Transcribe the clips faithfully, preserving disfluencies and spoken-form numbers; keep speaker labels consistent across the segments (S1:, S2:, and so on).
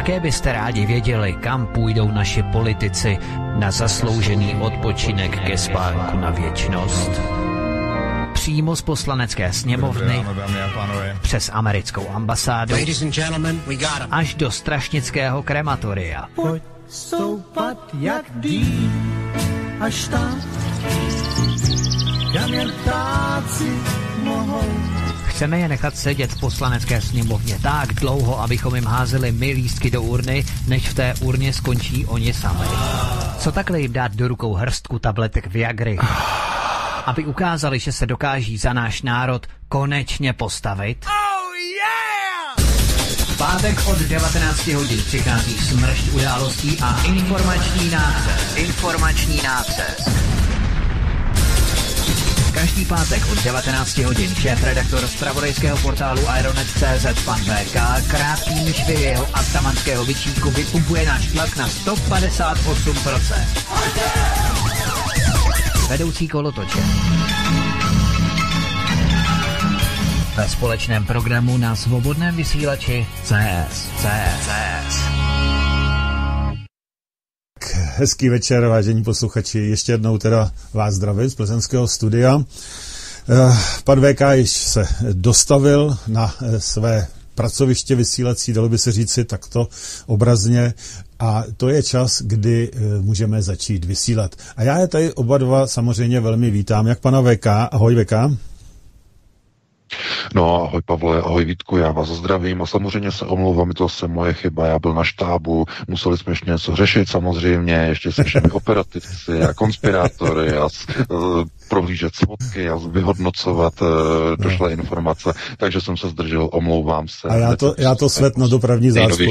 S1: Také byste rádi věděli, kam půjdou naši politici na zasloužený odpočinek ke spánku na věčnost. Přímo z poslanecké sněmovny, přes americkou ambasádu, až do strašnického krematoria.
S2: Pojď stoupat jak dým, až tam, kam jen ptáci mohou.
S1: Chceme je nechat sedět v poslanecké sněmovně tak dlouho, abychom jim házeli my lístky do urny, než v té urně skončí oni sami. Co takhle jim dát do rukou hrstku tabletek Viagry, aby ukázali, že se dokáží za náš národ konečně postavit?
S2: Oh yeah!
S1: V pátek od devatenácti hodin přichází smršť událostí a informační nácest. Informační nácest. Každý pátek od devatenácti hodin šéfredaktor zpravodajského portálu Ironet tečka cé zet pan vé ká krátkým švy jeho atamanského vyčínku vypumpuje náš tlak na sto padesát osm procent. Vedoucí kolotoče. Ve společném programu na svobodném vysílači C S. C S.
S3: Hezký večer, vážení posluchači. Ještě jednou teda vás zdravím z plzeňského studia. Pan vé ká již se dostavil na své pracoviště vysílací, dalo by se říci takto obrazně, a to je čas, kdy můžeme začít vysílat. A já je tady oba dva samozřejmě velmi vítám, jak pana vé ká. Ahoj vé ká.
S4: No, ahoj Pavle, ahoj Vítku, já vás zdravím a samozřejmě se omlouvám, to se moje chyba, já byl na štábu, museli jsme ještě něco řešit samozřejmě, ještě se všemi operativci a konspirátory a uh, prohlížet svodky a vyhodnocovat uh, došlé no. informace, takže jsem se zdržel, omlouvám se.
S3: A já to, já to svet na dopravní zácpu.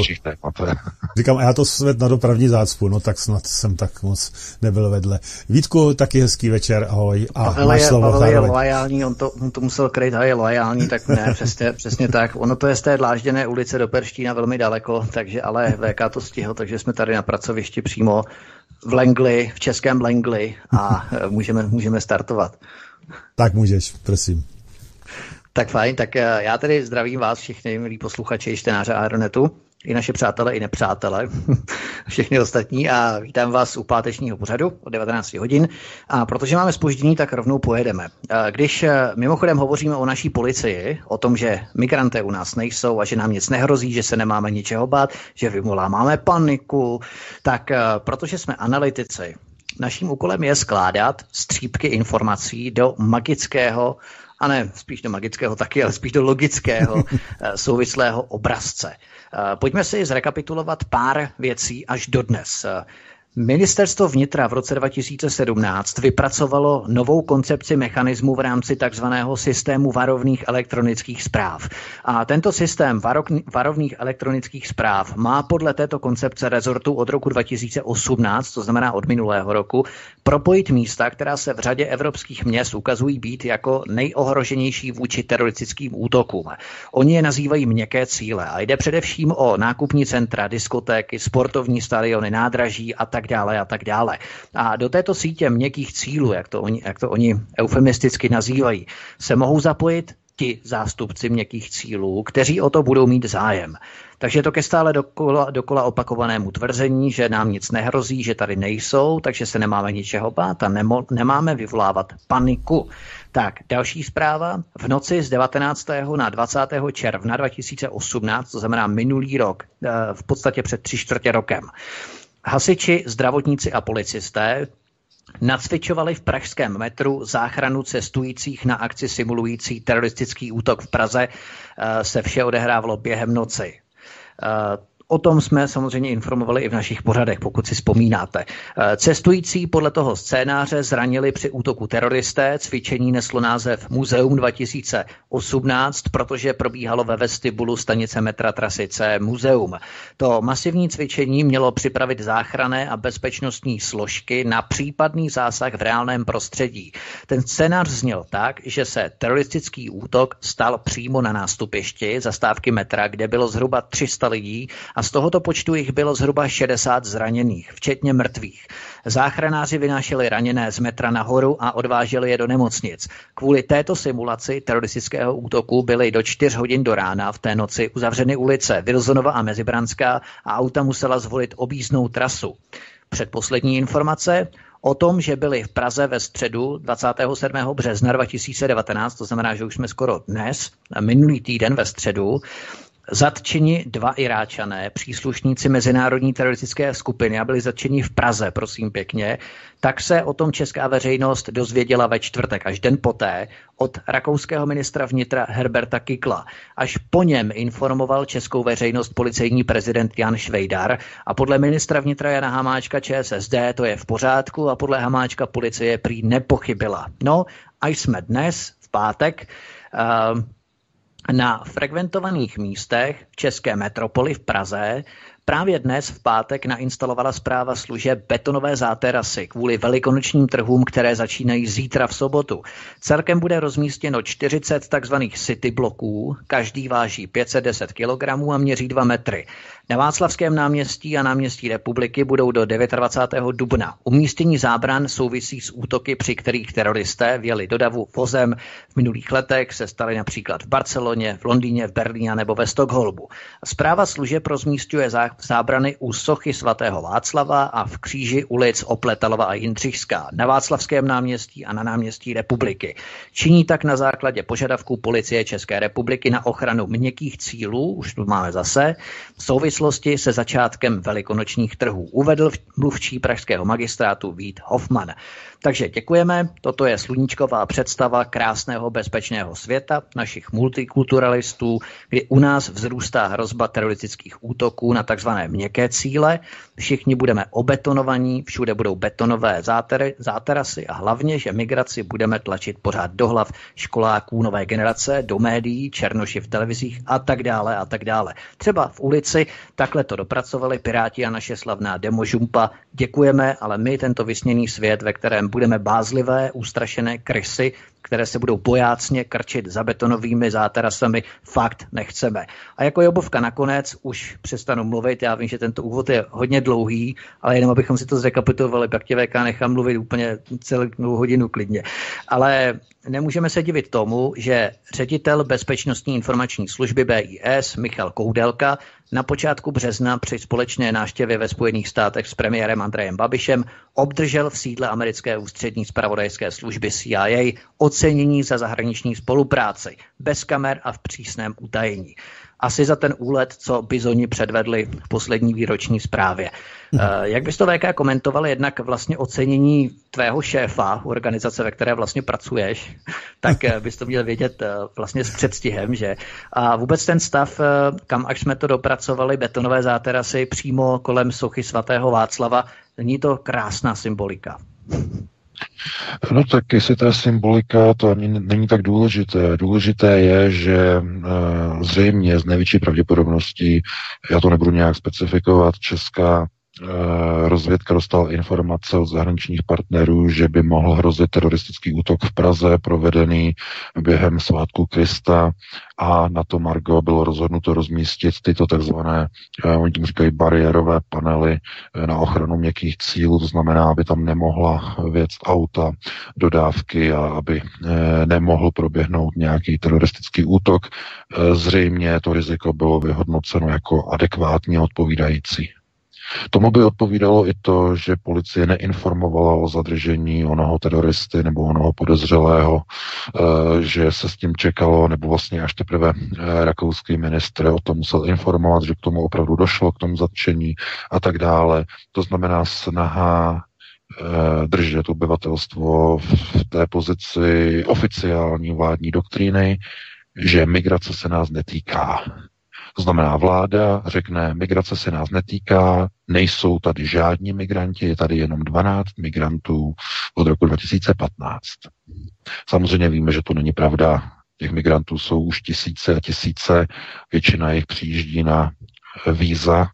S3: Říkám, a já to svet na dopravní zácpu, no tak snad jsem tak moc nebyl vedle. Vítku, taky hezký večer, ahoj. A
S5: Pavel
S3: máš
S5: je,
S3: slovo
S5: Pavel je
S3: zároveň.
S5: loajální, on to, on to musel kryt, a je loajální, tak ne, přesně, přesně tak. Ono to je z té dlážděné ulice do Perštína velmi daleko, takže ale vé ká to stihl, takže jsme tady na pracovišti přímo v Langley, v českém Langley a můžeme, můžeme startovat.
S3: Tak můžeš, prosím.
S5: Tak fajn, tak já tedy zdravím vás všichni, milí posluchači, čtenáře Aeronetu, i naše přátelé, i nepřátelé, všechny ostatní, a vítám vás u pátečního pořadu od devatenácti hodin. A protože máme zpoždění, tak rovnou pojedeme. Když mimochodem hovoříme o naší policii, o tom, že migranté u nás nejsou a že nám nic nehrozí, že se nemáme ničeho bát, že vyvoláváme paniku, tak protože jsme analytici, naším úkolem je skládat střípky informací do magického, a ne spíš do magického taky, ale spíš do logického souvislého obrazce. Pojďme si zrekapitulovat pár věcí až dodnes. Ministerstvo vnitra v roce dva tisíce sedmnáct vypracovalo novou koncepci mechanismu v rámci takzvaného systému varovných elektronických zpráv. A tento systém varovných elektronických zpráv má podle této koncepce rezortu od roku dva tisíce osmnáct, to znamená od minulého roku, propojit místa, která se v řadě evropských měst ukazují být jako nejohroženější vůči teroristickým útokům. Oni je nazývají měkké cíle a jde především o nákupní centra, diskotéky, sportovní stadiony, nádraží a tak dále a tak dále. A do této sítě měkkých cílů, jak to oni, jak to oni eufemisticky nazývají, se mohou zapojit ti zástupci měkkých cílů, kteří o to budou mít zájem. Takže je to ke stále dokola, dokola opakovanému tvrzení, že nám nic nehrozí, že tady nejsou, takže se nemáme ničeho bát a nemo, nemáme vyvolávat paniku. Tak, další zpráva. V noci z devatenáctého na dvacátého června dva tisíce osmnáct, to znamená minulý rok, v podstatě před tři čtvrtě rokem, hasiči, zdravotníci a policisté nacvičovali v pražském metru záchranu cestujících na akci simulující teroristický útok v Praze. Se vše odehrávalo během noci. O tom jsme samozřejmě informovali i v našich pořadech, pokud si vzpomínáte. Cestující podle toho scénáře zranili při útoku teroristé. Cvičení neslo název Muzeum dva tisíce osmnáct, protože probíhalo ve vestibulu stanice metra trasy C Muzeum. To masivní cvičení mělo připravit záchranné a bezpečnostní složky na případný zásah v reálném prostředí. Ten scénář zněl tak, že se teroristický útok stal přímo na nástupišti zastávky metra, kde bylo zhruba tři sta lidí a z tohoto počtu jich bylo zhruba šedesát zraněných, včetně mrtvých. Záchranáři vynášeli raněné z metra nahoru a odváželi je do nemocnic. Kvůli této simulaci teroristického útoku byly do čtyř hodin do rána v té noci uzavřeny ulice Vilzonova a Mezibranská a auta musela zvolit objízdnou trasu. Předposlední informace o tom, že byli v Praze ve středu dvacátého sedmého března dva tisíce devatenáct, to znamená, že už jsme skoro dnes, minulý týden ve středu, zatčeni dva Iráčané, příslušníci mezinárodní teroristické skupiny a byli zatčeni v Praze, prosím pěkně, tak se o tom česká veřejnost dozvěděla ve čtvrtek, až den poté, od rakouského ministra vnitra Herberta Kickla. Až po něm informoval českou veřejnost policejní prezident Jan Švejdar a podle ministra vnitra Jana Hamáčka ČSSD to je v pořádku a podle Hamáčka policie prý nepochybila. No a jsme dnes, v pátek, uh, na frekventovaných místech v české metropoli v Praze právě dnes v pátek nainstalovala správa služeb betonové záterasy kvůli velikonočním trhům, které začínají zítra v sobotu. Celkem bude rozmístěno čtyřicet takzvaných city bloků, každý váží pět set deset kilogramů a měří dva metry. Na Václavském náměstí a náměstí Republiky budou do dvacátého devátého dubna. Umístění zábran souvisí s útoky, při kterých teroristé vjeli do davu vozem. V minulých letech se staly například v Barceloně, v Londýně, v Berlíně nebo ve Stockholmu. Správa služeb rozmísťuje zábrany u sochy svatého Václava a v kříži ulic Opletalova a Jindřišská, na Václavském náměstí a na náměstí Republiky. Činí tak na základě požadavků policie České republiky na ochranu měkkých cílů, už tu máme zase, v souvislosti se začátkem velikonočních trhů, uvedl mluvčí pražského magistrátu Vít Hoffman. Takže děkujeme, toto je sluníčková představa krásného bezpečného světa našich multikulturalistů, kdy u nás vzrůstá hrozba teroristických útoků na takzvané měkké cíle. Všichni budeme obetonovaní, všude budou betonové zátery, záterasy a hlavně, že migraci budeme tlačit pořád do hlav školáků nové generace, do médií, černoši v televizích a tak dále a tak dále. Třeba v ulici takhle to dopracovali Piráti a naše slavná demožumpa. Děkujeme, ale my tento vysněný svět, ve kterém budeme bázlivé, ústrašené krysy, které se budou bojácně krčit za betonovými záterasami, fakt nechceme. A jako Jobovka nakonec už přestanu mluvit, já vím, že tento úvod je hodně dlouhý, ale jenom abychom si to zrekapitulovali, pak tě V K nechám mluvit úplně celou hodinu klidně. Ale nemůžeme se divit tomu, že ředitel Bezpečnostní informační služby B I S Michal Koudelka na počátku března při společné návštěvě ve Spojených státech s premiérem Andrejem Babišem obdržel v sídle americké ústřední zpravodajské služby C I A ocenění za zahraniční spolupráci, bez kamer a v přísném utajení. Asi za ten úlet, co bizoni předvedli v poslední výroční zprávě. Jak bys to V K komentoval, jednak vlastně ocenění tvého šéfa, organizace, ve které vlastně pracuješ, tak bys to měl vědět vlastně s předstihem, že? A vůbec ten stav, kam až jsme to dopracovali, betonové záterasy přímo kolem sochy svatého Václava, není to krásná symbolika?
S4: No tak jestli ta symbolika, to ani není tak důležité. Důležité je, že e, zřejmě z největší pravděpodobností, já to nebudu nějak specifikovat, česká e, rozvědka dostala informace od zahraničních partnerů, že by mohl hrozit teroristický útok v Praze, provedený během svátku Krista, a na to margo bylo rozhodnuto rozmístit tyto takzvané, oni tím říkají, bariérové panely na ochranu měkkých cílů, to znamená, aby tam nemohla vjet auta, dodávky a aby nemohl proběhnout nějaký teroristický útok. Zřejmě to riziko bylo vyhodnoceno jako adekvátně odpovídající. Tomu by odpovídalo i to, že policie neinformovala o zadržení onoho teroristy nebo onoho podezřelého, že se s tím čekalo, nebo vlastně až teprve rakouský ministr o tom musel informovat, že k tomu opravdu došlo, k tomu zatčení a tak dále. To znamená snaha držet obyvatelstvo v té pozici oficiální vládní doktríny, že migrace se nás netýká. To znamená, vláda řekne, migrace se nás netýká, nejsou tady žádní migranti, je tady jenom dvanáct migrantů od roku dva tisíce patnáct. Samozřejmě víme, že to není pravda. Těch migrantů jsou už tisíce a tisíce, většina jich přijíždí na víza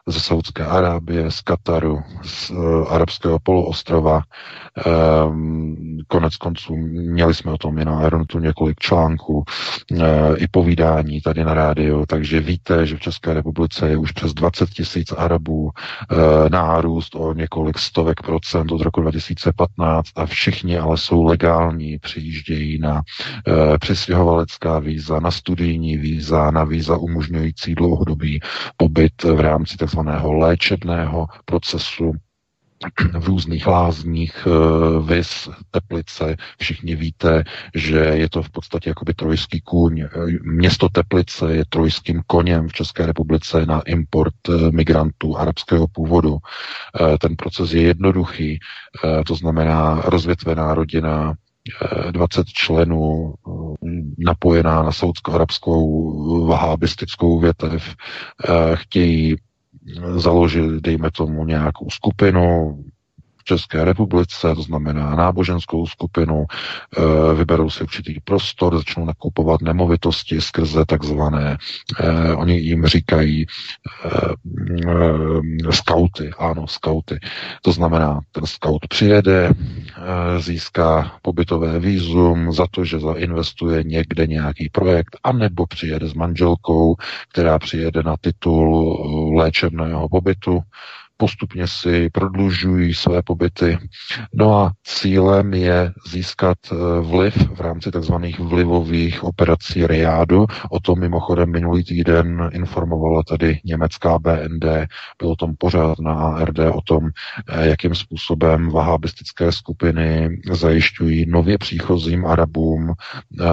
S4: ze Saúdské Arábie, z Kataru, z uh, arabského poloostrova. Um, konec konců měli jsme o tom i na Aeronetu několik článků, uh, i povídání tady na rádiu, takže víte, že v České republice je už přes dvacet tisíc Arabů, uh, nárůst o několik stovek procent od roku dva tisíce patnáct a všichni ale jsou legální, přijíždějí na uh, přistěhovalecká víza, na studijní víza, na víza umožňující dlouhodobý pobyt v rámci takzvaného léčebného procesu v různých lázních, vis, Teplice. Všichni víte, že je to v podstatě jakoby trojský kůň. Město Teplice je trojským koněm v České republice na import migrantů arabského původu. Ten proces je jednoduchý, to znamená rozvětvená rodina, dvacet členů napojená na saúdsko-arabskou vahábistickou větev, chtějí založit, dejme tomu, nějakou skupinu v České republice, to znamená náboženskou skupinu, vyberou si určitý prostor, začnou nakupovat nemovitosti skrze takzvané, eh, oni jim říkají eh, skauty, ano, skauty. To znamená, ten skaut přijede, eh, získá pobytové vízum za to, že zainvestuje někde nějaký projekt, anebo přijede s manželkou, která přijede na titul léčebného pobytu, postupně si prodlužují své pobyty. No a cílem je získat vliv v rámci tzv. Vlivových operací Riádu. O tom mimochodem minulý týden informovala tady německá B N D, byl o tom pořád na A R D, o tom, jakým způsobem vahábistické skupiny zajišťují nově příchozím Arabům eh,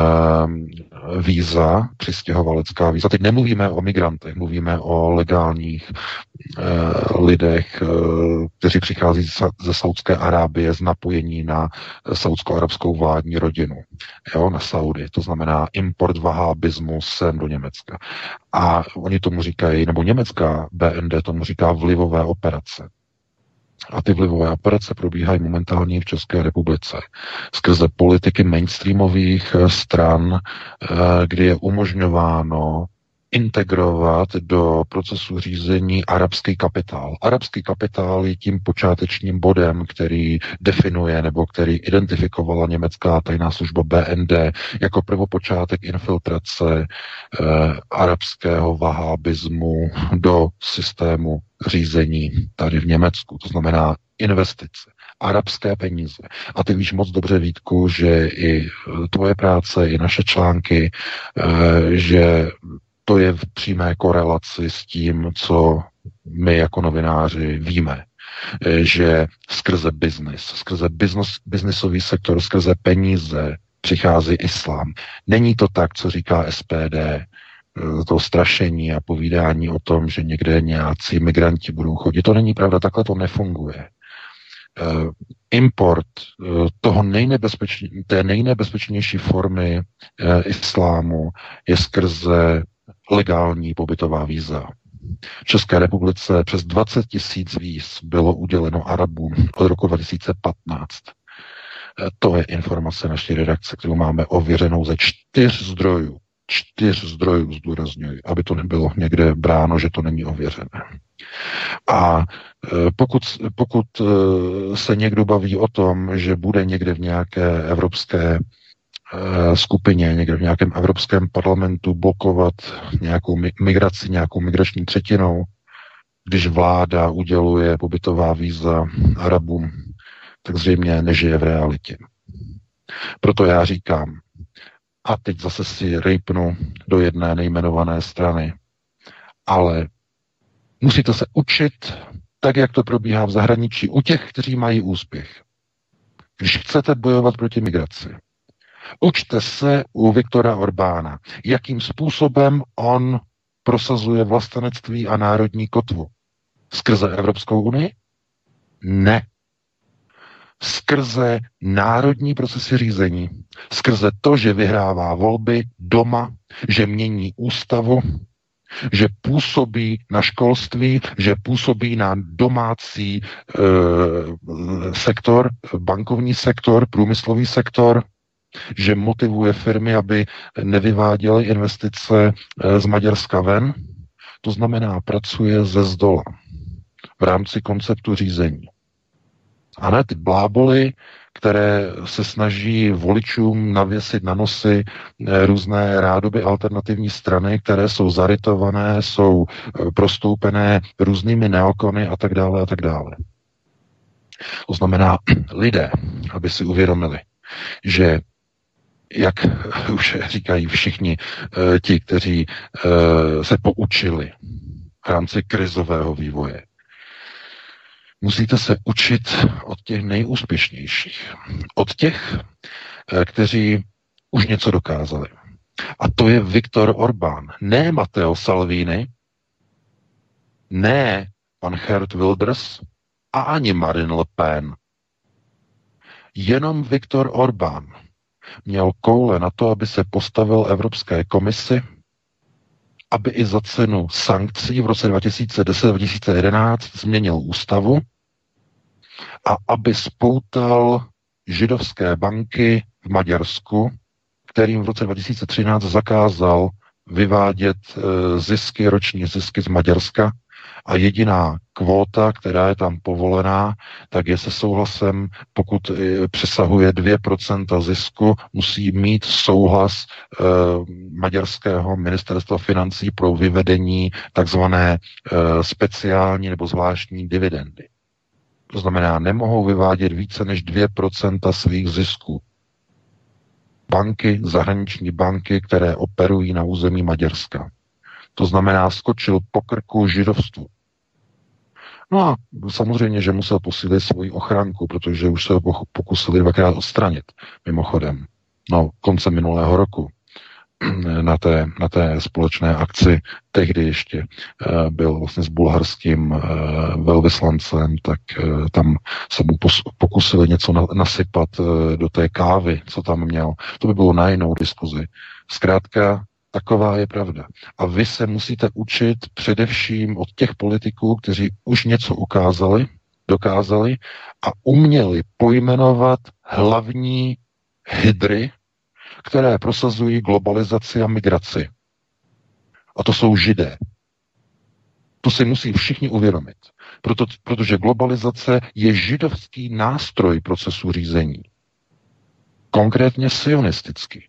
S4: víza, přistěhovalecká víza. Teď nemluvíme o migrantech, mluvíme o legálních eh, lidech, kteří přichází ze Saúdské Arábie z napojení na saúdsko-arabskou vládní rodinu, jo, na Saudy. To znamená import vahábismu sem do Německa. A oni tomu říkají, nebo německá B N D tomu říká vlivové operace. A ty vlivové operace probíhají momentálně v České republice skrze politiky mainstreamových stran, kdy je umožňováno integrovat do procesu řízení arabský kapitál. Arabský kapitál je tím počátečním bodem, který definuje nebo který identifikovala německá tajná služba B N D jako prvopočátek infiltrace eh, arabského vahábismu do systému řízení tady v Německu. To znamená investice, arabské peníze. A ty víš moc dobře, Vítku, že i tvoje práce, i naše články, eh, že to je v přímé korelaci s tím, co my jako novináři víme, že skrze biznis, skrze business, biznisový sektor, skrze peníze přichází islám. Není to tak, co říká S P D, to strašení a povídání o tom, že někde nějací migranti budou chodit. To není pravda, takhle to nefunguje. Import toho nejnebezpečně, té nejnebezpečnější formy islámu je skrze legální pobytová víza. V České republice přes dvacet tisíc víz bylo uděleno Arabům od roku dva tisíce patnáct. To je informace naší redakce, kterou máme ověřenou ze čtyř zdrojů. Čtyř zdrojů zdůrazňuji, aby to nebylo někde bráno, že to není ověřené. A pokud, pokud se někdo baví o tom, že bude někde v nějaké evropské skupině, někde v nějakém evropském parlamentu blokovat nějakou migraci, nějakou migrační třetinou, když vláda uděluje pobytová víza Arabům, tak zřejmě nežije v realitě. Proto já říkám, a teď zase si rejpnu do jedné nejmenované strany, ale musíte se učit tak, jak to probíhá v zahraničí, u těch, kteří mají úspěch. Když chcete bojovat proti migraci, učte se u Viktora Orbána, jakým způsobem on prosazuje vlastenectví a národní kotvu. Skrze Evropskou unii? Ne. Skrze národní procesy řízení, skrze to, že vyhrává volby doma, že mění ústavu, že působí na školství, že působí na domácí e, sektor, bankovní sektor, průmyslový sektor, že motivuje firmy, aby nevyváděly investice z Maďarska ven. To znamená, pracuje ze zdola v rámci konceptu řízení. A ne ty bláboly, které se snaží voličům navěsit na nosy různé rádoby alternativní strany, které jsou zarytované, jsou prostoupené různými neokony a tak dále a tak dále. To znamená, lidé, aby si uvědomili, že jak už říkají všichni ti, kteří se poučili v rámci krizového vývoje, musíte se učit od těch nejúspěšnějších. Od těch, kteří už něco dokázali. A to je Viktor Orbán. Ne Matteo Salvini, ne pan Geert Wilders a ani Marine Le Pen. Jenom Viktor Orbán měl koule na to, aby se postavil Evropské komisi, aby i za cenu sankcí v roce dva tisíce deset dva tisíce jedenáct změnil ústavu a aby spoutal židovské banky v Maďarsku, kterým v roce dva tisíce třináct zakázal vyvádět zisky, roční zisky z Maďarska a jediná kvóta, která je tam povolená, tak je se souhlasem, pokud přesahuje dvě procenta zisku, musí mít souhlas e, maďarského ministerstva financí pro vyvedení takzvané e, speciální nebo zvláštní dividendy. To znamená, nemohou vyvádět více než dvě procenta svých zisků. Banky, zahraniční banky, které operují na území Maďarska. To znamená, skočil po krku židovstvu. No a samozřejmě, že musel posílit svoji ochranku, protože už se ho pokusili dvakrát odstranit, mimochodem. No, konce minulého roku na té, na té společné akci, tehdy ještě uh, byl vlastně s bulharským uh, velvyslancem, tak uh, tam se mu pos- pokusili něco na- nasypat uh, do té kávy, co tam měl. To by bylo na jinou diskuzi. Zkrátka, taková je pravda. A vy se musíte učit především od těch politiků, kteří už něco ukázali, dokázali a uměli pojmenovat hlavní hydry, které prosazují globalizaci a migraci. A to jsou Židé. To si musí všichni uvědomit. Proto, protože globalizace je židovský nástroj procesu řízení. Konkrétně sionistický.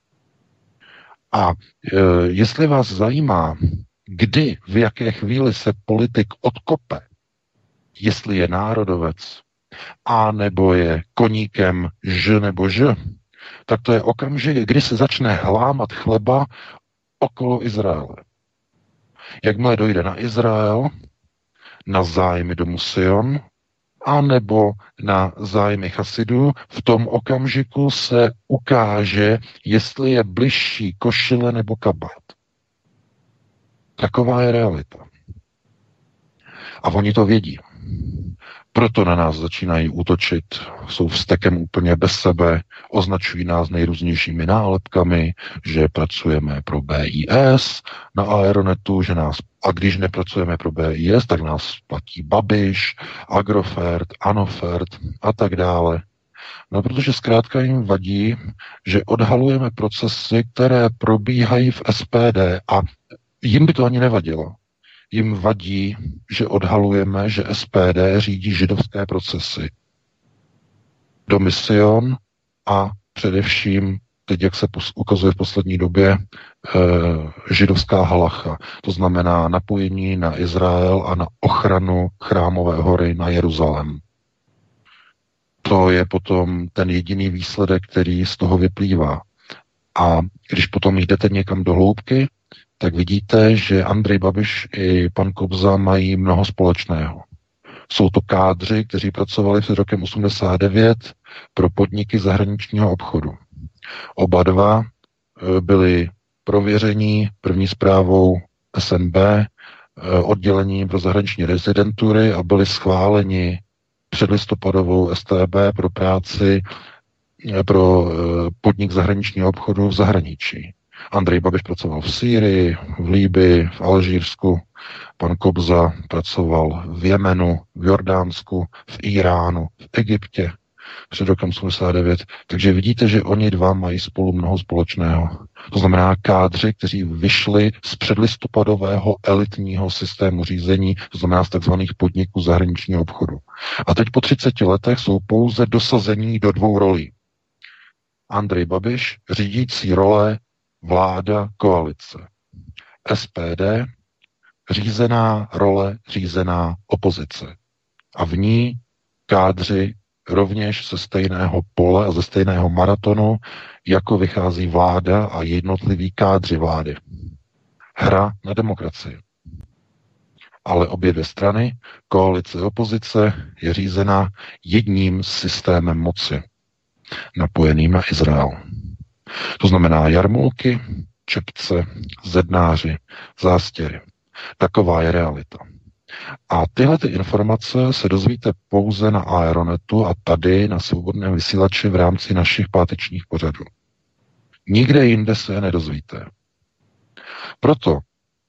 S4: A e, jestli vás zajímá, kdy, v jaké chvíli se politik odkope, jestli je národovec, a nebo je koníkem ž nebo ž, tak to je okamžik, kdy se začne hlámat chleba okolo Izraele. Jakmile dojde na Izrael, na zájmy domu Sion, a nebo na zájmy Chasidů, v tom okamžiku se ukáže, jestli je bližší košile nebo kabát. Taková je realita. A oni to vědí. Proto na nás začínají útočit, jsou vztekem úplně bez sebe, označují nás nejrůznějšími nálepkami, že pracujeme pro B I S na Aeronetu, že nás, a když nepracujeme pro B I S, tak nás platí Babiš, Agrofert, Anofert a tak dále. No, protože zkrátka jim vadí, že odhalujeme procesy, které probíhají v S P D a jim by to ani nevadilo. Jim vadí, že odhalujeme, že S P D řídí židovské procesy. Domy Sion a především, teď jak se ukazuje v poslední době, e, židovská halacha. To znamená napojení na Izrael a na ochranu chrámové hory na Jeruzalém. To je potom ten jediný výsledek, který z toho vyplývá. A když potom jdete někam do hloubky, tak vidíte, že Andrej Babiš i pan Kobza mají mnoho společného. Jsou to kádři, kteří pracovali před rokem osmdesát devět pro podniky zahraničního obchodu. Oba dva byli prověření první zprávou S N B, oddělením pro zahraniční rezidentury a byli schváleni předlistopadovou S T B pro práci pro podnik zahraničního obchodu v zahraničí. Andrej Babiš pracoval v Sýrii, v Líbii, v Alžírsku, pan Kobza pracoval v Jemenu, v Jordánsku, v Iránu, v Egyptě před rokem osmdesát devět. Takže vidíte, že oni dva mají spolu mnoho společného. To znamená kádři, kteří vyšli z předlistopadového elitního systému řízení, to znamená z takzvaných podniků zahraničního obchodu. A teď po třiceti letech jsou pouze dosazení do dvou rolí. Andrej Babiš, řídící role vláda koalice. S P D, řízená role, řízená opozice. A v ní kádři rovněž ze stejného pole a ze stejného maratonu, jako vychází vláda a jednotliví kádři vlády. Hra na demokracii. Ale obě dvě strany, koalice a opozice, je řízena jedním systémem moci, napojeným na Izrael. To znamená jarmulky, čepce, zednáři, zástěry. Taková je realita. A tyhle ty informace se dozvíte pouze na Aeronetu a tady na Svobodném vysílači v rámci našich pátečních pořadů. Nikde jinde se je nedozvíte. Proto uh,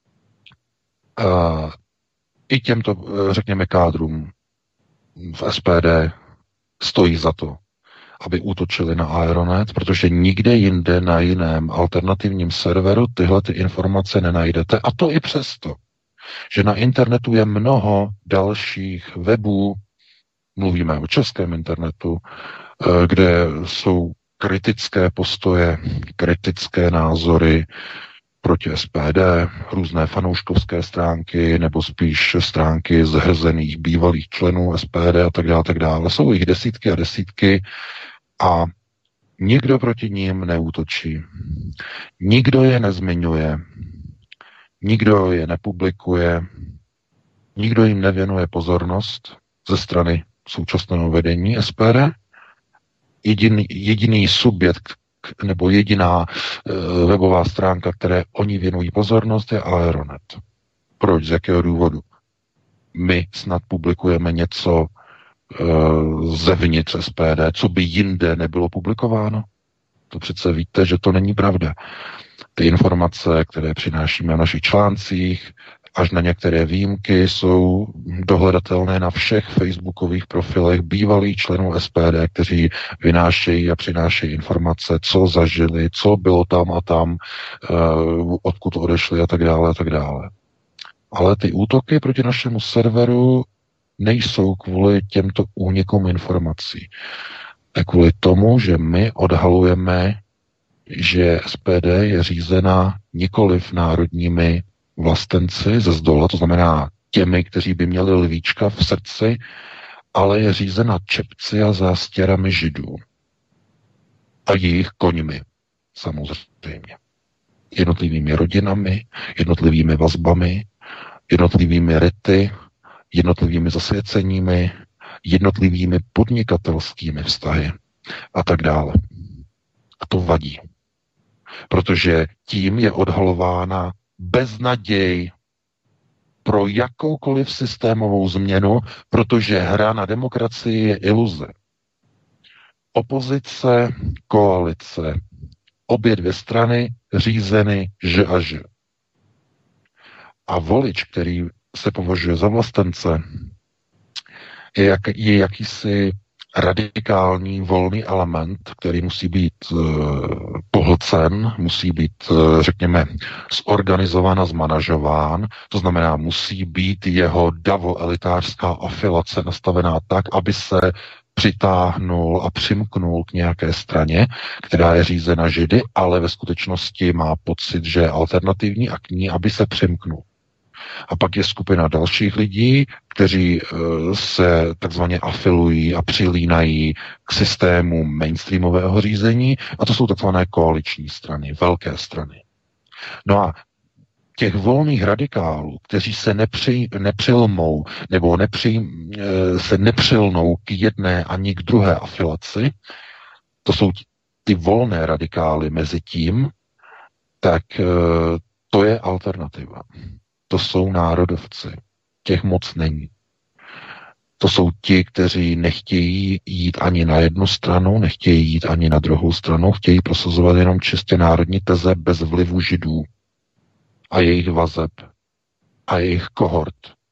S4: i těmto, uh, řekněme, kádrům v S P D stojí za to, aby útočili na Aeronet, protože nikde jinde na jiném alternativním serveru tyhle ty informace nenajdete. A to i přesto, že na internetu je mnoho dalších webů, mluvíme o českém internetu, kde jsou kritické postoje, kritické názory proti S P D, různé fanouškovské stránky, nebo spíš stránky zhrzených bývalých členů S P D a tak dále, tak dále. Jsou jich desítky a desítky a nikdo proti ním neútočí. Nikdo je nezmiňuje. Nikdo je nepublikuje, nikdo jim nevěnuje pozornost ze strany současného vedení S P D. Jediný, jediný subjekt nebo jediná e, webová stránka, které oni věnují pozornost, je Aeronet. Proč? Z jakého důvodu? My snad publikujeme něco e, zevnitř S P D, co by jinde nebylo publikováno? To přece víte, že to není pravda. Ty informace, které přinášíme v našich článcích, až na některé výjimky, jsou dohledatelné na všech facebookových profilech bývalých členů S P D, kteří vynášejí a přinášejí informace, co zažili, co bylo tam a tam, odkud odešli a tak dále a tak dále. Ale ty útoky proti našemu serveru nejsou kvůli těmto únikům informací. A kvůli tomu, že my odhalujeme, že S P D je řízena nikoliv národními vlastenci ze zdola, to znamená těmi, kteří by měli lvíčka v srdci, ale je řízena čepci a zástěrami židů. A jejich koňmi, samozřejmě. Jednotlivými rodinami, jednotlivými vazbami, jednotlivými rity, jednotlivými zasvěceními, jednotlivými podnikatelskými vztahy a tak dále. A to vadí. Protože tím je odhalována beznaděj pro jakoukoliv systémovou změnu, protože hra na demokracii je iluze. Opozice, koalice, obě dvě strany řízeny že a že. A volič, který se považuje za vlastence, je, jak, je jakýsi radikální volný element, který musí být uh, pohlcen, musí být, uh, řekněme, zorganizován a zmanažován. To znamená, musí být jeho davo-elitářská afilace nastavená tak, aby se přitáhnul a přimknul k nějaké straně, která je řízena židy, ale ve skutečnosti má pocit, že je alternativní a k ní, aby se přimknul. A pak je skupina dalších lidí, kteří se takzvaně afilují a přilínají k systému mainstreamového řízení, a to jsou takzvané koaliční strany, velké strany. No a těch volných radikálů, kteří se nepři, nepřilmou nebo nepři, se nepřilnou k jedné ani k druhé afilaci, to jsou ty volné radikály mezi tím, tak to je alternativa. To jsou národovci. Těch moc není. To jsou ti, kteří nechtějí jít ani na jednu stranu, nechtějí jít ani na druhou stranu, chtějí prosazovat jenom čistě národní teze bez vlivu židů a jejich vazeb a jejich kohort.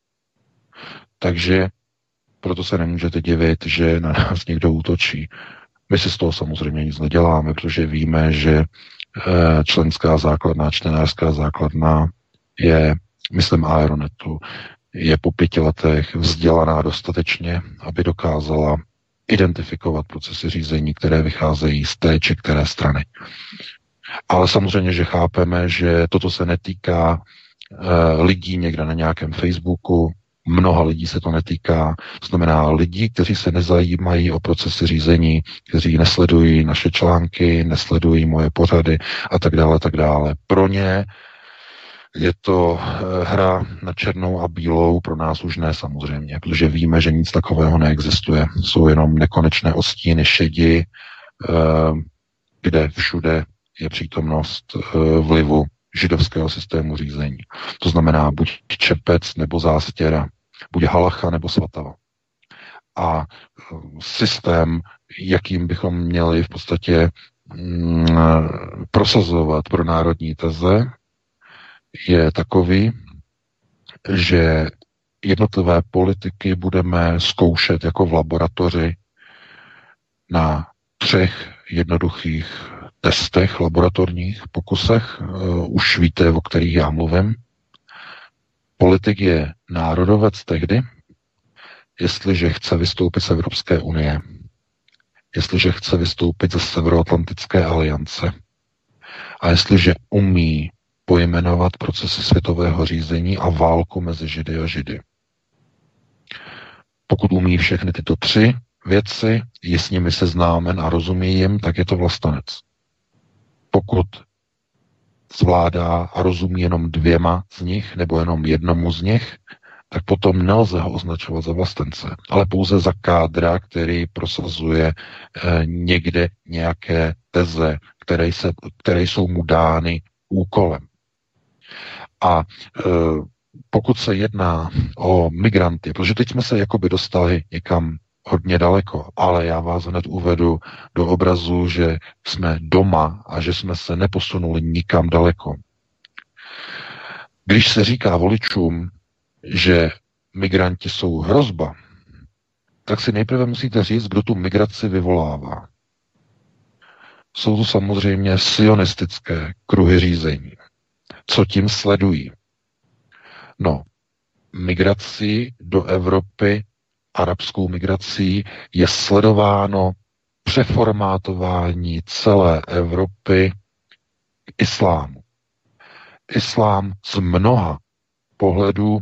S4: Takže proto se nemůžete divit, že na nás někdo útočí. My si z toho samozřejmě nic neděláme, protože víme, že členská základna, čtenářská základna je, myslím, Aeronetu, je po pěti letech vzdělaná dostatečně, aby dokázala identifikovat procesy řízení, které vycházejí z té či které strany. Ale samozřejmě, že chápeme, že toto se netýká e, lidí někde na nějakém Facebooku, mnoha lidí se to netýká, to znamená lidí, kteří se nezajímají o procesy řízení, kteří nesledují naše články, nesledují moje pořady a tak dále, tak dále. Pro ně je to hra na černou a bílou, pro nás už ne samozřejmě, protože víme, že nic takového neexistuje. Jsou jenom nekonečné odstíny šedi, kde všude je přítomnost vlivu židovského systému řízení. To znamená buď čepec nebo zástěra, buď halacha nebo svatava. A systém, jakým bychom měli v podstatě mm, prosazovat pro národní teze, je takový, že jednotlivé politiky budeme zkoušet jako v laboratoři na třech jednoduchých testech, laboratorních pokusech. Uh, už víte, o kterých já mluvím. Politik je národovec tehdy, jestliže chce vystoupit z Evropské unie, jestliže chce vystoupit ze Severoatlantické aliance a jestliže umí pojmenovat procesy světového řízení a válku mezi Židy a Židy. Pokud umí všechny tyto tři věci, je s nimi seznámen a rozumí jim, tak je to vlastenec. Pokud zvládá a rozumí jenom dvěma z nich, nebo jenom jednomu z nich, tak potom nelze ho označovat za vlastence, ale pouze za kádra, který prosazuje eh, někde nějaké teze, které, se, které jsou mu dány úkolem. A e, pokud se jedná o migranty, protože teď jsme se jakoby dostali někam hodně daleko, ale já vás hned uvedu do obrazu, že jsme doma a že jsme se neposunuli nikam daleko. Když se říká voličům, že migranti jsou hrozba, tak si nejprve musíte říct, kdo tu migraci vyvolává. Jsou to samozřejmě sionistické kruhy řízení. Co tím sledují? No, migrací do Evropy, arabskou migrací, je sledováno přeformátování celé Evropy k islámu. Islám z mnoha pohledů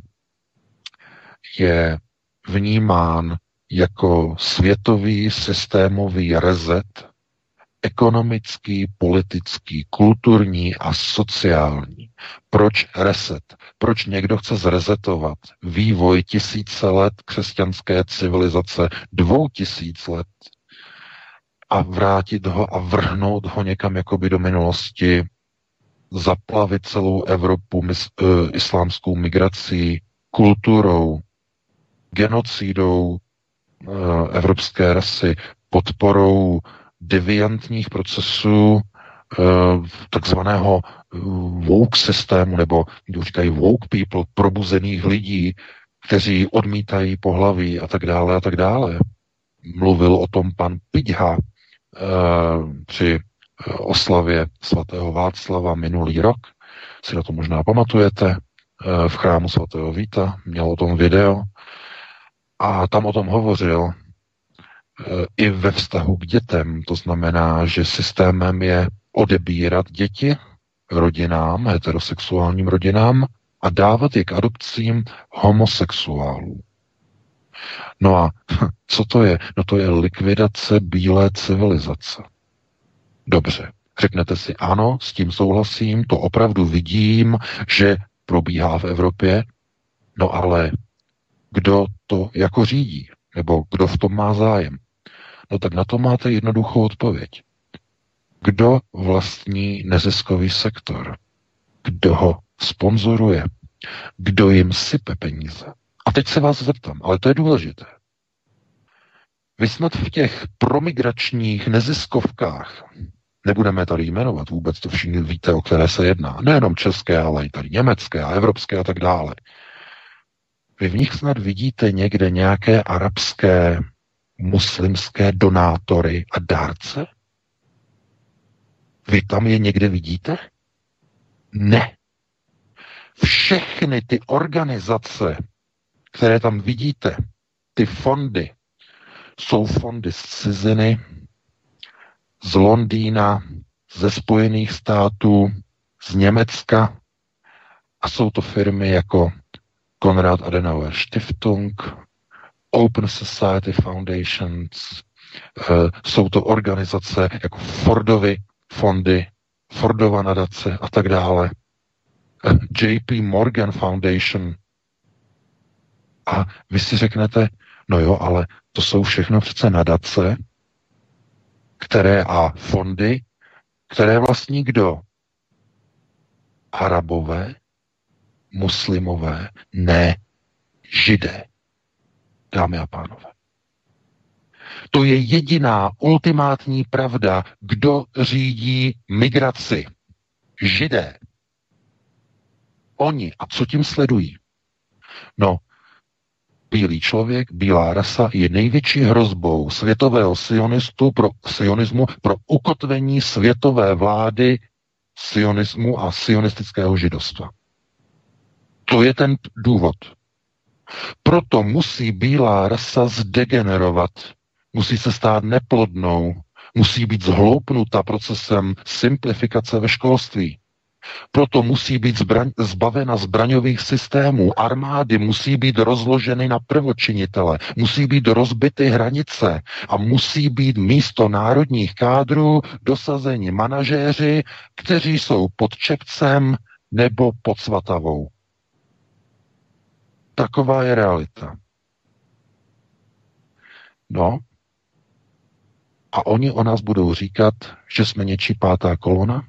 S4: je vnímán jako světový systémový reset, ekonomický, politický, kulturní a sociální. Proč reset? Proč někdo chce zresetovat vývoj tisíce let křesťanské civilizace, dvou tisíc let a vrátit ho a vrhnout ho někam jakoby do minulosti, zaplavit celou Evropu mis, uh, islámskou migrací, kulturou, genocidou uh, evropské rasy, podporou deviantních procesů uh, takzvaného woke systému, nebo kdo říkají woke people, probuzených lidí, kteří odmítají pohlaví a tak dále a tak dále. Mluvil o tom pan Pidha uh, při oslavě svatého Václava minulý rok. Si na to možná pamatujete. Uh, v chrámu svatého Víta měl o tom video a tam o tom hovořil i ve vztahu k dětem. To znamená, že systémem je odebírat děti rodinám, heterosexuálním rodinám a dávat je k adopcím homosexuálů. No a co to je? No to je likvidace bílé civilizace. Dobře, řeknete si ano, s tím souhlasím, to opravdu vidím, že probíhá v Evropě, no ale kdo to jako řídí? Nebo kdo v tom má zájem? No tak na to máte jednoduchou odpověď. Kdo vlastní neziskový sektor? Kdo ho sponzoruje? Kdo jim sype peníze? A teď se vás zeptám, ale to je důležité. Vy snad v těch promigračních neziskovkách, nebudeme tady jmenovat, vůbec to všichni víte, o které se jedná, nejenom české, ale i tady německé a evropské a tak dále. Vy v nich snad vidíte někde nějaké arabské, muslimské donátory a dárce? Vy tam je někde vidíte? Ne. Všechny ty organizace, které tam vidíte, ty fondy, jsou fondy z ciziny, z Londýna, ze Spojených států, z Německa a jsou to firmy jako Konrad Adenauer Stiftung, Open Society Foundations, jsou to organizace jako Fordovy fondy, Fordova nadace a tak dále, J P Morgan Foundation. A vy si řeknete, no jo, ale to jsou všechno přece nadace, které a fondy, které vlastní kdo? Arabové, muslimové, ne Židé, dámy a pánové. To je jediná ultimátní pravda, kdo řídí migraci. Židé. Oni. A co tím sledují? No, bílý člověk, bílá rasa je největší hrozbou světového sionistu pro, sionismu pro ukotvení světové vlády sionismu a sionistického židovstva. To je ten důvod. Proto musí bílá rasa zdegenerovat, musí se stát neplodnou, musí být zhloupnuta procesem simplifikace ve školství. Proto musí být zbraň, zbavena zbraňových systémů, armády musí být rozloženy na prvočinitele, musí být rozbity hranice a musí být místo národních kádrů dosazeni manažéři, kteří jsou pod čepcem nebo pod svatavou. Taková je realita. No, a oni o nás budou říkat, že jsme něčí pátá kolona?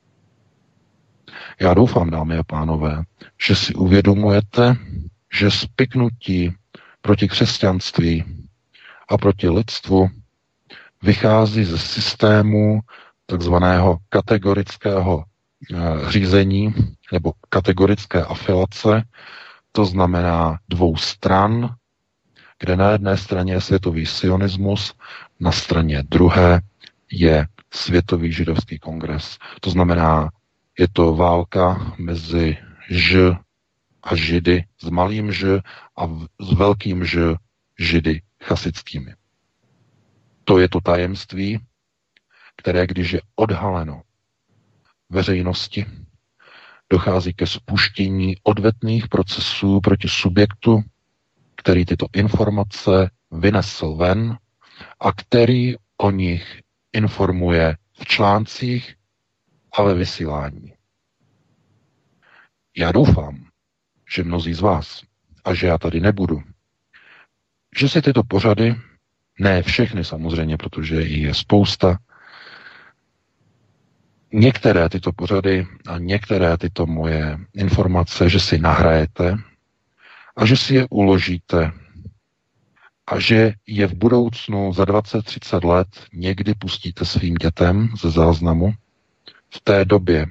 S4: Já doufám, dámy a pánové, že si uvědomujete, že spiknutí proti křesťanství a proti lidstvu vychází ze systému takzvaného kategorického e, řízení nebo kategorické afilace, to znamená dvou stran, kde na jedné straně je světový sionismus, na straně druhé je světový židovský kongres. To znamená, je to válka mezi Ž a Židy, s malým Ž a s velkým Ž Židy chasickými. To je to tajemství, které, když je odhaleno veřejnosti, dochází ke spuštění odvetných procesů proti subjektu, který tyto informace vynesl ven a který o nich informuje v článcích a ve vysílání. Já doufám, že mnozí z vás, a že já tady nebudu, že si tyto pořady, ne všechny samozřejmě, protože jich je spousta, některé tyto pořady a některé tyto moje informace, že si nahrajete a že si je uložíte a že je v budoucnu za dvacet třicet let někdy pustíte svým dětem ze záznamu v té době,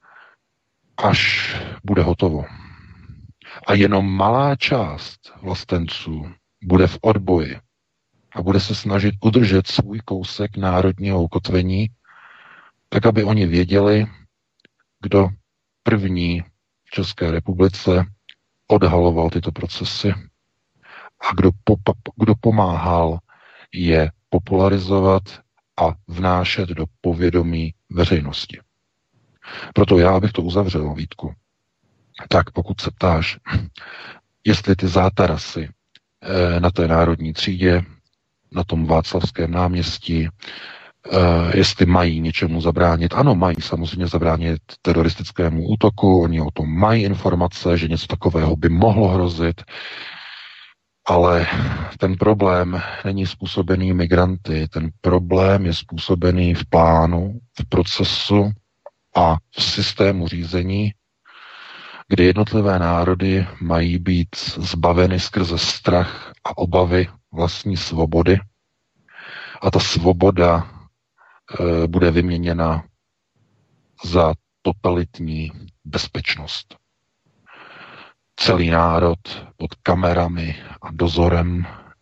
S4: až bude hotovo. A jenom malá část vlastenců bude v odboji a bude se snažit udržet svůj kousek národního ukotvení, tak aby oni věděli, kdo první v České republice odhaloval tyto procesy a kdo, popa, kdo pomáhal je popularizovat a vnášet do povědomí veřejnosti. Proto já bych to uzavřel, Vítku. Tak pokud se ptáš, jestli ty zátarasy na té národní třídě, na tom Václavském náměstí, jestli mají něčemu zabránit. Ano, mají samozřejmě zabránit teroristickému útoku, oni o tom mají informace, že něco takového by mohlo hrozit, ale ten problém není způsobený migranty, ten problém je způsobený v plánu, v procesu a v systému řízení, kdy jednotlivé národy mají být zbaveny skrze strach a obavy vlastní svobody a ta svoboda e, bude vyměněna za totalitní bezpečnost. Celý národ pod kamerami a dozorem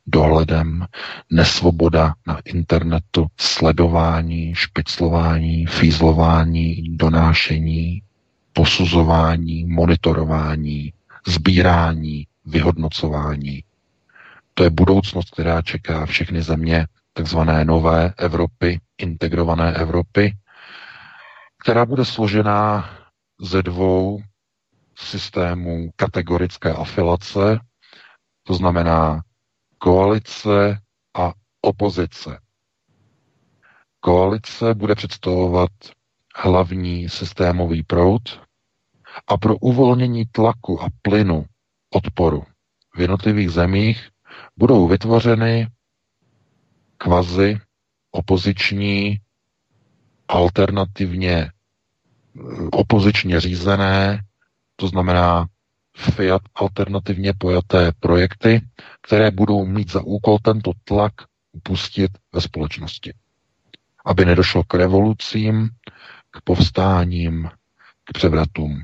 S4: dohledem, nesvoboda na internetu, sledování, špiclování, fízlování, donášení, posuzování, monitorování, sbírání, vyhodnocování. To je budoucnost, která čeká všechny země takzvané nové Evropy, integrované Evropy, která bude složená ze dvou systémů kategorické afilace, to znamená koalice a opozice. Koalice bude představovat hlavní systémový proud a pro uvolnění tlaku a plynu odporu v jednotlivých zemích budou vytvořeny kvazi opoziční, alternativně opozičně řízené, to znamená Fiat alternativně pojaté projekty, které budou mít za úkol tento tlak upustit ve společnosti. Aby nedošlo k revolucím, k povstáním, k převratům.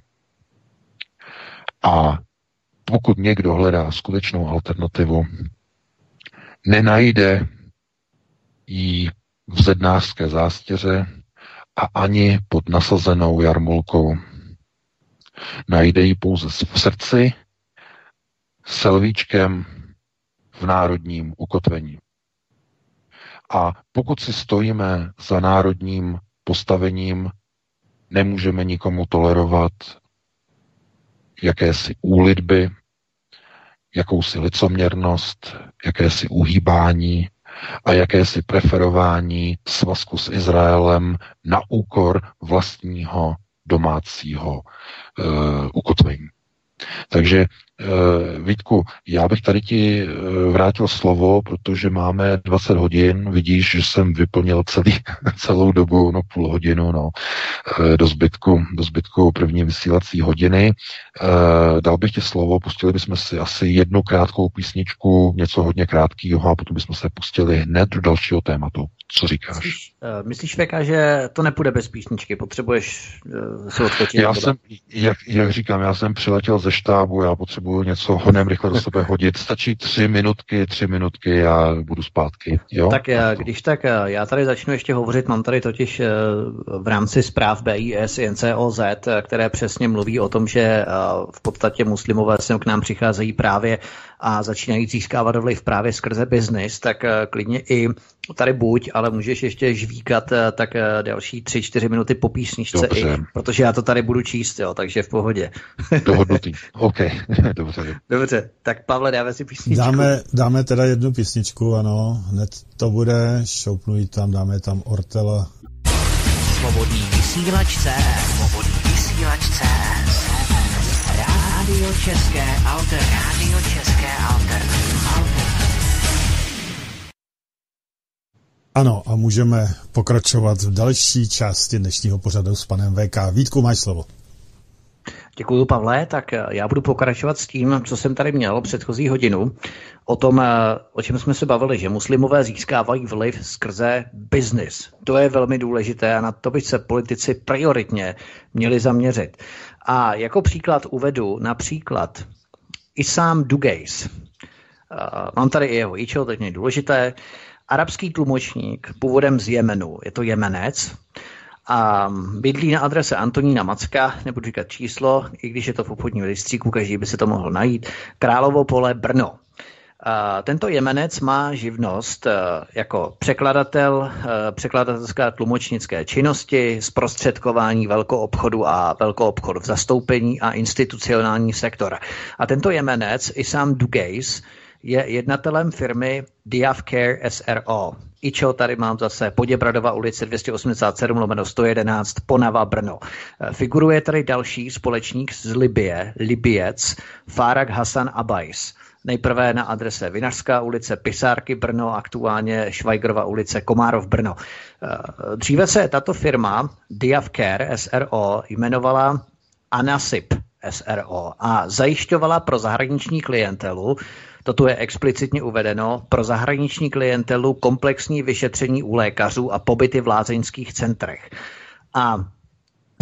S4: A pokud někdo hledá skutečnou alternativu, nenajde ji v zednářské zástěře a ani pod nasazenou jarmulkou. Najde ji pouze v srdci, s lvíčkem v národním ukotvení. A pokud si stojíme za národním postavením, nemůžeme nikomu tolerovat jakési úlitby, jakousi licoměrnost, jakési uhýbání a jakési preferování svazku s Izraelem na úkor vlastního domácího uh, ukotvení. Takže uh, Vítku, já bych tady ti uh, vrátil slovo, protože máme dvacet hodin, vidíš, že jsem vyplnil celý, celou dobu, no půl hodinu, no, uh, do zbytku, do zbytku první vysílací hodiny. Uh, dal bych ti slovo, pustili bychom si asi jednu krátkou písničku, něco hodně krátkého a potom bychom se pustili hned do dalšího tématu. Co říkáš?
S5: Myslíš, uh, myslíš Veka, že to nepůjde bez písničky? Potřebuješ uh, si odskočit?
S4: Já jsem, jak, jak říkám, já jsem přiletěl ze štábu, já potřebuji něco hodně rychle do sebe hodit. Stačí tři minutky, tři minutky a budu zpátky. Jo?
S5: Tak já, když tak, já tady začnu ještě hovořit, mám tady totiž v rámci zpráv B I S i N C O Z, které přesně mluví o tom, že v podstatě muslimové sem k nám přicházejí právě a začínají získávat vliv právě skrze biznis, tak klidně i tady buď, ale můžeš ještě žvíkat tak další tři, čtyři minuty po písničce, i, protože já to tady budu číst, jo, takže v pohodě.
S4: Dohodnutý. OK, dobře.
S5: Dobře, tak Pavle, dáme si písničku.
S3: Dáme, dáme teda jednu písničku, ano, hned to bude, šoupnu tam, dáme tam Ortela.
S1: Svobodný vysílač C S. Svobodný vysílač C S. Rádio České Alter. Rádio České Alter. Alter.
S3: Ano, a můžeme pokračovat v další části dnešního pořadu s panem V K. Vítku, máš slovo.
S5: Děkuju, Pavle. Tak já budu pokračovat s tím, co jsem tady měl předchozí hodinu. O tom, o čem jsme se bavili, že muslimové získávají vliv skrze biznis. To je velmi důležité a na to by se politici prioritně měli zaměřit. A jako příklad uvedu například Issam Dugais. Mám tady i jeho ičo, to je důležité. Arabský tlumočník, původem z Jemenu, je to Jemenec, a bydlí na adrese Antonína Macka, nebudu říkat číslo, i když je to v obchodním rejstříku, každý by se to mohl najít, Královo pole, Brno. A tento Jemenec má živnost jako překladatel, překladatelská tlumočnické činnosti, zprostředkování velkoobchodu a velkoobchodu v zastoupení a institucionální sektor. A tento Jemenec, Issam Dugais, je jednatelem firmy Diaf Care S R O. Ičo tady mám zase Poděbradova ulice dvě stě osmdesát sedm lomeno sto jedenáct Ponava, Brno. Figuruje tady další společník z Libye, Libyec, Farag Hasan Abais. Nejprve na adrese Vinařská ulice, Pisárky, Brno, aktuálně Švajgrova ulice, Komárov, Brno. Dříve se tato firma Diaf Care S R O jmenovala Anasip S R O a zajišťovala pro zahraniční klientelu, toto je explicitně uvedeno, pro zahraniční klientelu komplexní vyšetření u lékařů a pobyty v lázeňských centrech. A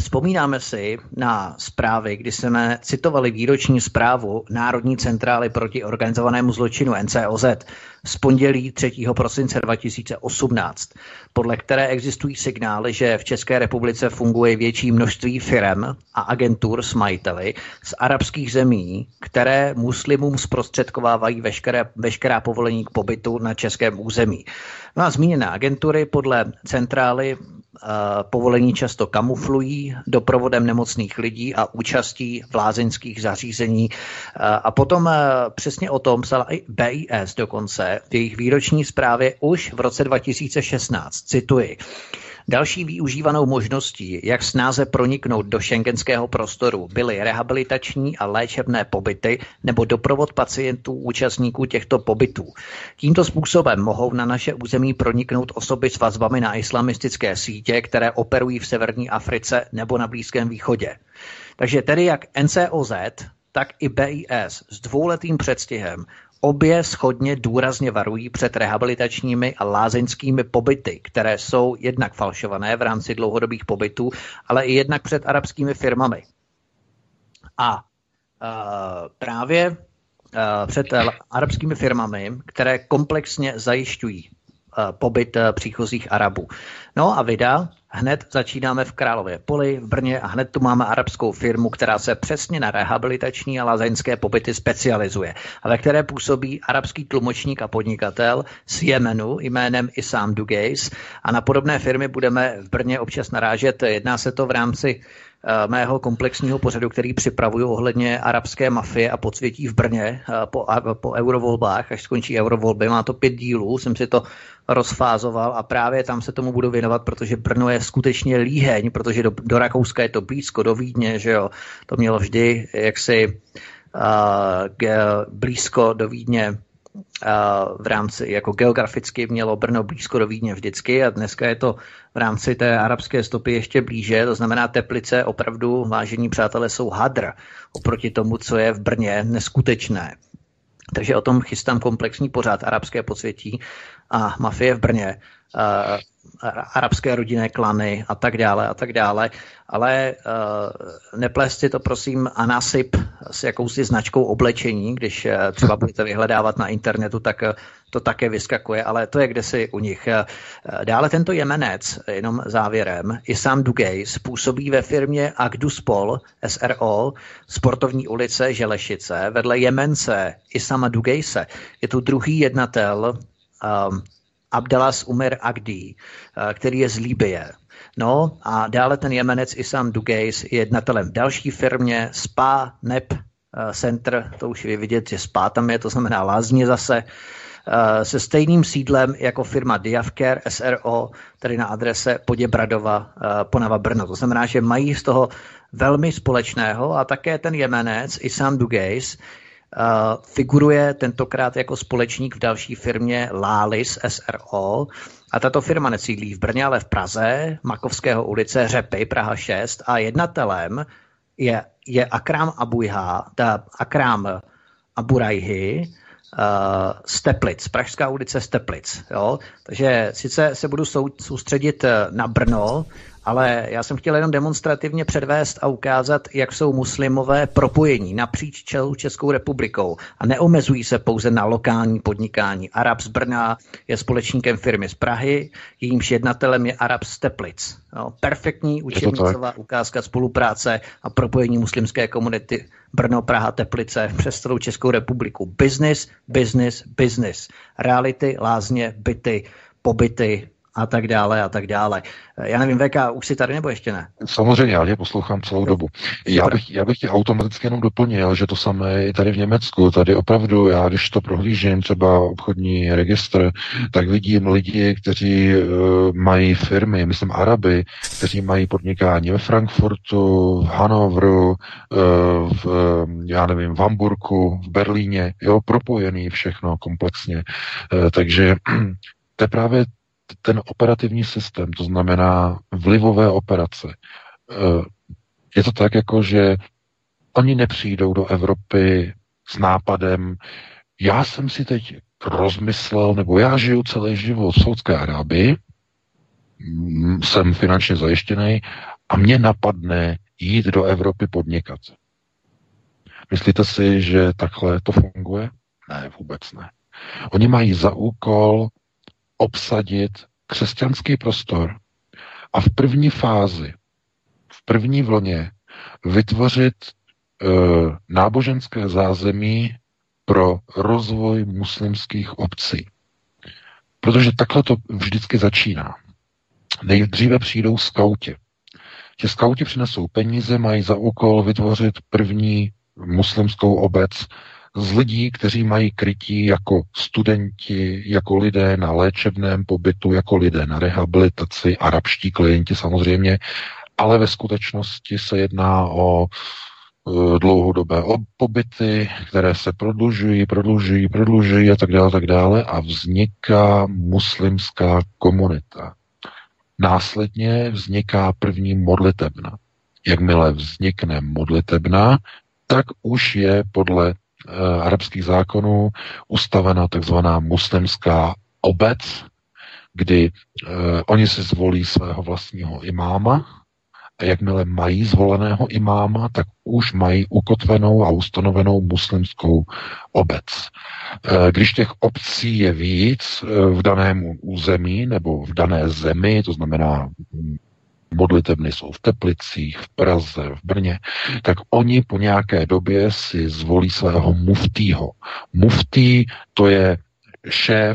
S5: Vzpomínáme si na zprávy, kdy jsme citovali výroční zprávu Národní centrály proti organizovanému zločinu N C O Z z pondělí třetího prosince dva tisíce osmnáct, podle které existují signály, že v České republice funguje větší množství firem a agentur s majiteli z arabských zemí, které muslimům zprostředkovávají veškeré, veškerá povolení k pobytu na českém území. No a zmíněné agentury podle centrály uh, povolení často kamuflují doprovodem nemocných lidí a účastí v lázeňských zařízení. Uh, a potom uh, přesně o tom psala i B I S dokonce v jejich výroční zprávě už v roce dva tisíce šestnáct. Cituji. Další využívanou možností, jak snáze proniknout do šengenského prostoru, byly rehabilitační a léčebné pobyty nebo doprovod pacientů účastníků těchto pobytů. Tímto způsobem mohou na naše území proniknout osoby s vazbami na islamistické sítě, které operují v severní Africe nebo na Blízkém východě. Takže tedy jak N C O Z, tak i B I S s dvouletým předstihem obě shodně důrazně varují před rehabilitačními a lázeňskými pobyty, které jsou jednak falšované v rámci dlouhodobých pobytů, ale i jednak před arabskými firmami. A uh, právě uh, před arabskými firmami, které komplexně zajišťují uh, pobyt uh, příchozích Arabů. No a vida hned začínáme v Králově Poli v Brně a hned tu máme arabskou firmu, která se přesně na rehabilitační a lázeňské pobyty specializuje a ve které působí arabský tlumočník a podnikatel z Jemenu jménem Issam Dugais a na podobné firmy budeme v Brně občas narážet. Jedná se to v rámci mého komplexního pořadu, který připravuju ohledně arabské mafie a podsvětí v Brně po, po eurovolbách, až skončí eurovolby. Má to pět dílů, jsem si to rozfázoval a právě tam se tomu budu věnovat, protože Brno je skutečně líheň, protože do, do Rakouska je to blízko, do Vídně, že jo, to mělo vždy jaksi uh, ge, blízko do Vídně. V rámci, jako geograficky mělo Brno blízko do Vídně vždycky a dneska je to v rámci té arabské stopy ještě blíže, to znamená Teplice opravdu, vážení přátelé, jsou hadr oproti tomu, co je v Brně, neskutečné. Takže o tom chystám komplexní pořad arabské podsvětí a mafie v Brně, arabské rodinné klany a tak dále a tak dále, ale uh, neplést si to prosím Anasip s jakousi značkou oblečení, když uh, třeba budete vyhledávat na internetu, tak uh, to také vyskakuje, ale to je kdesi u nich. Uh, dále tento Jemenec, jenom závěrem, Issam Dugais působí ve firmě Agduspol S R O, Sportovní ulice Želešice, vedle Jemence Issama Dugaise. Je tu druhý jednatel um, Abdalas Umar Agdi, který je z Libye. No a dále ten Jemenec Issam Dugais je jednatelem v další firmě Spa Nep Center, to už je vidět, že Spa tam je, to znamená lázně zase, se stejným sídlem jako firma Diavcare S R O, tedy na adrese Poděbradova, Ponava, Brno. To znamená, že mají z toho velmi společného a také ten Jemenec Issam Dugais Uh, figuruje tentokrát jako společník v další firmě Lalis S R O a tato firma nesídlí v Brně, ale v Praze, Makovského ulice, Řepy, Praha šest a jednatelem je, je Akram Abujha, ta Akram Aburajhi uh, z Teplic, Pražská ulice z Teplic. Jo? Takže sice se budu sou, soustředit na Brno, ale já jsem chtěl jenom demonstrativně předvést a ukázat, jak jsou muslimové propojení napříč celou Českou republikou a neomezují se pouze na lokální podnikání. Arab z Brna je společníkem firmy z Prahy, jejímž jednatelem je Arab z Teplic. No, perfektní učebnicová ukázka spolupráce a propojení muslimské komunity Brno, Praha, Teplice přes celou Českou republiku. Business, business, business. Reality, lázně, byty, pobyty, a tak dále a tak dále. Já nevím, V K, už si tady nebo ještě ne?
S4: Samozřejmě, já tě poslouchám celou dobu. Já bych, já bych tě automaticky jenom doplnil, že to samé i tady v Německu. Tady opravdu, já když to prohlížím, třeba obchodní registr, tak vidím lidi, kteří uh, mají firmy, myslím Araby, kteří mají podnikání ve Frankfurtu, v Hanoveru, uh, v, uh, já nevím, v Hamburku, v Berlíně, jo, propojený všechno komplexně. Uh, takže to je právě ten operativní systém, to znamená vlivové operace. Je to tak, jako že oni nepřijdou do Evropy s nápadem, já jsem si teď rozmyslel, nebo já žiju celý život v Saúdské Arábii, jsem finančně zajištěný a mě napadne jít do Evropy podnikat. Myslíte si, že takhle to funguje? Ne, vůbec ne. Oni mají za úkol obsadit křesťanský prostor a v první fázi, v první vlně vytvořit e, náboženské zázemí pro rozvoj muslimských obcí. Protože takhle to vždycky začíná. Nejdříve přijdou skauti. Ti skauti přinesou peníze, mají za úkol vytvořit první muslimskou obec z lidí, kteří mají krytí jako studenti, jako lidé na léčebném pobytu, jako lidé na rehabilitaci, arabští klienti samozřejmě, ale ve skutečnosti se jedná o e, dlouhodobé pobyty, které se prodlužují, prodlužují, prodlužují a tak dále, tak dále a vzniká muslimská komunita. Následně vzniká první modlitebna. Jakmile vznikne modlitebna, tak už je podle e, arabských zákonů ustavena takzvaná muslimská obec, kdy e, oni si zvolí svého vlastního imáma a jakmile mají zvoleného imáma, tak už mají ukotvenou a ustanovenou muslimskou obec. E, když těch obcí je víc e, v daném území nebo v dané zemi, to znamená modlitebny jsou v Teplicích, v Praze, v Brně, tak oni po nějaké době si zvolí svého muftýho. Muftý to je šéf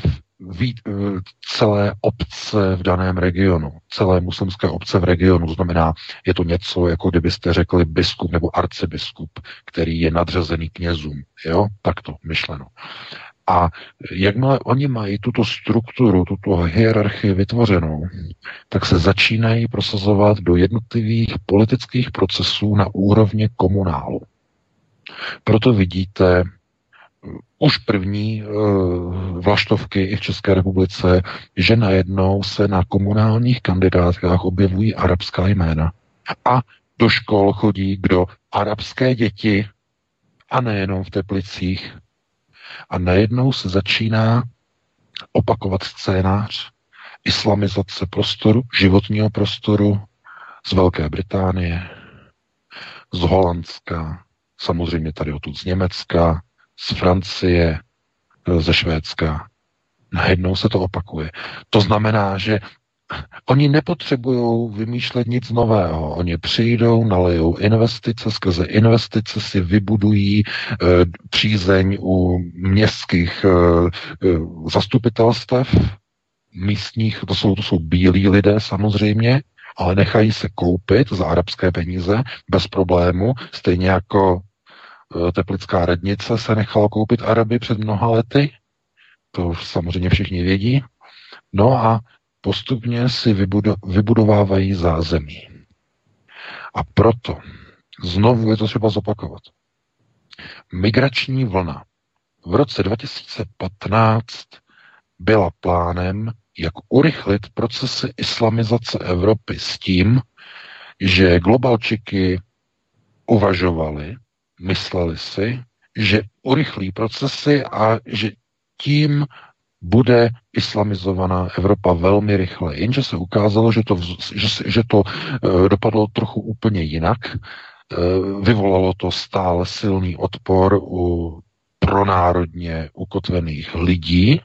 S4: celé obce v daném regionu, celé muslimské obce v regionu, to znamená, je to něco, jako kdybyste řekli biskup nebo arcibiskup, který je nadřazený knězům, jo, takto myšleno. A jakmile oni mají tuto strukturu, tuto hierarchii vytvořenou, tak se začínají prosazovat do jednotlivých politických procesů na úrovni komunálu. Proto vidíte už první e, vlaštovky i v České republice, že najednou se na komunálních kandidátkách objevují arabská jména. A do škol chodí kdo? Arabské děti, a nejenom v Teplicích. A najednou se začíná opakovat scénář islamizace prostoru, životního prostoru z Velké Británie, z Holandska, samozřejmě tady odtud z Německa, z Francie, ze Švédska. Najednou se to opakuje. To znamená, že oni nepotřebují vymýšlet nic nového. Oni přijdou, nalejou investice, skrze investice si vybudují e, přízeň u městských e, e, zastupitelstev, místních, to jsou, to jsou bílí lidé samozřejmě, ale nechají se koupit za arabské peníze bez problému, stejně jako e, Teplická radnice se nechala koupit Araby před mnoha lety, to samozřejmě všichni vědí. No a postupně si vybudo- vybudovávají zázemí. A proto, znovu je to třeba zopakovat, migrační vlna v roce dva tisíce patnáct byla plánem, jak urychlit procesy islamizace Evropy s tím, že globalčiky uvažovali, mysleli si, že urychlí procesy a že tím bude islamizovaná Evropa velmi rychle. Jenže se ukázalo, že to, že, že to e, dopadlo trochu úplně jinak. E, vyvolalo to stále silný odpor u pronárodně ukotvených lidí.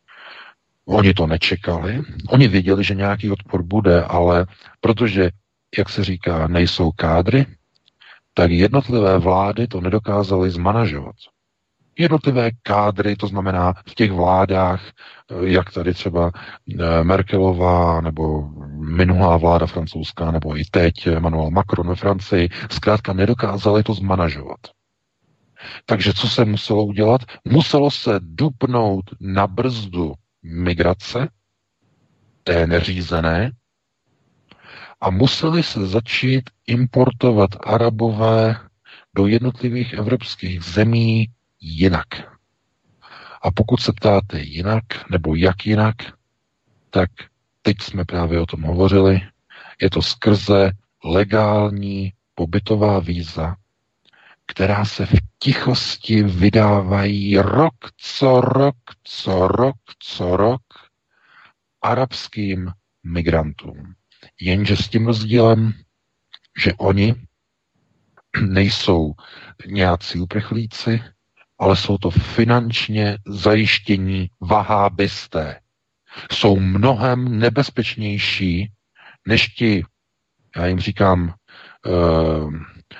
S4: Oni to nečekali. Oni věděli, že nějaký odpor bude, ale protože, jak se říká, nejsou kádry, tak jednotlivé vlády to nedokázaly zmanažovat. Jednotlivé kádry, to znamená v těch vládách, jak tady třeba Merkelová, nebo minulá vláda francouzská, nebo i teď Emmanuel Macron ve Francii, zkrátka nedokázali to zmanažovat. Takže co se muselo udělat? Muselo se dupnout na brzdu migrace, té neřízené, a museli se začít importovat Arabové do jednotlivých evropských zemí jinak. A pokud se ptáte jinak, nebo jak jinak, tak teď jsme právě o tom hovořili, je to skrze legální pobytová víza, která se v tichosti vydávají rok co rok, co rok, co rok arabským migrantům. Jenže s tím rozdílem, že oni nejsou nějací uprchlíci, ale jsou to finančně zajištění vahábisté. Jsou mnohem nebezpečnější než ti, já jim říkám, uh,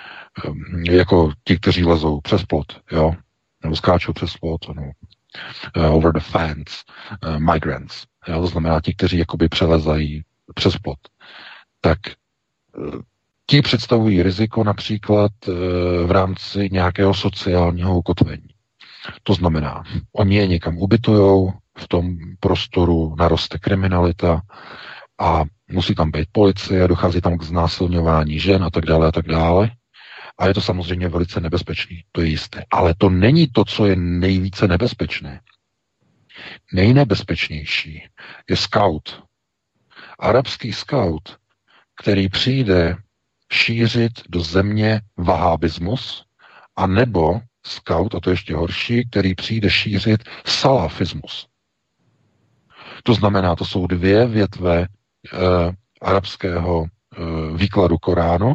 S4: jako ti, kteří lezou přes plot, jo, nebo skáčou přes plot, no, uh, over the fence, uh, migrants, jo, to znamená ti, kteří jakoby přelezají přes plot. Tak uh, ti představují riziko například uh, v rámci nějakého sociálního ukotvení. To znamená, oni je někam ubytujou, v tom prostoru naroste kriminalita a musí tam být policie, dochází tam k znásilňování žen a tak dále a tak dále. A je to samozřejmě velice nebezpečný, to je jisté. Ale to není to, co je nejvíce nebezpečné. Nejnebezpečnější je scout. Arabský scout, který přijde šířit do země vahábismus, a nebo scout, a to ještě horší, který přijde šířit salafismus. To znamená, to jsou dvě větve eh, arabského eh, výkladu Koránu.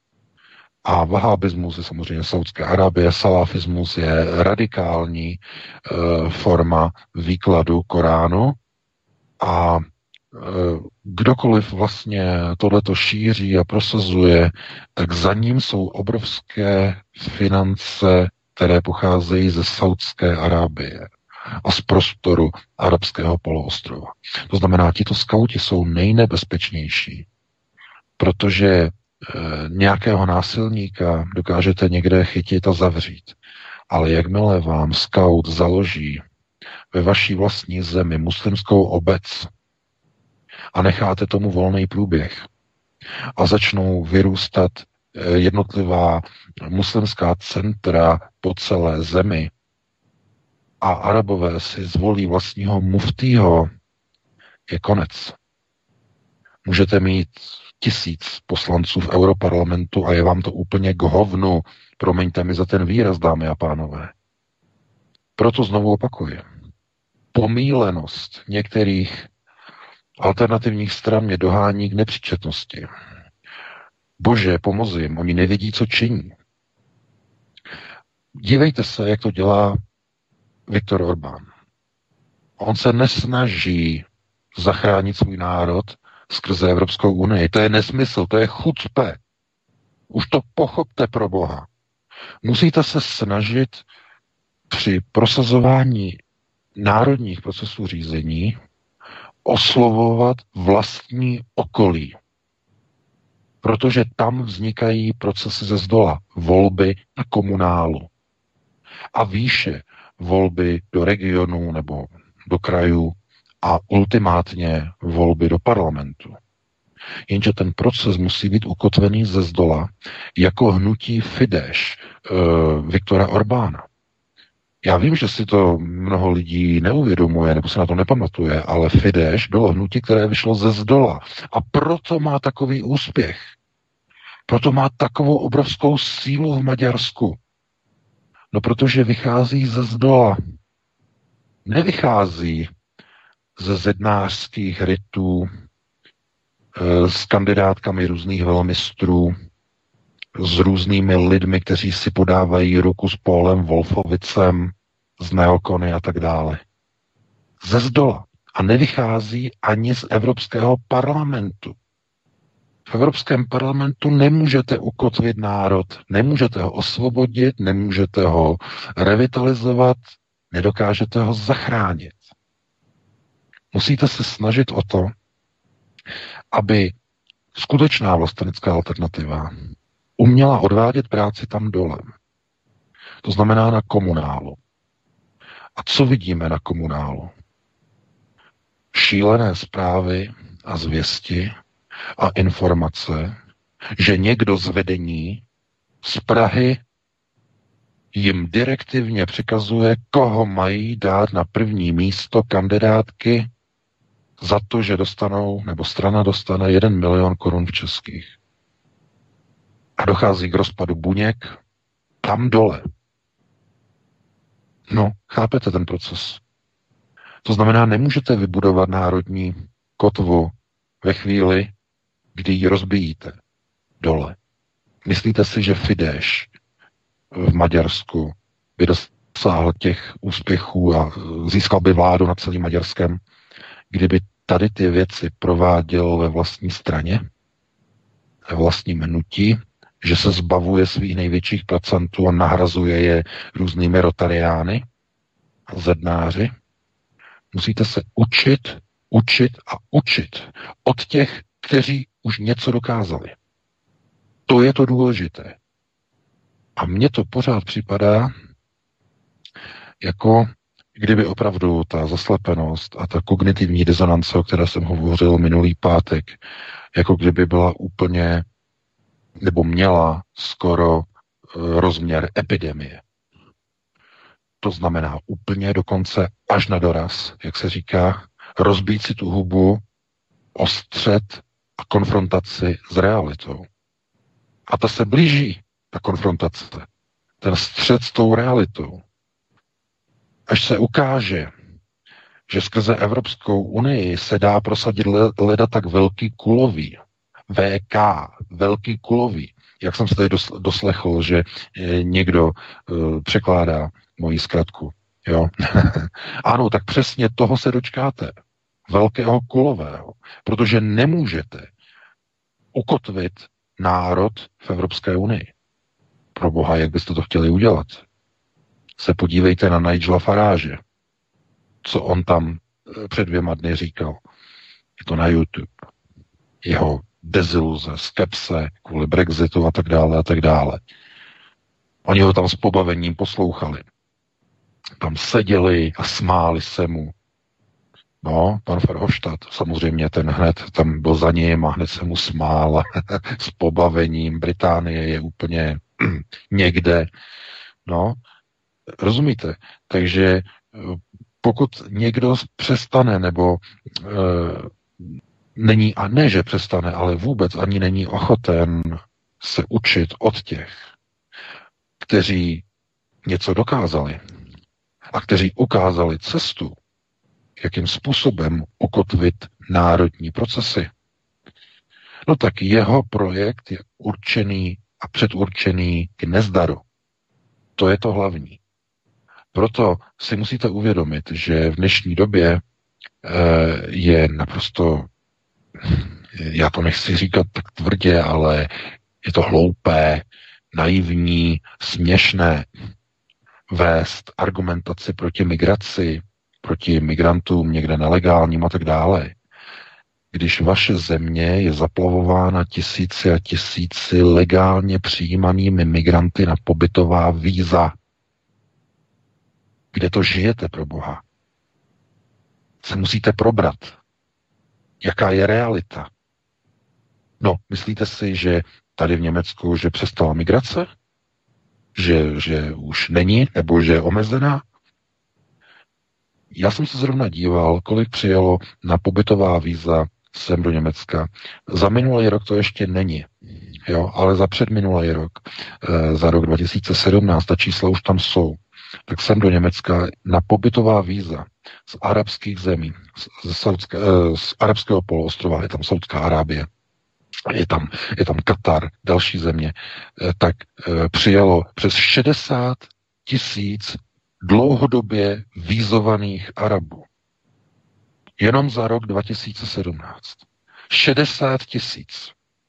S4: A vahábismus je samozřejmě Saúdská Arábie, salafismus je radikální e, forma výkladu Koránu a e, kdokoliv vlastně tohleto šíří a prosazuje, tak za ním jsou obrovské finance, které pocházejí ze Saúdské Arábie a z prostoru arabského poloostrova. To znamená, tito skauti jsou nejnebezpečnější, protože nějakého násilníka dokážete někde chytit a zavřít. Ale jakmile vám skaut založí ve vaší vlastní zemi muslimskou obec a necháte tomu volný průběh a začnou vyrůstat jednotlivá muslimská centra po celé zemi a Arabové si zvolí vlastního muftýho, je konec. Můžete mít tisíc poslanců v Europarlamentu a je vám to úplně k hovnu. Promiňte mi za ten výraz, dámy a pánové. Proto znovu opakuji. Pomílenost některých alternativních stran mě dohání k nepříčetnosti. Bože, pomozi jim, oni nevědí, co činí. Dívejte se, jak to dělá Viktor Orbán. On se nesnaží zachránit svůj národ skrze Evropskou unii. To je nesmysl, to je chucpe. Už to pochopte, pro Boha. Musíte se snažit při prosazování národních procesů řízení oslovovat vlastní okolí. Protože tam vznikají procesy ze zdola, volby na komunálu. A výše volby do regionů nebo do krajů a ultimátně volby do parlamentu. Jenže ten proces musí být ukotvený ze zdola jako hnutí Fidesz e, Viktora Orbána. Já vím, že si to mnoho lidí neuvědomuje nebo se na to nepamatuje, ale Fidesz bylo hnutí, které vyšlo ze zdola. A proto má takový úspěch. Proto má takovou obrovskou sílu v Maďarsku. No protože vychází ze zdola. Nevychází ze zednářských rytů, s kandidátkami různých velmistrů, s různými lidmi, kteří si podávají ruku s Paulem Wolfovicem, z neokony a tak dále. Ze zdola. A nevychází ani z Evropského parlamentu. V Evropském parlamentu nemůžete ukotvit národ, nemůžete ho osvobodit, nemůžete ho revitalizovat, nedokážete ho zachránit. Musíte se snažit o to, aby skutečná vlastenecká alternativa uměla odvádět práci tam dole. To znamená na komunálu. A co vidíme na komunálu? Šílené zprávy a zvěsti a informace, že někdo z vedení z Prahy jim direktivně přikazuje, koho mají dát na první místo kandidátky za to, že dostanou, nebo strana dostane jeden milion korun v českých. A dochází k rozpadu buněk tam dole. No, chápete ten proces? To znamená, nemůžete vybudovat národní kotvu ve chvíli, kdy ji rozbíjíte dole. Myslíte si, že Fidesz v Maďarsku by dosáhl těch úspěchů a získal by vládu nad celým Maďarskem, kdyby tady ty věci prováděl ve vlastní straně, ve vlastním hnutí, že se zbavuje svých největších placentů a nahrazuje je různými rotariány a zednáři? Musíte se učit, učit a učit od těch, kteří už něco dokázali. To je to důležité. A mně to pořád připadá, jako kdyby opravdu ta zaslepenost a ta kognitivní disonance, o které jsem hovořil minulý pátek, jako kdyby byla úplně, nebo měla skoro rozměr epidemie. To znamená úplně dokonce až na doraz, jak se říká, rozbít si tu hubu o střet a konfrontaci s realitou. A ta se blíží, ta konfrontace, ten střet s tou realitou. Až se ukáže, že skrze Evropskou unii se dá prosadit leda tak velký kulový, V K, velký kulový. Jak jsem se tady doslechl, že někdo uh, překládá moji zkratku. Jo? Ano, tak přesně toho se dočkáte. Velkého kulového. Protože nemůžete ukotvit národ v Evropské unii. Pro boha, jak byste to chtěli udělat? Se podívejte na Nigela Farage, co on tam před dvěma dny říkal. Je to na YouTube. Jeho deziluze, skepse kvůli Brexitu a tak dále a tak dále. Oni ho tam s pobavením poslouchali. Tam seděli a smáli se mu. No, pan Verhofstadt, samozřejmě ten hned tam byl za ním a hned se mu smál s pobavením. Británie je úplně někde. No, rozumíte? Takže pokud někdo přestane, nebo e, není, a ne, že přestane, ale vůbec ani není ochoten se učit od těch, kteří něco dokázali a kteří ukázali cestu, jakým způsobem ukotvit národní procesy, no tak jeho projekt je určený a předurčený k nezdaru. To je to hlavní. Proto si musíte uvědomit, že v dnešní době je naprosto, já to nechci říkat tak tvrdě, ale je to hloupé, naivní, směšné vést argumentaci proti migraci, proti migrantům někde nelegálním a tak dále. Když vaše země je zaplavována tisíci a tisíci legálně přijímanými migranty na pobytová víza, kde to žijete, pro boha? Se musíte probrat. Jaká je realita? No, myslíte si, že tady v Německu, že přestala migrace? Že, že už není, nebo že je omezená? Já jsem se zrovna díval, kolik přijelo na pobytová víza sem do Německa. Za minulý rok to ještě není, jo, ale za předminulý rok, e, za rok dva tisíce sedmnáct, ta čísla už tam jsou. Tak sem do Německa na pobytová víza z arabských zemí, z, Saudské, e, z arabského poloostrova, je tam Saudská Arábie, je tam, je tam Katar, další země, e, tak e, přijelo přes šedesát tisíc dlouhodobě vízovaných Arabů. Jenom za rok dva tisíce sedmnáct. šedesát tisíc.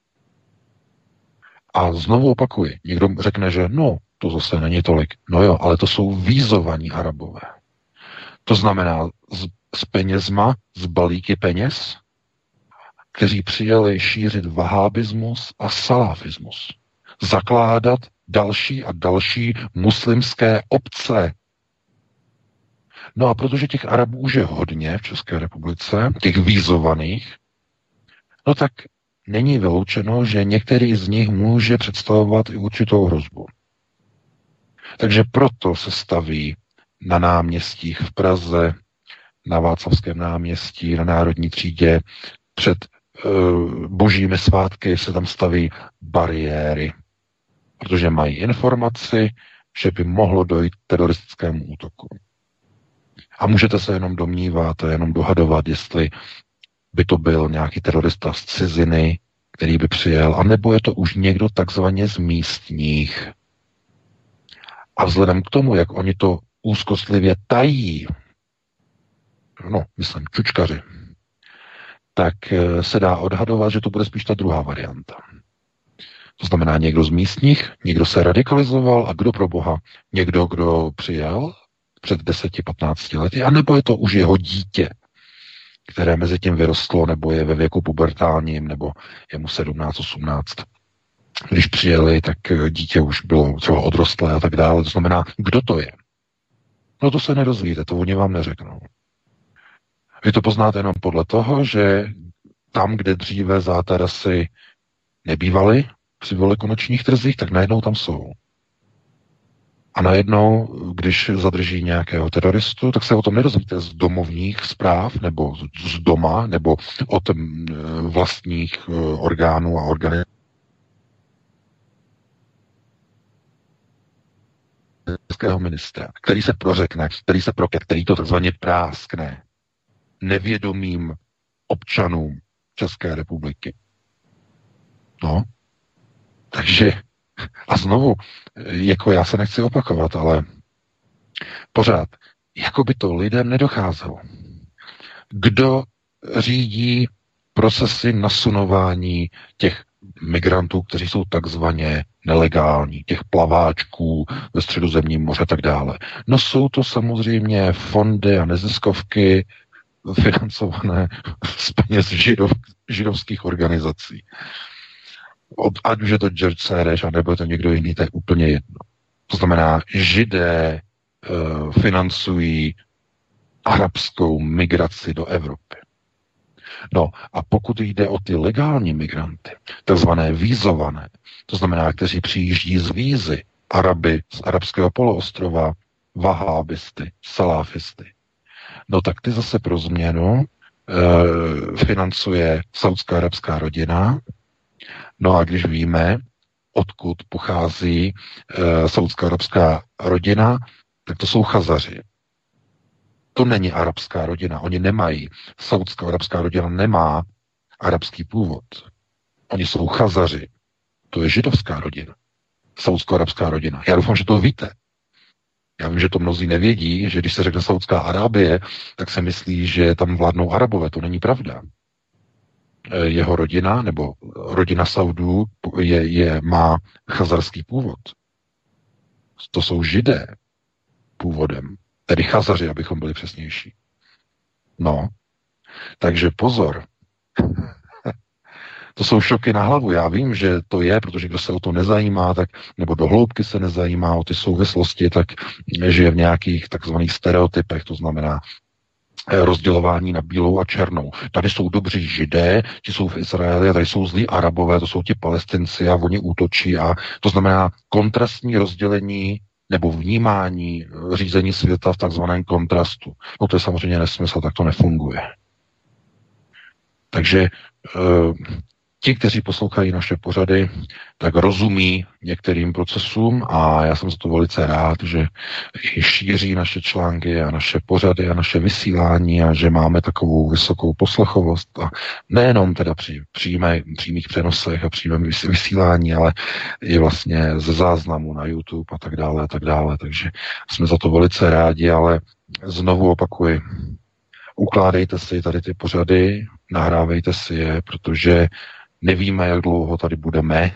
S4: A znovu opakuji, někdo řekne, že no, to zase není tolik. No jo, ale to jsou vízovaní Arabové. To znamená s, s penězma, s balíky peněz, kteří přijeli šířit vahábismus a salafismus. Zakládat další a další muslimské obce. No a protože těch Arabů už je hodně v České republice, těch vízovaných, no tak není vyloučeno, že některý z nich může představovat i určitou hrozbu. Takže proto se staví na náměstích v Praze, na Václavském náměstí, na Národní třídě, před uh, božími svátky se tam staví bariéry, protože mají informaci, že by mohlo dojít k teroristickému útoku. A můžete se jenom domnívat a jenom dohadovat, jestli by to byl nějaký terorista z ciziny, který by přijel, anebo je to už někdo takzvaně z místních. A vzhledem k tomu, jak oni to úzkostlivě tají, no, myslím, čučkaři, tak se dá odhadovat, že to bude spíš ta druhá varianta. To znamená někdo z místních, někdo se radikalizoval a kdo pro boha? Někdo, kdo přijel před deseti patnácti lety, anebo je to už jeho dítě, které mezi tím vyrostlo, nebo je ve věku pubertálním, nebo je mu sedmnáct osmnáct. Když přijeli, tak dítě už bylo třeba odrostlé a tak dále. To znamená, kdo to je? No to se nedozvíte, to oni vám neřeknou. Vy to poznáte jenom podle toho, že tam, kde dříve zátarasy nebývaly při velikonočních trzích, tak najednou tam jsou. A najednou, když zadrží nějakého teroristu, tak se o tom nedozvíte z domovních zpráv, nebo z doma, nebo od vlastních orgánů a organizací ministra, který se prořekne, který se proke, který to takzvaně práskne nevědomým občanům České republiky. No, takže a znovu, jako já se nechci opakovat, ale pořád, jako by to lidem nedocházelo. Kdo řídí procesy nasunování těch migrantů, kteří jsou takzvaně nelegální, těch plaváčků ve Středozemním moře a tak dále. No jsou to samozřejmě fondy a neziskovky financované z peněz židov, židovských organizací. Od, ať už je to George Soros, anebo je to někdo jiný, to je úplně jedno. To znamená, Židé uh, financují arabskou migraci do Evropy. No a pokud jde o ty legální migranty, takzvané vízované, to znamená, kteří přijíždí z vízy, Araby z arabského poloostrova, vahábisty, salafisty, no tak ty zase pro změnu uh, financuje saudská arabská rodina. No a když víme, odkud pochází e, saudská arabská rodina, tak to jsou Chazaři. To není arabská rodina. Oni nemají, saudská arabská rodina nemá arabský původ. Oni jsou Chazaři. To je židovská rodina. Saudsko-arabská rodina. Já doufám, že to víte. Já vím, že to mnozí nevědí, že když se řekne Saudská Arábie, tak se myslí, že tam vládnou Arabové. To není pravda. Jeho rodina, nebo rodina Saudů je, je, má chazarský původ. To jsou Židé původem. Tedy Chazaři, abychom byli přesnější. No, takže pozor. To jsou šoky na hlavu. Já vím, že to je, protože kdo se o to nezajímá, tak, nebo do hloubky se nezajímá o ty souvislosti, tak žije v nějakých takzvaných stereotypech, to znamená rozdělování na bílou a černou. Tady jsou dobří Židé, ti jsou v Izraeli, a tady jsou zlí Arabové, to jsou ti Palestinci a oni útočí. A to znamená kontrastní rozdělení nebo vnímání řízení světa v takzvaném kontrastu. No to je samozřejmě nesmysl, tak to nefunguje. Takže uh, ti, kteří poslouchají naše pořady, tak rozumí některým procesům a já jsem za to velice rád, že šíří naše články a naše pořady a naše vysílání a že máme takovou vysokou poslechovost a nejenom teda při přímé, přímých přenosech a přímém vysílání, ale i vlastně ze záznamu na YouTube a tak dále a tak dále, takže jsme za to velice rádi, ale znovu opakuji, ukládejte si tady ty pořady, nahrávejte si je, protože nevíme, jak dlouho tady budeme.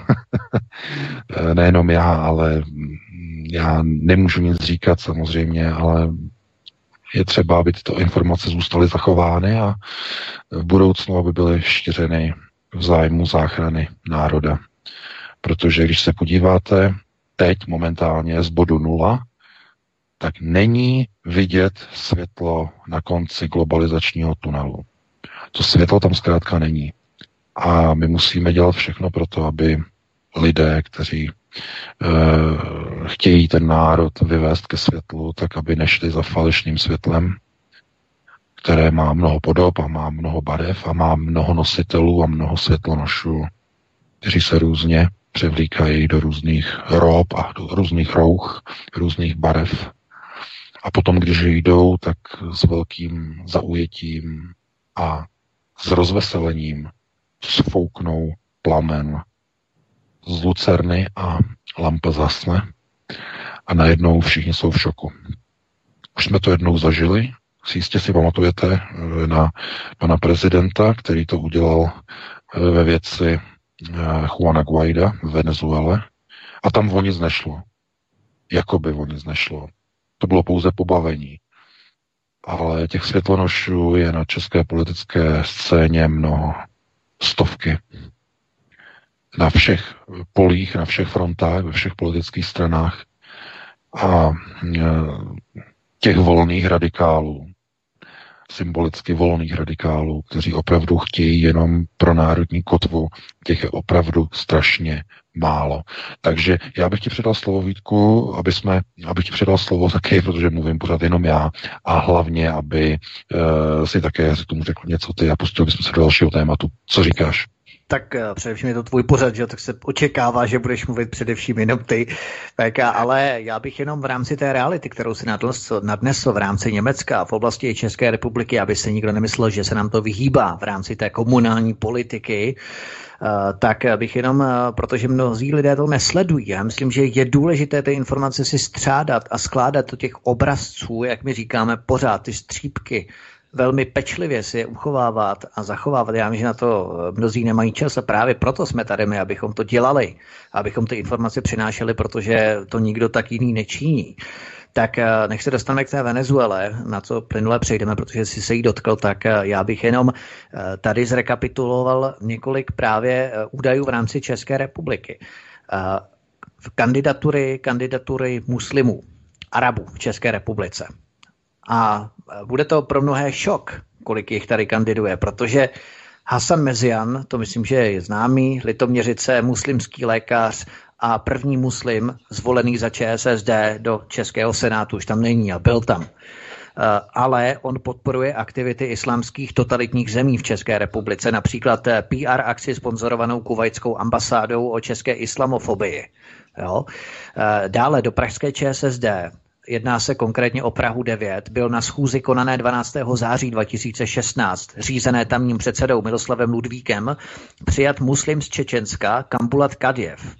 S4: Nejenom já, ale já nemůžu nic říkat samozřejmě, ale je třeba, aby tyto informace zůstaly zachovány a v budoucnu, aby byly šířeny v zájmu záchrany národa. Protože když se podíváte teď momentálně z bodu nula, tak není vidět světlo na konci globalizačního tunelu. To světlo tam zkrátka není. A my musíme dělat všechno pro to, aby lidé, kteří e, chtějí ten národ vyvést ke světlu, tak aby nešli za falešným světlem, které má mnoho podob a má mnoho barev a má mnoho nositelů a mnoho světlonošů, kteří se různě převlíkají do různých rob a do různých rouch, různých barev. A potom, když jdou, tak s velkým zaujetím a s rozveselením sfouknou plamen z lucerny a lampa zasne a najednou všichni jsou v šoku. Už jsme to jednou zažili, jistě si pamatujete na pana prezidenta, který to udělal ve věci Juana Guaida v Venezuele a tam o nic nešlo. Jakoby o nic nešlo. To bylo pouze pobavení. Ale těch světlonošů je na české politické scéně mnoho. Stovky. Na všech polích, na všech frontách, ve všech politických stranách. A těch volných radikálů, symbolicky volných radikálů, kteří opravdu chtějí jenom pro národní kotvu, těch je opravdu strašně málo. Takže já bych ti předal slovo, Vítku, aby jsme, abych ti předal slovo taky, protože mluvím pořád jenom já, a hlavně, aby uh, si také k tomu řekl něco ty a pustili bychom se do dalšího tématu. Co říkáš?
S5: Tak především je to tvůj pořad, že? Tak se očekává, že budeš mluvit především jenom ty. Tak, ale já bych jenom v rámci té reality, kterou si nadnesl, nadnesl v rámci Německa v oblasti České republiky, aby se nikdo nemyslel, že se nám to vyhýbá v rámci té komunální politiky, tak bych jenom, protože mnozí lidé to nesledují, já myslím, že je důležité ty informace si střádat a skládat do těch obrazců, jak my říkáme pořád, ty střípky, velmi pečlivě si je uchovávat a zachovávat. Já vím, že na to mnozí nemají čas a právě proto jsme tady my, abychom to dělali, abychom ty informace přinášeli, protože to nikdo tak jiný nečiní. Tak nech se dostaneme k té Venezuele, na co plynule přejdeme, protože si se jí dotkl, tak já bych jenom tady zrekapituloval několik právě údajů v rámci České republiky. Kandidatury, kandidatury muslimů, Arabů v České republice. A bude to pro mnohé šok, kolik jich tady kandiduje, protože Hasan Mezian, to myslím, že je známý, Litoměřice, muslimský lékař a první muslim zvolený za ČSSD do Českého senátu, už tam není a byl tam. Ale on podporuje aktivity islámských totalitních zemí v České republice, například P R akci sponzorovanou kuvajskou ambasádou o české islamofobii. Jo? Dále do pražské ČSSD, jedná se konkrétně o Prahu devět, byl na schůzi konané dvanáctého září dva tisíce šestnáct, řízené tamním předsedou Miloslavem Ludvíkem, přijat muslim z Čečenska Kambulat Kadjev.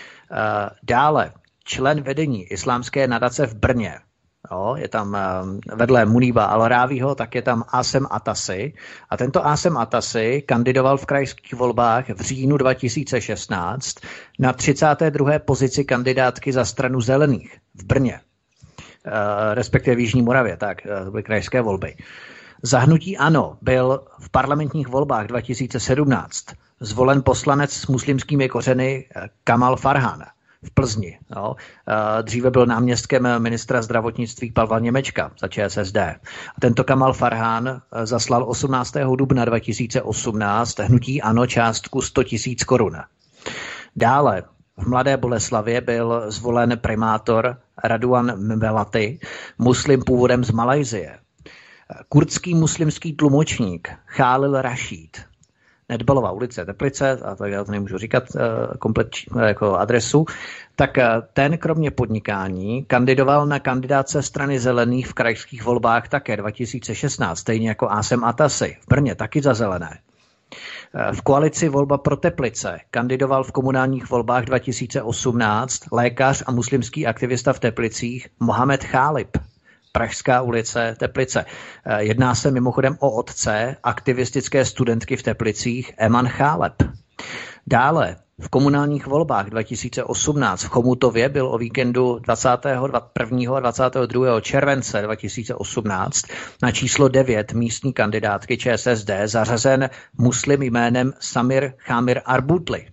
S5: Dále člen vedení islámské nadace v Brně, jo, je tam vedle Muníba Al-Rávího, tak je tam Asem Atasi. A tento Asem Atasi kandidoval v krajských volbách v říjnu dva tisíce šestnáct na třicáté druhé pozici kandidátky za stranu zelených v Brně. Respektive v Jižní Moravě, tak to byly krajské volby. Za hnutí ANO byl v parlamentních volbách dva tisíce sedmnáct zvolen poslanec s muslimskými kořeny Kamal Farhan v Plzni. No. Dříve byl náměstkem ministra zdravotnictví Pavla Němečka za ČSSD. A tento Kamal Farhan zaslal osmnáctého dubna dva tisíce osmnáct hnutí ANO částku sto tisíc korun. Dále v Mladé Boleslavi byl zvolen primátor Raduan Melati, muslim původem z Malajsie. Kurdský muslimský tlumočník Khalil Rashid, Nedbalová ulice Teplice, a to já to nemůžu říkat uh, komplet jako adresu, tak uh, ten kromě podnikání kandidoval na kandidáce strany zelených v krajských volbách také dva tisíce šestnáct, stejně jako Asem Atasi v Brně, taky za zelené. V koalici Volba pro Teplice kandidoval v komunálních volbách dva tisíce osmnáct lékař a muslimský aktivista v Teplicích Mohamed Chálib, Pražská ulice Teplice. Jedná se mimochodem o otce aktivistické studentky v Teplicích Eman Cháleb. Dále v komunálních volbách dva tisíce osmnáct v Chomutově byl o víkendu dvacátého prvního a dvacátého druhého července dva tisíce osmnáct na číslo devět místní kandidátky ČSSD zařazen muslim jménem Samir Chámir Arbutli.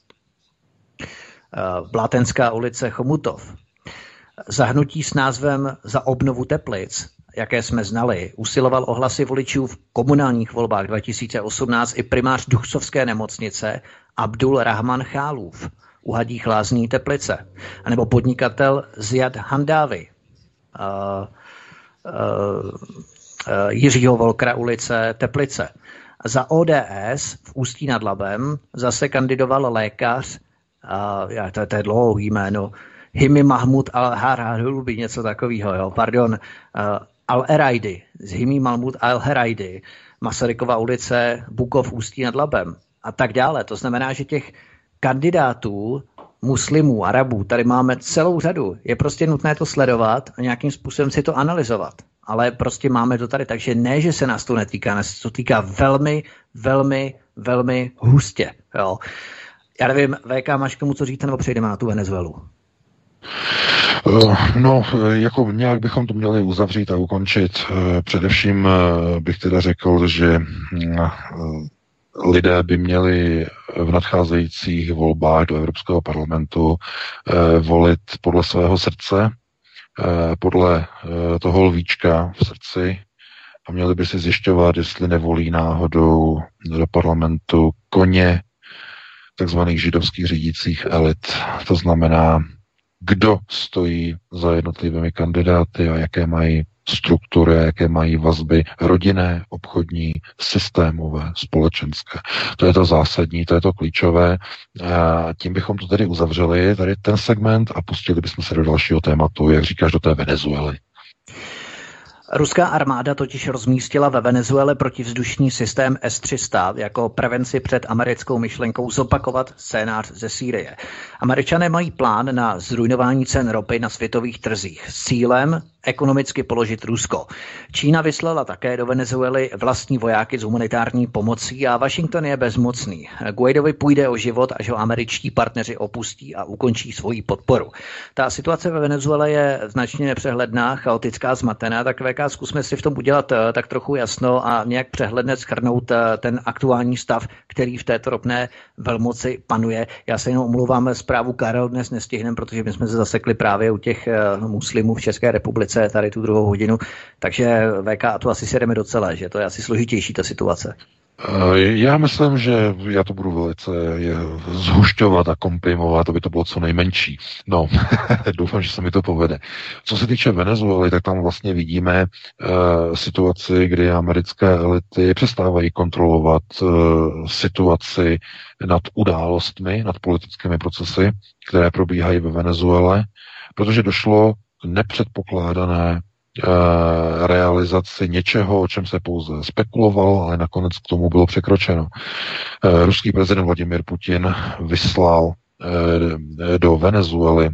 S5: Blatenská ulice Chomutov. Zahnutí s názvem Za obnovu Teplic, jaké jsme znali, usiloval o hlasy voličů v komunálních volbách dva tisíce osmnáct i primář Duchcovské nemocnice Abdul Rahman Chálův u Hadích Lázní Teplice, anebo podnikatel Ziad Handavi, uh, uh, uh, Jiřího Volkra ulice Teplice. Za O D S v Ústí nad Labem zase kandidoval lékař, uh, to, to je dlouhý jméno, Himi Mahmud al-Harhulubi, něco takového, jo, pardon, uh, Al-Eraidi, z Himi Mahmud al-Heraidi, Masarykova ulice, Bukov, Ústí nad Labem. a tak dále. To znamená, že těch kandidátů, muslimů, Arabů, tady máme celou řadu. Je prostě nutné to sledovat a nějakým způsobem si to analyzovat. Ale prostě máme to tady, takže ne, že se nás to netýká, nás to týká velmi, velmi, velmi hustě. Jo. Já nevím, V K, máš k tomu co říct, nebo přejdeme na tu Venezuelu?
S4: No, jako nějak bychom to měli uzavřít a ukončit. Především bych teda řekl, že lidé by měli v nadcházejících volbách do Evropského parlamentu volit podle svého srdce, podle toho lvíčka v srdci a měli by si zjišťovat, jestli nevolí náhodou do parlamentu koně takzvaných židovských řídících elit. To znamená, kdo stojí za jednotlivými kandidáty a jaké mají struktury, jaké mají vazby rodinné, obchodní, systémové, společenské. To je to zásadní, to je to klíčové. A tím bychom to tedy uzavřeli, tady ten segment a pustili bychom se do dalšího tématu, jak říkáš, do té Venezuely.
S5: Ruská armáda totiž rozmístila ve Venezuele protivzdušný systém S tři sta jako prevenci před americkou myšlenkou zopakovat scénář ze Sýrie. Američané mají plán na zrujnování cen ropy na světových trzích s cílem ekonomicky položit Rusko. Čína vyslala také do Venezuely vlastní vojáky s humanitární pomocí a Washington je bezmocný. Guaidovi půjde o život, až ho američtí partneři opustí a ukončí svoji podporu. Ta situace ve Venezuele je značně nepřehledná, chaotická, zmatená, tak V K, zkusme si v tom udělat tak trochu jasno a nějak přehledně shrnout ten aktuální stav, který v této ropné velmoci panuje. Já se jenom omlouvám, zprávu Karel dnes nestihneme, protože my jsme se zasekli právě u těch muslimů v České republice tady tu druhou hodinu, takže V K, a to asi si jdeme docela, že to je asi složitější ta situace.
S4: Já myslím, že já to budu velice zhušťovat a komprimovat, aby to bylo co nejmenší. No, doufám, že se mi to povede. Co se týče Venezuely, tak tam vlastně vidíme uh, situaci, kdy americké elity přestávají kontrolovat uh, situaci nad událostmi, nad politickými procesy, které probíhají ve Venezuele, protože došlo k nepředpokládané realizaci něčeho, o čem se pouze spekulovalo, ale nakonec k tomu bylo překročeno. Ruský prezident Vladimír Putin vyslal do Venezuely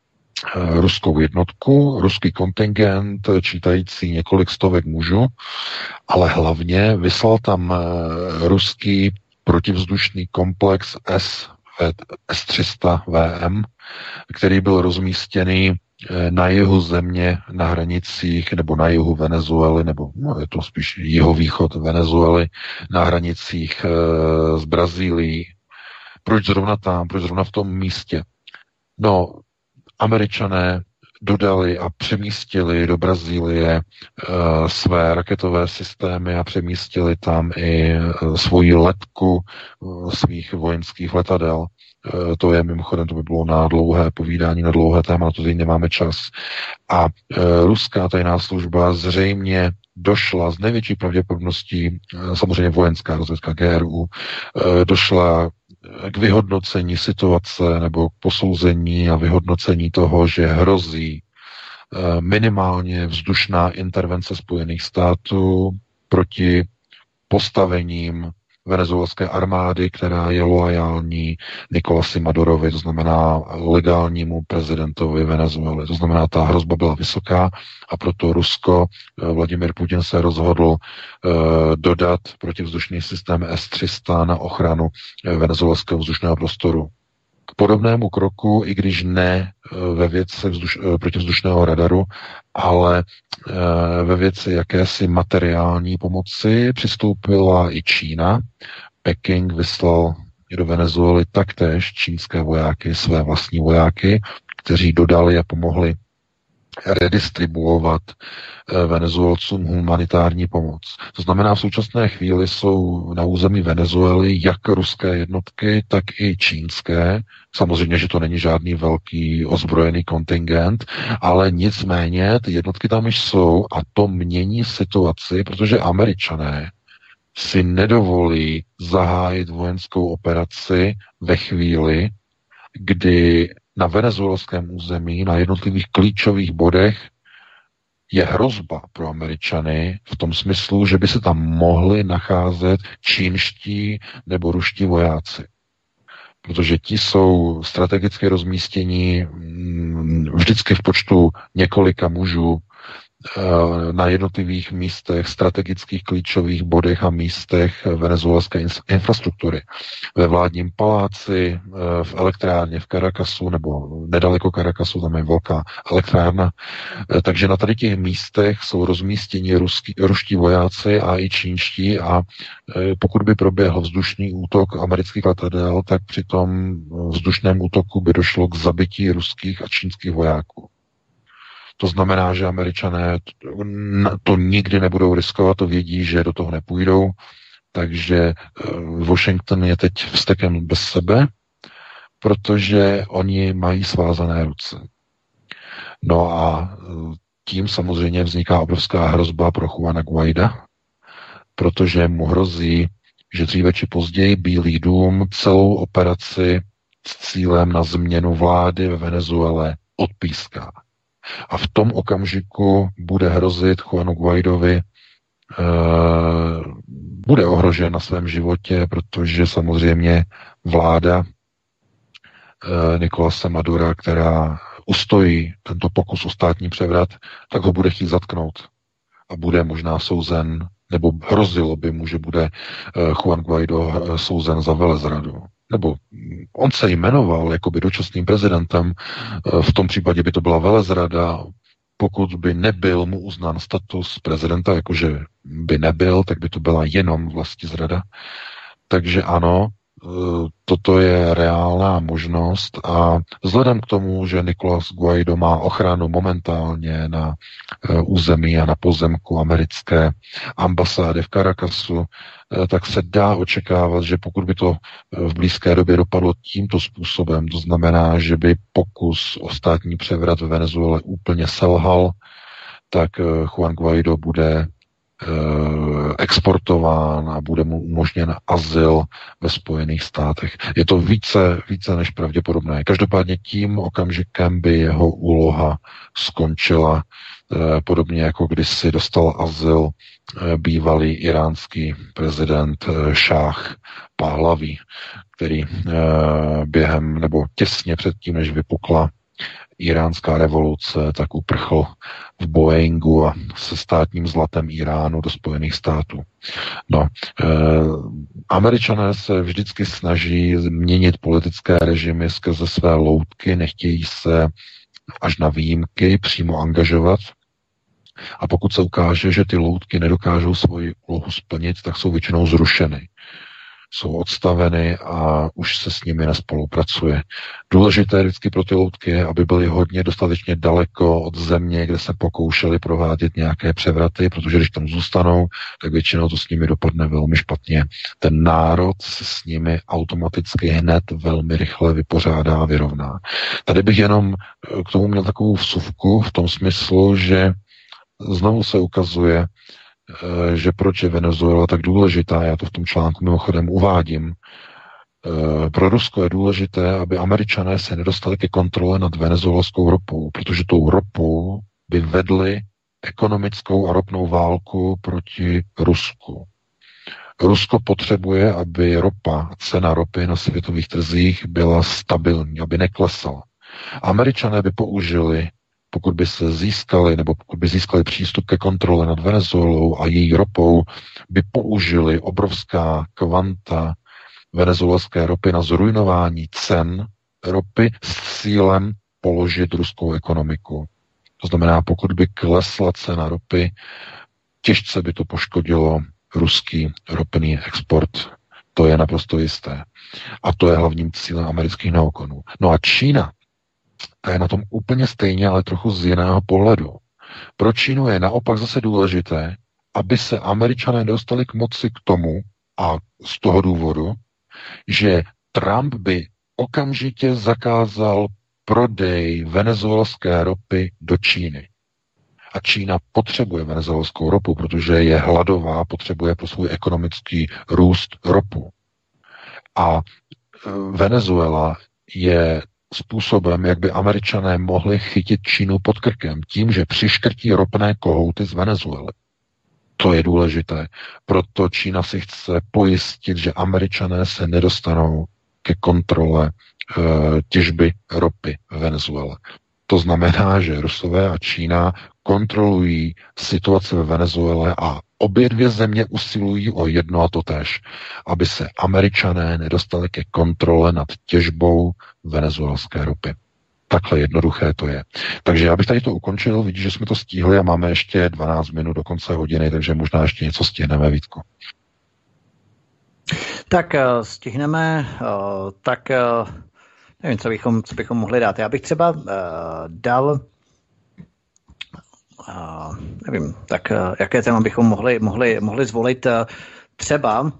S4: ruskou jednotku, ruský kontingent čítající několik stovek mužů, ale hlavně vyslal tam ruský protivzdušný komplex S, S tři sta V M, který byl rozmístěný na jihu země, na hranicích, nebo na jihu Venezuely, nebo no, je to spíš jihovýchod Venezuely, na hranicích e, s Brazílií. Proč zrovna tam, proč zrovna v tom místě? No, Američané dodali a přemístili do Brazílie e, své raketové systémy a přemístili tam i e, svoji letku e, svých vojenských letadel. To je mimochodem, to by bylo na dlouhé povídání, na dlouhé téma, na to teď nemáme čas. A e, ruská tajná služba zřejmě došla z největší pravděpodobností, e, samozřejmě vojenská rozvědka G R U, e, došla k vyhodnocení situace nebo k posouzení a vyhodnocení toho, že hrozí e, minimálně vzdušná intervence Spojených států proti postavením venezuelské armády, která je loajální Nicolasi Madurovi, to znamená legálnímu prezidentovi Venezuely. To znamená, ta hrozba byla vysoká a proto Rusko, Vladimír Putin se rozhodl uh, dodat protivzdušný systém S tři sta na ochranu venezuelského vzdušného prostoru. K podobnému kroku, i když ne ve věci vzduš, protivzdušného radaru, ale ve věci jakési materiální pomoci přistoupila i Čína. Peking vyslal do Venezuely taktéž čínské vojáky, své vlastní vojáky, kteří dodali a pomohli redistribuovat Venezuelcům humanitární pomoc. To znamená, v současné chvíli jsou na území Venezuely jak ruské jednotky, tak i čínské. Samozřejmě, že to není žádný velký ozbrojený kontingent, ale nicméně ty jednotky tam již jsou a to mění situaci, protože Američané si nedovolí zahájit vojenskou operaci ve chvíli, kdy na venezuelském území, na jednotlivých klíčových bodech je hrozba pro Američany v tom smyslu, že by se tam mohli nacházet čínští nebo ruští vojáci. Protože ti jsou strategicky rozmístění vždycky v počtu několika mužů na jednotlivých místech, strategických klíčových bodech a místech venezuelské infrastruktury. Ve vládním paláci, v elektrárně v Caracasu, nebo nedaleko Caracasu, tam je velká elektrárna. Takže na tady těch místech jsou rozmístěni ruský, ruští vojáci a i čínští a pokud by proběhl vzdušný útok amerických letadel, tak při tom vzdušném útoku by došlo k zabití ruských a čínských vojáků. To znamená, že Američané to nikdy nebudou riskovat, to vědí, že do toho nepůjdou, takže Washington je teď vztekem bez sebe, protože oni mají svázané ruce. No a tím samozřejmě vzniká obrovská hrozba pro Juana Guaida, protože mu hrozí, že dříve či později Bílý dům celou operaci s cílem na změnu vlády ve Venezuele odpíská. A v tom okamžiku bude hrozit Juanu Guaidovi, e, bude ohrožen na svém životě, protože samozřejmě vláda e, Nicolase Madura, která ustojí tento pokus o státní převrat, tak ho bude chtít zatknout. A bude možná souzen, nebo hrozilo by mu, že bude e, Juan Guaido souzen za velezradu. Nebo on se jmenoval jakoby dočasným prezidentem, v tom případě by to byla velezrada, pokud by nebyl mu uznán status prezidenta, jakože by nebyl, tak by to byla jenom vlastizrada. Takže ano, toto je reálná možnost a vzhledem k tomu, že Nicolás Guaido má ochranu momentálně na území a na pozemku americké ambasády v Caracasu, tak se dá očekávat, že pokud by to v blízké době dopadlo tímto způsobem, to znamená, že by pokus o státní převrat v Venezuele úplně selhal, tak Juan Guaido bude exportován a bude mu umožněn azyl ve Spojených státech. Je to více, více než pravděpodobné. Každopádně tím okamžikem by jeho úloha skončila, podobně jako když si dostal azyl bývalý iránský prezident Šáh Pahlaví, který během nebo těsně předtím, než vypukla iránská revoluce, tak uprchl v Boeingu a se státním zlatem Iránu do Spojených států. No, eh, Američané se vždycky snaží měnit politické režimy skrze své loutky, nechtějí se až na výjimky přímo angažovat. A pokud se ukáže, že ty loutky nedokážou svoji úlohu splnit, tak jsou většinou zrušeny. Jsou odstaveny a už se s nimi nespolupracuje. Důležité vždycky pro ty loutky je, aby byly hodně dostatečně daleko od země, kde se pokoušeli provádět nějaké převraty, protože když tam zůstanou, tak většinou to s nimi dopadne velmi špatně. Ten národ se s nimi automaticky hned velmi rychle vypořádá a vyrovná. Tady bych jenom k tomu měl takovou vsuvku v tom smyslu, že znovu se ukazuje, že proč je Venezuela tak důležitá, já to v tom článku mimochodem uvádím. Pro Rusko je důležité, aby Američané se nedostali ke kontrole nad venezuelskou ropou, protože tou ropou by vedli ekonomickou a ropnou válku proti Rusku. Rusko potřebuje, aby ropa, cena ropy na světových trzích byla stabilní, aby neklesala. Američané by použili, pokud by se získali, nebo pokud by získali přístup ke kontrole nad Venezuelou a její ropou, by použili obrovská kvanta venezuelské ropy na zrujnování cen ropy s cílem položit ruskou ekonomiku. To znamená, pokud by klesla cena ropy, těžce by to poškodilo ruský ropný export. To je naprosto jisté. A to je hlavním cílem amerických neokonů. No a Čína, ta je na tom úplně stejně, ale trochu z jiného pohledu. Pro Čínu je naopak zase důležité, aby se Američané dostali k moci k tomu, a z toho důvodu, že Trump by okamžitě zakázal prodej venezuelské ropy do Číny. A Čína potřebuje venezuelskou ropu, protože je hladová, potřebuje pro svůj ekonomický růst ropu. A Venezuela je způsobem, jak by Američané mohli chytit Čínu pod krkem, tím, že přiškrtí ropné kohouty z Venezuely. To je důležité. Proto Čína si chce pojistit, že Američané se nedostanou ke kontrole e, těžby ropy v Venezuele. To znamená, že Rusové a Čína kontrolují situaci ve Venezuele a obě dvě země usilují o jedno a to též, aby se Američané nedostali ke kontrole nad těžbou venezuelské ropy. Takhle jednoduché to je. Takže já bych tady to ukončil, vidíš, že jsme to stihli a máme ještě dvanáct minut do konce hodiny, takže možná ještě něco stihneme, Vítku.
S5: Tak stihneme, tak nevím, co bychom, co bychom mohli dát. Já bych třeba dal, nevím, tak jaké téma bychom mohli, mohli, mohli zvolit. Třeba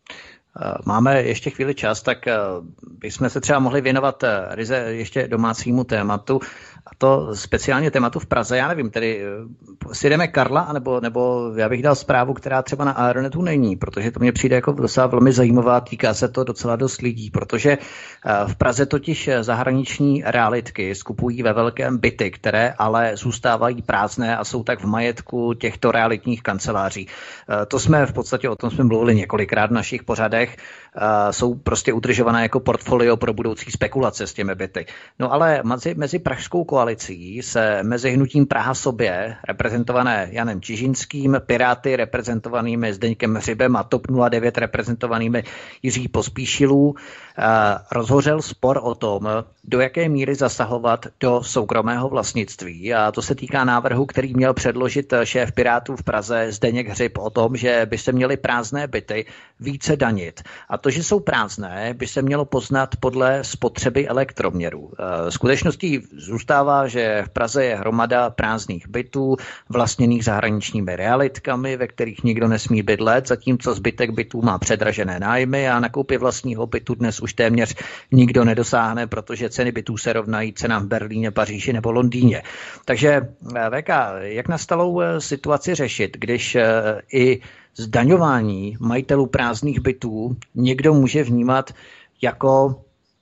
S5: máme ještě chvíli čas, tak bychom se třeba mohli věnovat ryze ještě domácímu tématu, a to speciálně tématu v Praze. Já nevím, tedy si jdeme Karla, anebo, nebo já bych dal zprávu, která třeba na Aeronetu není, protože to mně přijde jako docela velmi zajímavá, týká se to docela dost lidí, protože v Praze totiž zahraniční realitky skupují ve velkém byty, které ale zůstávají prázdné a jsou tak v majetku těchto realitních kanceláří. To jsme v podstatě, o tom jsme mluvili několikrát v našich pořadech, jsou prostě udržované jako portfolio pro budoucí spekulace s těmi byty. No ale mezi, mezi pražskou koalicí se mezi hnutím Praha sobě, reprezentované Janem Čižinským, Piráty reprezentovanými Zdeňkem Hřibem a TOP nula devět reprezentovanými Jiří Pospíšilů, rozhořel spor o tom, do jaké míry zasahovat do soukromého vlastnictví. A to se týká návrhu, který měl předložit šéf Pirátů v Praze Zdeněk Hřib o tom, že by se měly prázdné byty více danit. A to, že jsou prázdné, by se mělo poznat podle spotřeby elektroměrů. Skutečností zůstává, že v Praze je hromada prázdných bytů, vlastněných zahraničními realitkami, ve kterých nikdo nesmí bydlet, zatímco zbytek bytů má předražené nájmy a na koupi vlastního bytu dnes už téměř nikdo nedosáhne, protože ceny bytů se rovnají cenám v Berlíně, Paříži nebo Londýně. Takže V K, jak nastalou situaci řešit, když i zdaňování majitelů prázdných bytů někdo může vnímat jako,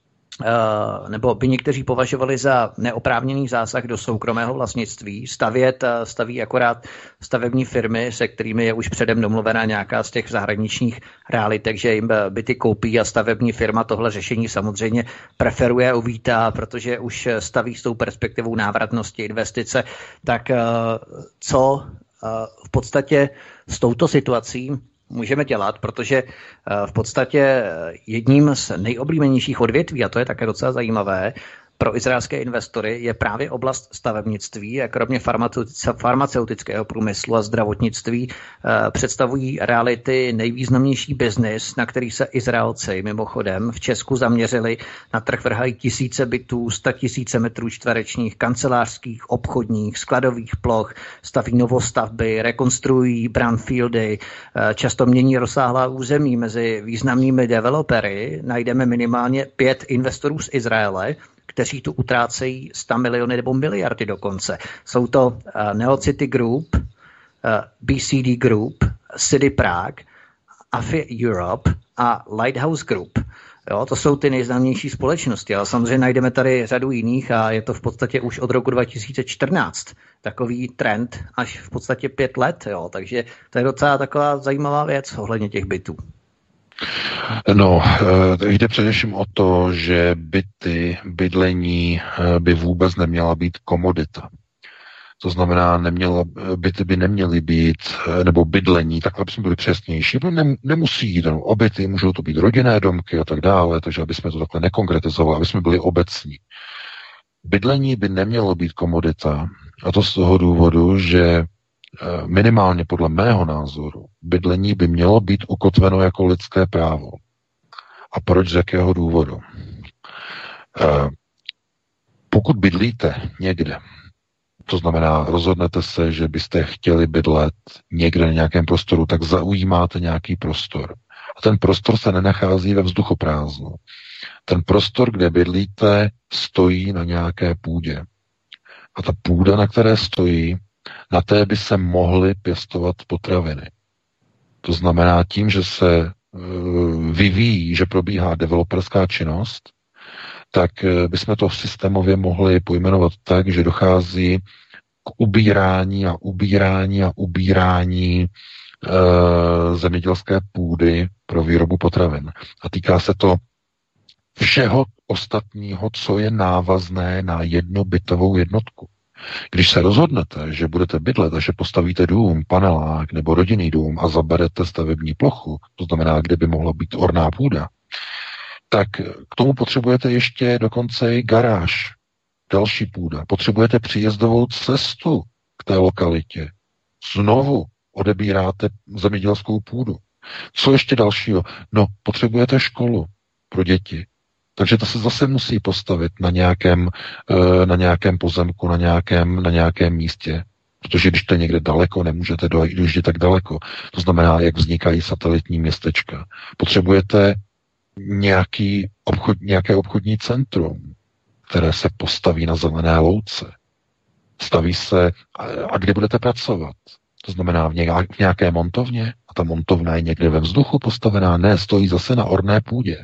S5: nebo by někteří považovali za neoprávněný zásah do soukromého vlastnictví, stavět, staví akorát stavební firmy, se kterými je už předem domluvená nějaká z těch zahraničních realitek, že jim byty koupí a stavební firma tohle řešení samozřejmě preferuje, uvítá, protože už staví s tou perspektivou návratnosti investice. Tak co v podstatě s touto situací můžeme dělat, protože v podstatě jedním z nejoblíbenějších odvětví, a to je také docela zajímavé, pro izraelské investory je právě oblast stavebnictví a kromě farmaceutického průmyslu a zdravotnictví představují reality nejvýznamnější biznis, na který se Izraelci mimochodem v Česku zaměřili. Na trh vrhají tisíce bytů, sta tisíce metrů čtverečních, kancelářských, obchodních, skladových ploch, staví novostavby, rekonstruují brownfieldy, často mění rozsáhlá území. Mezi významnými developery najdeme minimálně pět investorů z Izraele, kteří tu utrácejí sta miliony nebo miliardy dokonce. Jsou to uh, Neocity Group, uh, B C D Group, City Prague, A F I Europe a Lighthouse Group. Jo, to jsou ty nejznámější společnosti, ale samozřejmě najdeme tady řadu jiných a je to v podstatě už od roku dva tisíce čtrnáct takový trend až v podstatě pět let. Jo, takže to je docela taková zajímavá věc ohledně těch bytů.
S4: No, jde především o to, že byty, bydlení by vůbec neměla být komodita. To znamená, neměla, byty by neměly být, nebo bydlení, takhle bychom byli přesnější, nemusí jít o byty, můžou to být rodinné domky a tak dále, takže aby jsme to takhle nekonkretizovali, aby jsme byli obecní. Bydlení by nemělo být komodita, a to z toho důvodu, že minimálně podle mého názoru bydlení by mělo být ukotveno jako lidské právo. A proč, z jakého důvodu? Pokud bydlíte někde, to znamená, rozhodnete se, že byste chtěli bydlet někde na nějakém prostoru, tak zaujímáte nějaký prostor. A ten prostor se nenachází ve vzduchoprázdnu. Ten prostor, kde bydlíte, stojí na nějaké půdě. A ta půda, na které stojí, na té by se mohly pěstovat potraviny. To znamená tím, že se vyvíjí, že probíhá developerská činnost, tak bychom to systémově mohli pojmenovat tak, že dochází k ubírání a ubírání a ubírání e, zemědělské půdy pro výrobu potravin. A týká se to všeho ostatního, co je návazné na jednu bytovou jednotku. Když se rozhodnete, že budete bydlet a že postavíte dům, panelák nebo rodinný dům a zaberete stavební plochu, to znamená, kde by mohla být orná půda, tak k tomu potřebujete ještě dokonce i garáž, další půda. Potřebujete příjezdovou cestu k té lokalitě. Znovu odebíráte zemědělskou půdu. Co ještě dalšího? No, potřebujete školu pro děti. Takže to se zase musí postavit na nějakém, na nějakém pozemku, na nějakém, na nějakém místě. Protože když to je někde daleko, nemůžete dojíždět tak daleko. To znamená, jak vznikají satelitní městečka. Potřebujete nějaký obchod, nějaké obchodní centrum, které se postaví na zelené louce. Staví se, a kde budete pracovat? To znamená v nějaké montovně, a ta montovna je někde ve vzduchu postavená, ne, stojí zase na orné půdě.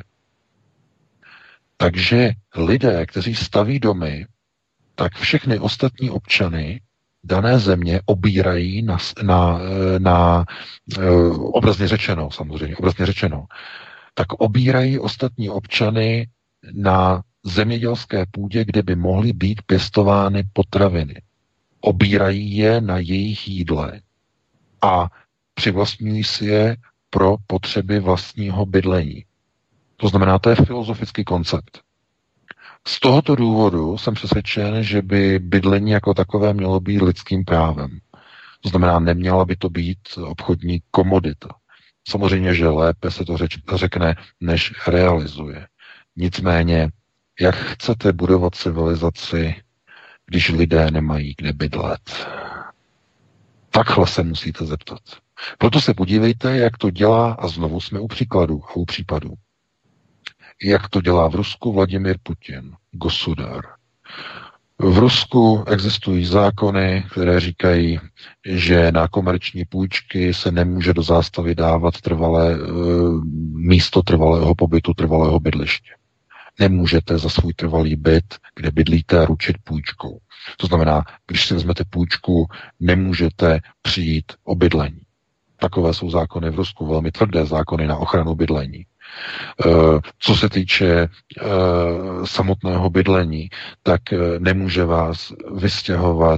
S4: Takže lidé, kteří staví domy, tak všechny ostatní občany dané země obírají na, na, na obrazně řečeno, samozřejmě, obrazně řečeno, tak obírají ostatní občany na zemědělské půdě, kde by mohly být pěstovány potraviny. Obírají je na jejich jídle a přivlastňují si je pro potřeby vlastního bydlení. To znamená, to je filozofický koncept. Z tohoto důvodu jsem přesvědčen, že by bydlení jako takové mělo být lidským právem. To znamená, neměla by to být obchodní komodita. Samozřejmě, že lépe se to řeč, řekne, než realizuje. Nicméně, jak chcete budovat civilizaci, když lidé nemají kde bydlet? Takhle se musíte zeptat. Proto se podívejte, jak to dělá, a znovu jsme u příkladů a u případů. Jak to dělá v Rusku Vladimír Putin, gosudar. V Rusku existují zákony, které říkají, že na komerční půjčky se nemůže do zástavy dávat trvalé, místo trvalého pobytu, trvalého bydliště. Nemůžete za svůj trvalý byt, kde bydlíte, ručit půjčkou. To znamená, když si vezmete půjčku, nemůžete přijít o bydlení. Takové jsou zákony v Rusku, velmi tvrdé zákony na ochranu bydlení. Co se týče samotného bydlení, tak nemůže vás vystěhovat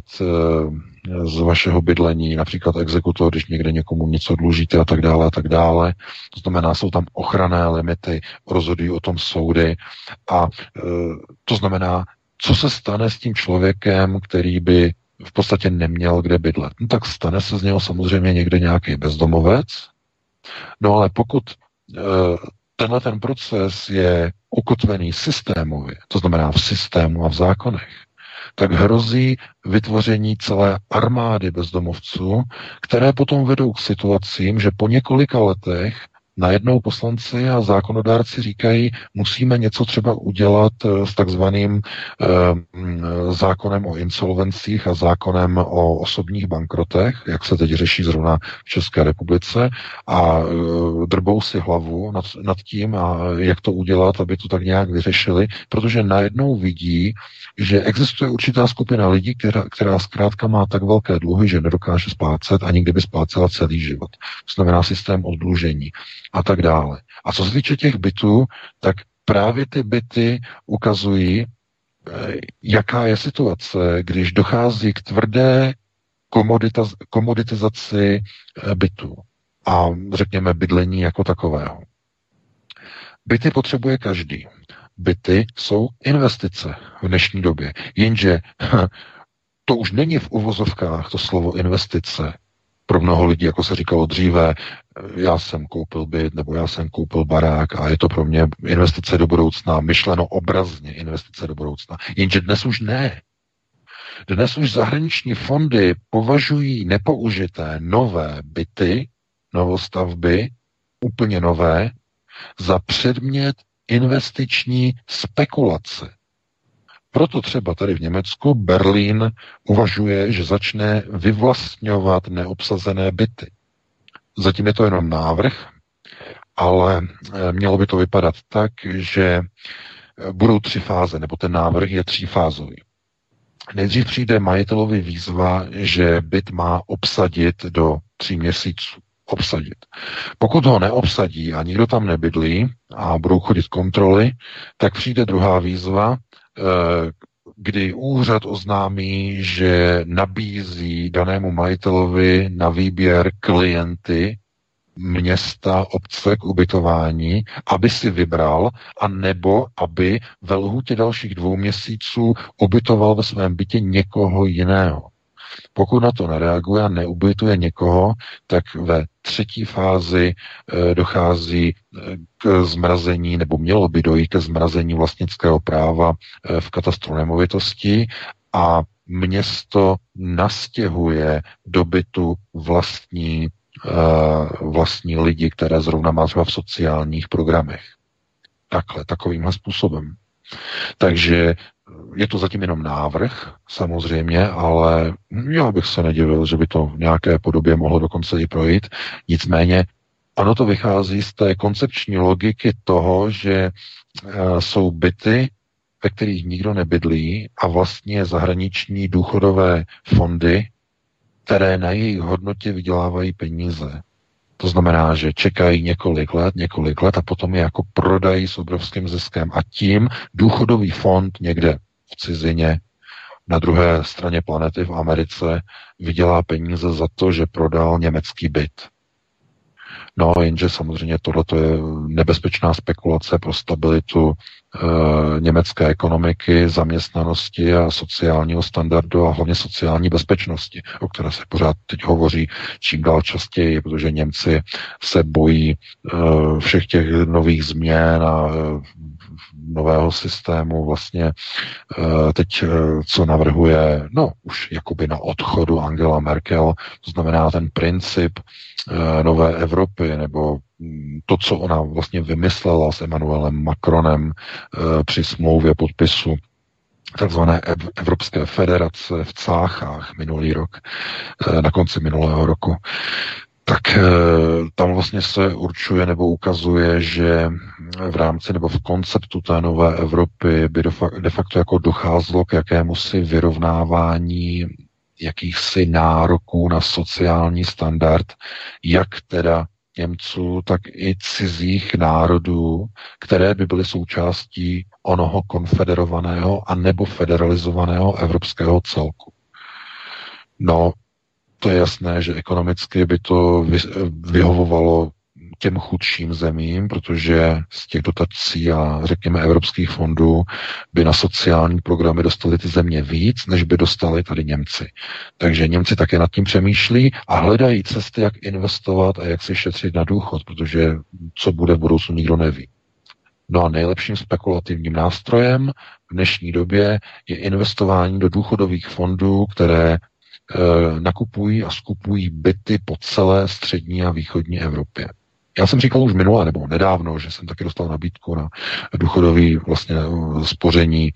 S4: z vašeho bydlení, například exekutor, když někde někomu něco dlužíte a tak dále a tak dále. To znamená, jsou tam ochranné limity, rozhodují o tom soudy a to znamená, co se stane s tím člověkem, který by v podstatě neměl kde bydlet. No tak stane se z něho samozřejmě někde nějaký bezdomovec, no ale pokud tenhle ten proces je ukotvený systémově, to znamená v systému a v zákonech, tak hrozí vytvoření celé armády bezdomovců, které potom vedou k situacím, že po několika letech najednou poslanci a zákonodárci říkají, musíme něco třeba udělat s takzvaným e, zákonem o insolvencích a zákonem o osobních bankrotech, jak se teď řeší zrovna v České republice, a e, drbou si hlavu nad, nad tím, a jak to udělat, aby to tak nějak vyřešili, protože najednou vidí, že existuje určitá skupina lidí, která, která zkrátka má tak velké dluhy, že nedokáže splácet a nikdy by splácela celý život. To znamená systém oddlužení a tak dále. A co se týče těch bytů, tak právě ty byty ukazují, jaká je situace, když dochází k tvrdé komoditizaci bytů a řekněme bydlení jako takového. Byty potřebuje každý. Byty jsou investice v dnešní době. Jenže to už není v uvozovkách to slovo investice. Pro mnoho lidí, jako se říkalo dříve, já jsem koupil byt, nebo já jsem koupil barák a je to pro mě investice do budoucna, myšleno obrazně investice do budoucna. Jenže dnes už ne. Dnes už zahraniční fondy považují nepoužité nové byty, novostavby, úplně nové, za předmět investiční spekulace. Proto třeba tady v Německu Berlín uvažuje, že začne vyvlastňovat neobsazené byty. Zatím je to jenom návrh, ale mělo by to vypadat tak, že budou tři fáze, nebo ten návrh je třífázový. Nejdřív přijde majitelovi výzva, že byt má obsadit do tří měsíců. Obsadit. Pokud ho neobsadí a nikdo tam nebydlí a budou chodit kontroly, tak přijde druhá výzva, kdy úřad oznámí, že nabízí danému majitelovi na výběr klienty města, obce k ubytování, aby si vybral, a nebo aby ve lhůtě dalších dvou měsíců ubytoval ve svém bytě někoho jiného. Pokud na to nereaguje a neubytuje někoho, tak ve třetí fázi e, dochází k zmrazení, nebo mělo by dojít ke zmrazení vlastnického práva e, v katastru nemovitosti a město nastěhuje do bytu vlastní, e, vlastní lidi, které zrovna má třeba v sociálních programech. Takhle, takovýmhle způsobem. Takže je to zatím jenom návrh, samozřejmě, ale já bych se nedivil, že by to v nějaké podobě mohlo dokonce i projít. Nicméně, ano, to vychází z té koncepční logiky toho, že uh, jsou byty, ve kterých nikdo nebydlí, a vlastně zahraniční důchodové fondy, které na jejich hodnotě vydělávají peníze. To znamená, že čekají několik let, několik let a potom je jako prodají s obrovským ziskem. A tím důchodový fond někde v cizině, na druhé straně planety v Americe, vydělá peníze za to, že prodal německý byt. No, jenže samozřejmě tohleto je nebezpečná spekulace pro stabilitu e, německé ekonomiky, zaměstnanosti a sociálního standardu a hlavně sociální bezpečnosti, o které se pořád teď hovoří čím dál častěji, protože Němci se bojí e, všech těch nových změn a e, nového systému vlastně e, teď, e, co navrhuje, no už jakoby na odchodu Angela Merkel, to znamená ten princip e, nové Evropy, nebo to, co ona vlastně vymyslela s Emmanuelem Macronem e, při smlouvě podpisu takzvané Evropské federace v Cáchách minulý rok, e, na konci minulého roku, tak e, tam vlastně se určuje nebo ukazuje, že v rámci nebo v konceptu té nové Evropy by de facto jako docházelo k jakémusi vyrovnávání jakýchsi nároků na sociální standard, jak teda Němců, tak i cizích národů, které by byly součástí onoho konfederovaného a nebo federalizovaného evropského celku. No, to je jasné, že ekonomicky by to vyhovovalo těm chudším zemím, protože z těch dotací a řekněme evropských fondů by na sociální programy dostali ty země víc, než by dostali tady Němci. Takže Němci také nad tím přemýšlí a hledají cesty, jak investovat a jak si šetřit na důchod, protože co bude v budoucnu, nikdo neví. No a nejlepším spekulativním nástrojem v dnešní době je investování do důchodových fondů, které e, nakupují a skupují byty po celé střední a východní Evropě. Já jsem říkal už minule, nebo nedávno, že jsem taky dostal nabídku na důchodový vlastně spoření.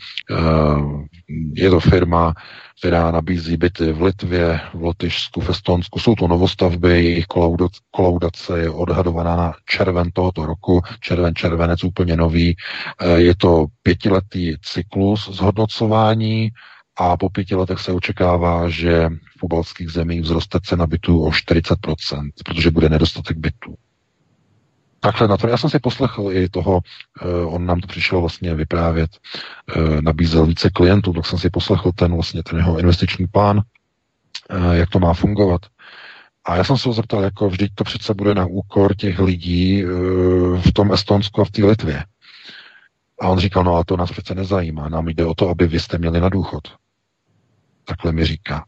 S4: Je to firma, která nabízí byty v Litvě, v Lotyšsku, v Estonsku. Jsou to novostavby, jejich kolaudace je odhadovaná na červen tohoto roku, červen, červenec úplně nový. Je to pětiletý cyklus zhodnocování a po pěti letech se očekává, že v pobaltských zemích vzroste cena bytů o čtyřicet procent, protože bude nedostatek bytů. Takhle na to. Já jsem si poslechl i toho, uh, on nám to přišel vlastně vyprávět, uh, nabízel více klientů, tak jsem si poslechl ten vlastně ten jeho investiční plán, uh, jak to má fungovat. A já jsem se ho zeptal, jako vždyť to přece bude na úkor těch lidí uh, v tom Estonsku a v té Litvě. A on říkal, no a to nás přece nezajímá, nám jde o to, aby vy jste měli na důchod. Takhle mi říká.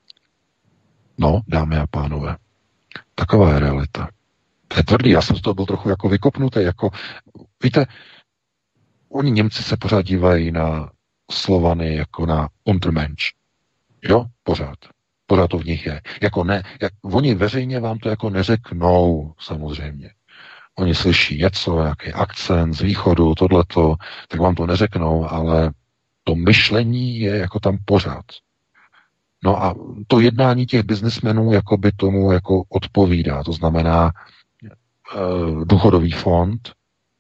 S4: No, dámy a pánové, taková je realita. To je tvrdý, já jsem z toho byl trochu jako vykopnutý, jako, víte, oni Němci se pořád dívají na Slovany jako na Untermensch. Jo, pořád. Pořád to v nich je. Jako ne, jak, oni veřejně vám to jako neřeknou, samozřejmě. Oni slyší něco, nějaký akcent z východu, tohleto, tak vám to neřeknou, ale to myšlení je jako tam pořád. No a to jednání těch biznismenů jako by tomu jako odpovídá. To znamená, důchodový fond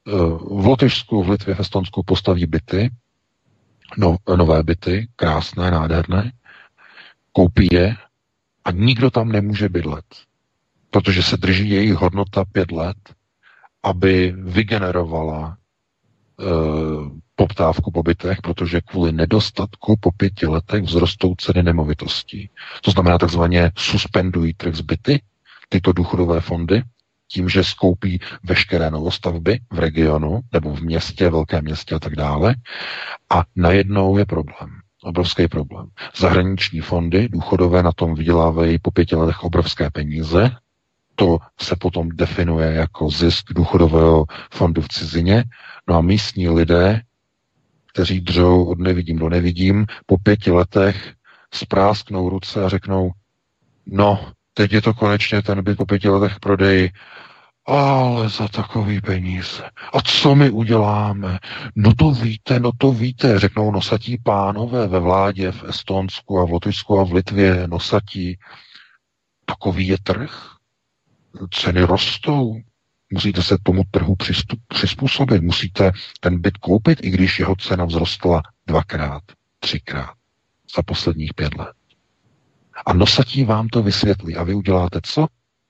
S4: v Lotyšsku, v Litvě, v Estonsku postaví byty, no, nové byty, krásné, nádherné, koupí je a nikdo tam nemůže bydlet, protože se drží jejich hodnota pět let, aby vygenerovala e, poptávku po bytech, protože kvůli nedostatku po pěti letech vzrostou ceny nemovitostí. To znamená takzvaně suspendují trh s byty, tyto důchodové fondy, tím, že skoupí veškeré novostavby v regionu nebo v městě, velkém městě a tak dále. A najednou je problém. Obrovský problém. Zahraniční fondy důchodové na tom vydělávají po pěti letech obrovské peníze. To se potom definuje jako zisk důchodového fondu v cizině. No a místní lidé, kteří dřou od nevidím do nevidím, po pěti letech sprásknou ruce a řeknou, no, teď je to konečně ten byt po pěti letech prodeji, ale za takový peníze. A co my uděláme? No to víte, no to víte, řeknou nosatí pánové ve vládě v Estonsku a v Lotyšsku a v Litvě, nosatí. Takový je trh. Ceny rostou. Musíte se tomu trhu přistup, přizpůsobit. Musíte ten byt koupit, i když jeho cena vzrostla dvakrát, třikrát za posledních pět let. A nosatí vám to vysvětlí. A vy uděláte co?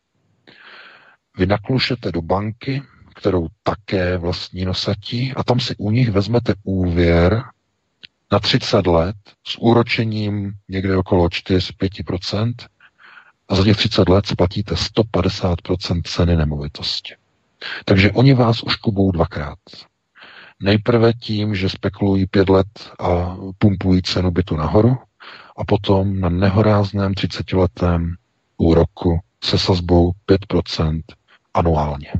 S4: Vy naklušete do banky, kterou také vlastní nosatí, a tam si u nich vezmete úvěr na třicet let s úročením někde okolo čtyři až pět procent a za těch třicet let splatíte sto padesát procent ceny nemovitosti. Takže oni vás uškubou dvakrát. Nejprve tím, že spekulují pět let a pumpují cenu bytu nahoru, a potom na nehorázném třicetiletém úroku se sazbou pět procent anuálně.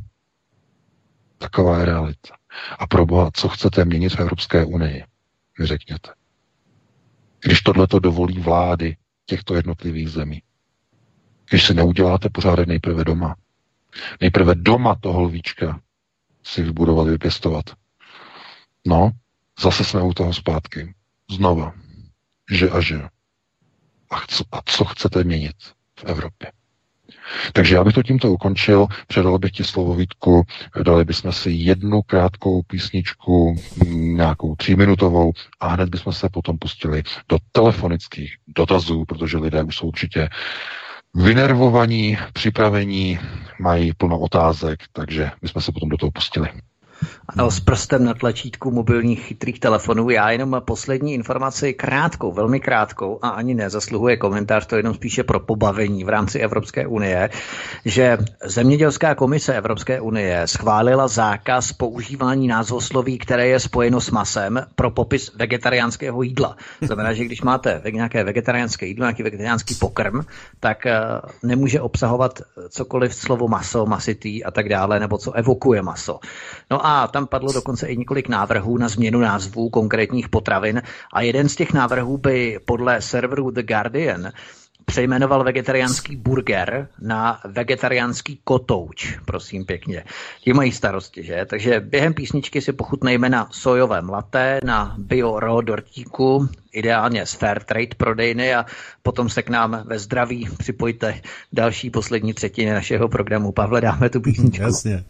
S4: Taková je realita. A proboha, co chcete měnit v Evropské unii? Mi řekněte. Když tohleto dovolí vlády těchto jednotlivých zemí. Když si neuděláte pořádek nejprve doma. Nejprve doma toho lvíčka si vybudovat, vypěstovat. No, zase jsme u toho zpátky. Znova. Že a že. A co, a co chcete měnit v Evropě? Takže já bych to tímto ukončil, předal bych ti slovo, Vítku, dali bychom si jednu krátkou písničku, nějakou tříminutovou, a hned bychom se potom pustili do telefonických dotazů, protože lidé už jsou určitě vynervovaní, připravení, mají plno otázek, takže bychom se potom do toho pustili.
S5: Ano, s prstem na tlačítku mobilních chytrých telefonů. Já jenom poslední informaci krátkou, velmi krátkou, a ani nezasluhuje komentář, to jenom spíše pro pobavení v rámci Evropské unie, že Zemědělská komise Evropské unie schválila zákaz používání názvosloví, které je spojeno s masem, pro popis vegetariánského jídla. To znamená, že když máte nějaké vegetariánské jídlo, nějaký vegetariánský pokrm, tak nemůže obsahovat cokoliv slovo maso, masitý a tak dále, nebo co evokuje maso. No a tam padlo dokonce i několik návrhů na změnu názvů konkrétních potravin a jeden z těch návrhů by podle serveru The Guardian přejmenoval vegetariánský burger na vegetariánský kotouč, prosím pěkně. Ti mají starosti, že? Takže během písničky si pochutnejme na sojovém latte, na bio raw dortíku, ideálně z fair trade prodejny, a potom se k nám ve zdraví připojte další poslední třetiny našeho programu. Pavle, dáme tu písničku.
S3: Jasně.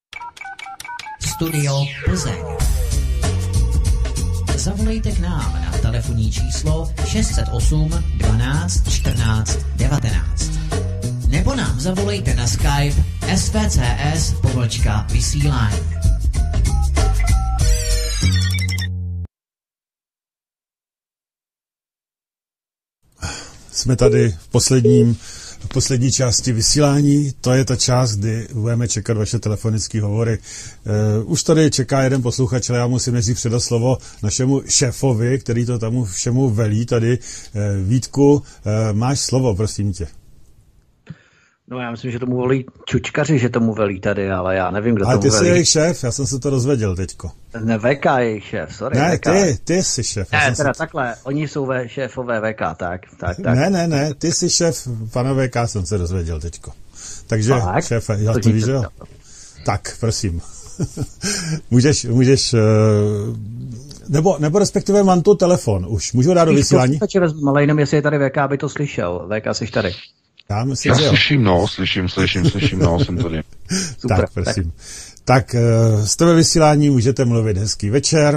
S1: Studio Plzeň. Zavolejte k nám na telefonní číslo šest set osm dvanáct čtrnáct devatenáct. Nebo nám zavolejte na Skype S V C S pomlčka vysílání.
S3: Jsme tady v posledním v poslední části vysílání. To je ta část, kdy budeme čekat vaše telefonické hovory. Uh, už tady čeká jeden posluchač, ale já musím nejdřív předat slovo našemu šéfovi, který to tomu všemu velí tady. Uh, Vítku, uh, máš slovo, prosím tě.
S5: No já myslím, že tomu volí čučkaři, že tomu velí tady, ale já nevím, kdo
S3: ale
S5: tomu velí.
S3: Ale ty jsi jejich šéf, já jsem se to dozvěděl teďko.
S5: Ne, V K je jejich šéf, sorry.
S3: Ne,
S5: V K.
S3: ty, ty jsi šéf.
S5: Ne, teda to... takhle, oni jsou ve šéfové V K, tak, tak, tak.
S3: Ne, ne, ne, ty jsi šéf pana V K, jsem se dozvěděl teďko. Takže
S5: tak,
S3: šéfe, já to, to víš, jo? Tak, prosím. můžeš, můžeš, nebo, nebo respektive mám tu telefon už, můžu dát do vysílání?
S5: Ale jenom jestli je tady V K, aby to slyšel. V K, jsi tady.
S3: Já, myslím,
S4: Já slyším, no, slyším, slyším, slyším, no, jsem tady.
S5: Super,
S3: tak, prosím. Tak jste ve vysílání, můžete mluvit, hezký večer.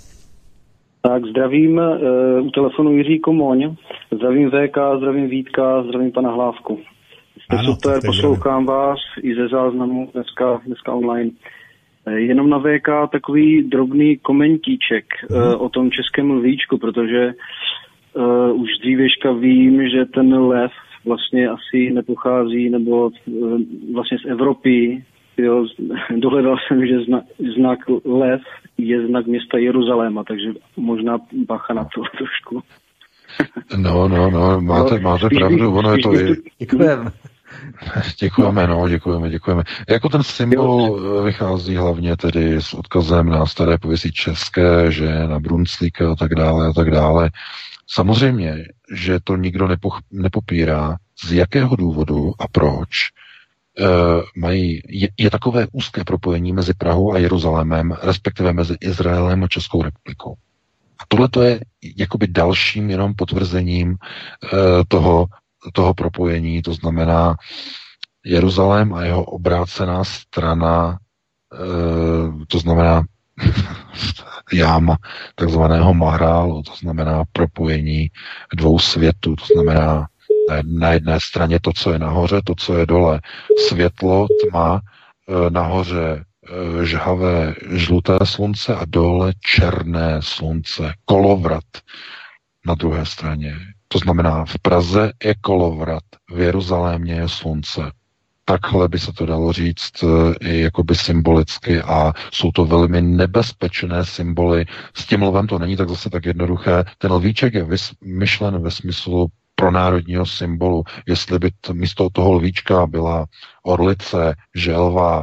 S6: Tak zdravím, u telefonu Jiří Komoň, zdravím V K, zdravím Vítka, zdravím pana Hlávku. Jste ano, super, poslouchám vás i ze záznamu dneska, dneska online. Jenom na V K takový drobný komentíček hmm. uh, o tom českém lvíčku, protože uh, už dřívěžka vím, že ten lev vlastně asi nepochází, nebo uh, vlastně z Evropy. Jo, dohledal jsem, že zna, znak lev je znak města Jeruzaléma, takže možná bacha na to trošku.
S4: No, no, no, máte, no, máte spíš, pravdu, ono je to... Je...
S5: Děkujeme.
S4: Děkujeme, no, děkujeme, děkujeme. Jako ten symbol vychází hlavně tedy s odkazem na staré pověsti české, že na Brunclíka a tak dále a tak dále. Samozřejmě, že to nikdo nepo, nepopírá, z jakého důvodu a proč Uh, mají, je, je takové úzké propojení mezi Prahou a Jeruzalémem, respektive mezi Izraelem a Českou republikou. A tohle to je jakoby dalším jenom potvrzením uh, toho, toho propojení, to znamená Jeruzalém a jeho obrácená strana, uh, to znamená jáma takzvaného Mahrálu, to znamená propojení dvou světů, to znamená na jedné straně to, co je nahoře, to, co je dole. Světlo, tma, nahoře žhavé žluté slunce a dole černé slunce. Kolovrat na druhé straně. To znamená, v Praze je kolovrat, v Jeruzalémě je slunce. Takhle by se to dalo říct i jakoby symbolicky a jsou to velmi nebezpečné symboly. S tím lvem to není tak zase tak jednoduché. Ten lvíček je myšlen ve smyslu pro národního symbolu. Jestli by to, místo toho lvíčka byla orlice, želva,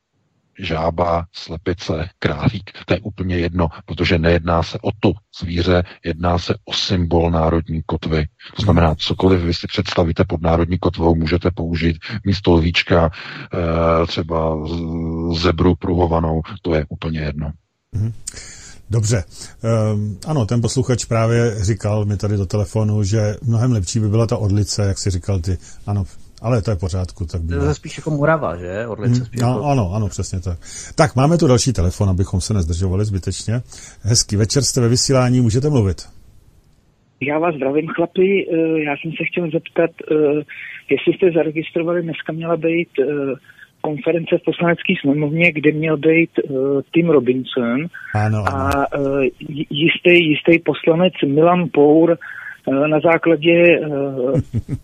S4: žába, slepice, králík, to je úplně jedno, protože nejedná se o to zvíře, jedná se o symbol národní kotvy. To znamená, cokoliv vy si představíte pod národní kotvou, můžete použít místo lvíčka třeba zebru pruhovanou, to je úplně jedno.
S3: Mm-hmm. Dobře. Um, ano, ten posluchač právě říkal mi tady do telefonu, že mnohem lepší by byla ta orlice, jak si říkal ty. Ano, ale to je v pořádku. Tak by
S5: to je spíš jako Morava, že? Orlice spíš
S3: no,
S5: jako...
S3: Ano, ano, přesně tak. Tak, máme tu další telefon, abychom se nezdržovali zbytečně. Hezký večer, jste ve vysílání, můžete mluvit.
S7: Já vás zdravím, chlapi. Já jsem se chtěl zeptat, jestli jste zaregistrovali, dneska měla být konference v poslanecké sněmovně, kde měl být uh, Tim Robinson
S3: ano, ano.
S7: a uh, jistý, jistý poslanec Milan Pour uh, na základě uh,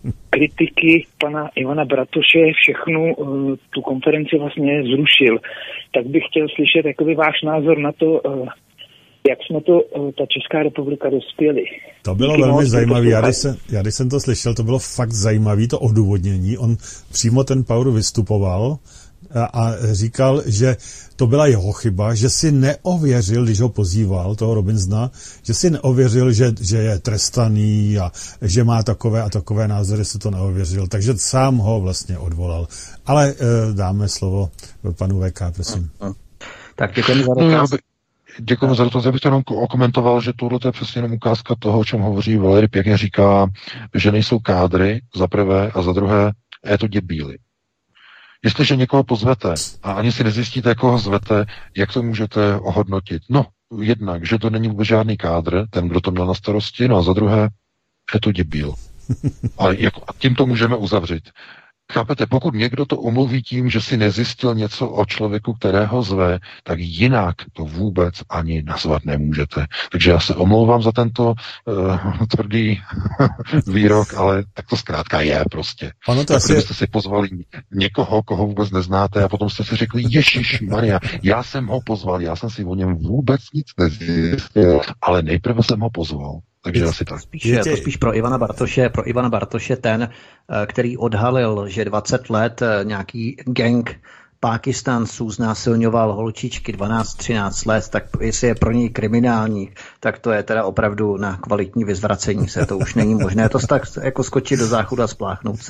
S7: kritiky pana Ivana Bartoše všechnu uh, tu konferenci vlastně zrušil. Tak bych chtěl slyšet jakoby váš názor na to, uh, jak jsme to, uh, ta Česká republika dospěli.
S3: To bylo Díky velmi zajímavé. Já, já když jsem to slyšel, to bylo fakt zajímavé, to odůvodnění. On přímo ten Pour vystupoval a, a říkal, že to byla jeho chyba, že si neověřil, když ho pozýval, toho Robinsona, že si neověřil, že, že je trestaný a že má takové a takové názory, si to neověřil. Takže sám ho vlastně odvolal. Ale e, dáme slovo panu V K, prosím.
S5: Tak děkujeme za dotaz.
S4: Děkuji za to, že bych to jenom okomentoval, že tohle je přesně jenom ukázka toho, o čem hovoří Valery, pěkně říká, že nejsou kádry, za prvé, a za druhé, je to děbíly. Jestliže někoho pozvete a ani si nezjistíte, koho zvete, jak to můžete ohodnotit? No, jednak, že to není vůbec žádný kádr, ten, kdo to měl na starosti, no a za druhé, je to děbíl. A, jako, a tím to můžeme uzavřít. Chápete, pokud někdo to omluví tím, že si nezjistil něco o člověku, kterého zve, tak jinak to vůbec ani nazvat nemůžete. Takže já se omlouvám za tento uh, tvrdý výrok, ale tak to zkrátka je prostě.
S3: Ano, to
S4: tak,
S3: asi...
S4: kdybyste si pozvali někoho, koho vůbec neznáte a potom jste si řekli, Ježíš Maria, já jsem ho pozval, já jsem si o něm vůbec nic nezjistil, ale nejprve jsem ho pozval. Takže asi tak.
S5: Spíš, je to spíš pro Ivana Bartoše, pro Ivana Bartoše ten, který odhalil, že dvacet let nějaký gang Pákistánců znásilňoval holčičky dvanáct třináct let, tak jestli je pro něj kriminální, tak to je teda opravdu na kvalitní vyzvracení se. To už není možné to tak jako skočit do záchodu a spláchnout se.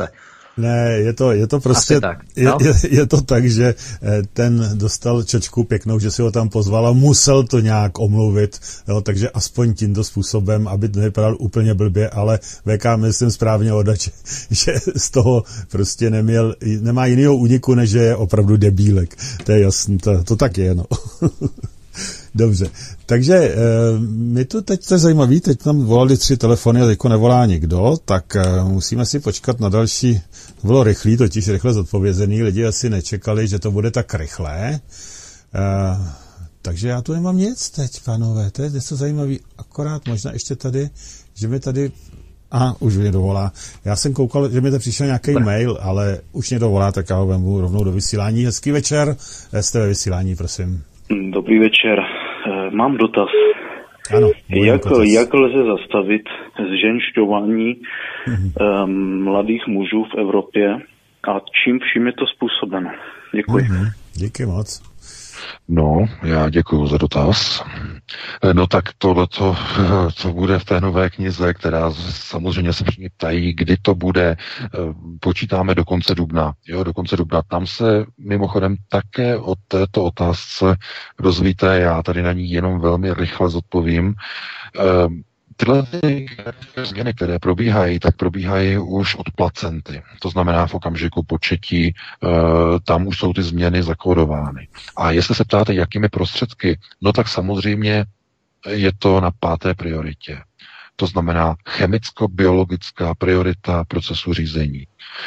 S3: Ne, je to, je to prostě,
S5: tak,
S3: je,
S5: no?
S3: je, je to tak, že ten dostal čočku pěknou, že si ho tam pozval a musel to nějak omluvit, jo, takže aspoň tímto způsobem, aby to nevypadal úplně blbě, ale V K myslím správně odat, že, že z toho prostě neměl, nemá jinýho úniku, než že je opravdu debílek. To je jasný, to, to tak je, no. Dobře, takže e, my tu teď, to je zajímavý, teď tam volali tři telefony a teďko nevolá nikdo, tak e, musíme si počkat na další, to bylo rychlý, totiž rychle zodpovězený, lidi asi nečekali, že to bude tak rychlé, e, takže já tu nemám nic teď, pánové, to je něco zajímavý, akorát možná ještě tady, že mi tady, aha, už mě dovolá, já jsem koukal, že mi to přišel nějaký mail, ale už mě dovolá, tak já ho vemu rovnou do vysílání, hezký večer, jste ve vysílání, prosím.
S8: Dobrý večer. Mám dotaz.
S3: Ano,
S8: jak, jak lze zastavit zženšťování mm-hmm. um, mladých mužů v Evropě a čím vším je to způsobeno? Děkuji.
S3: Mm-hmm. Díky moc.
S4: No, já děkuju za dotaz. No tak tohleto, co bude v té nové knize, která samozřejmě se všichni ptají, kdy to bude, počítáme do konce dubna. Jo, do konce dubna. Tam se mimochodem také o této otázce dozvíte, já tady na ní jenom velmi rychle zodpovím. Tyhle změny, které probíhají, tak probíhají už od placenty. To znamená v okamžiku početí, tam už jsou ty změny zakódovány. A jestli se ptáte, jakými prostředky, no tak samozřejmě je to na páté prioritě. To znamená chemicko-biologická priorita procesu řízení.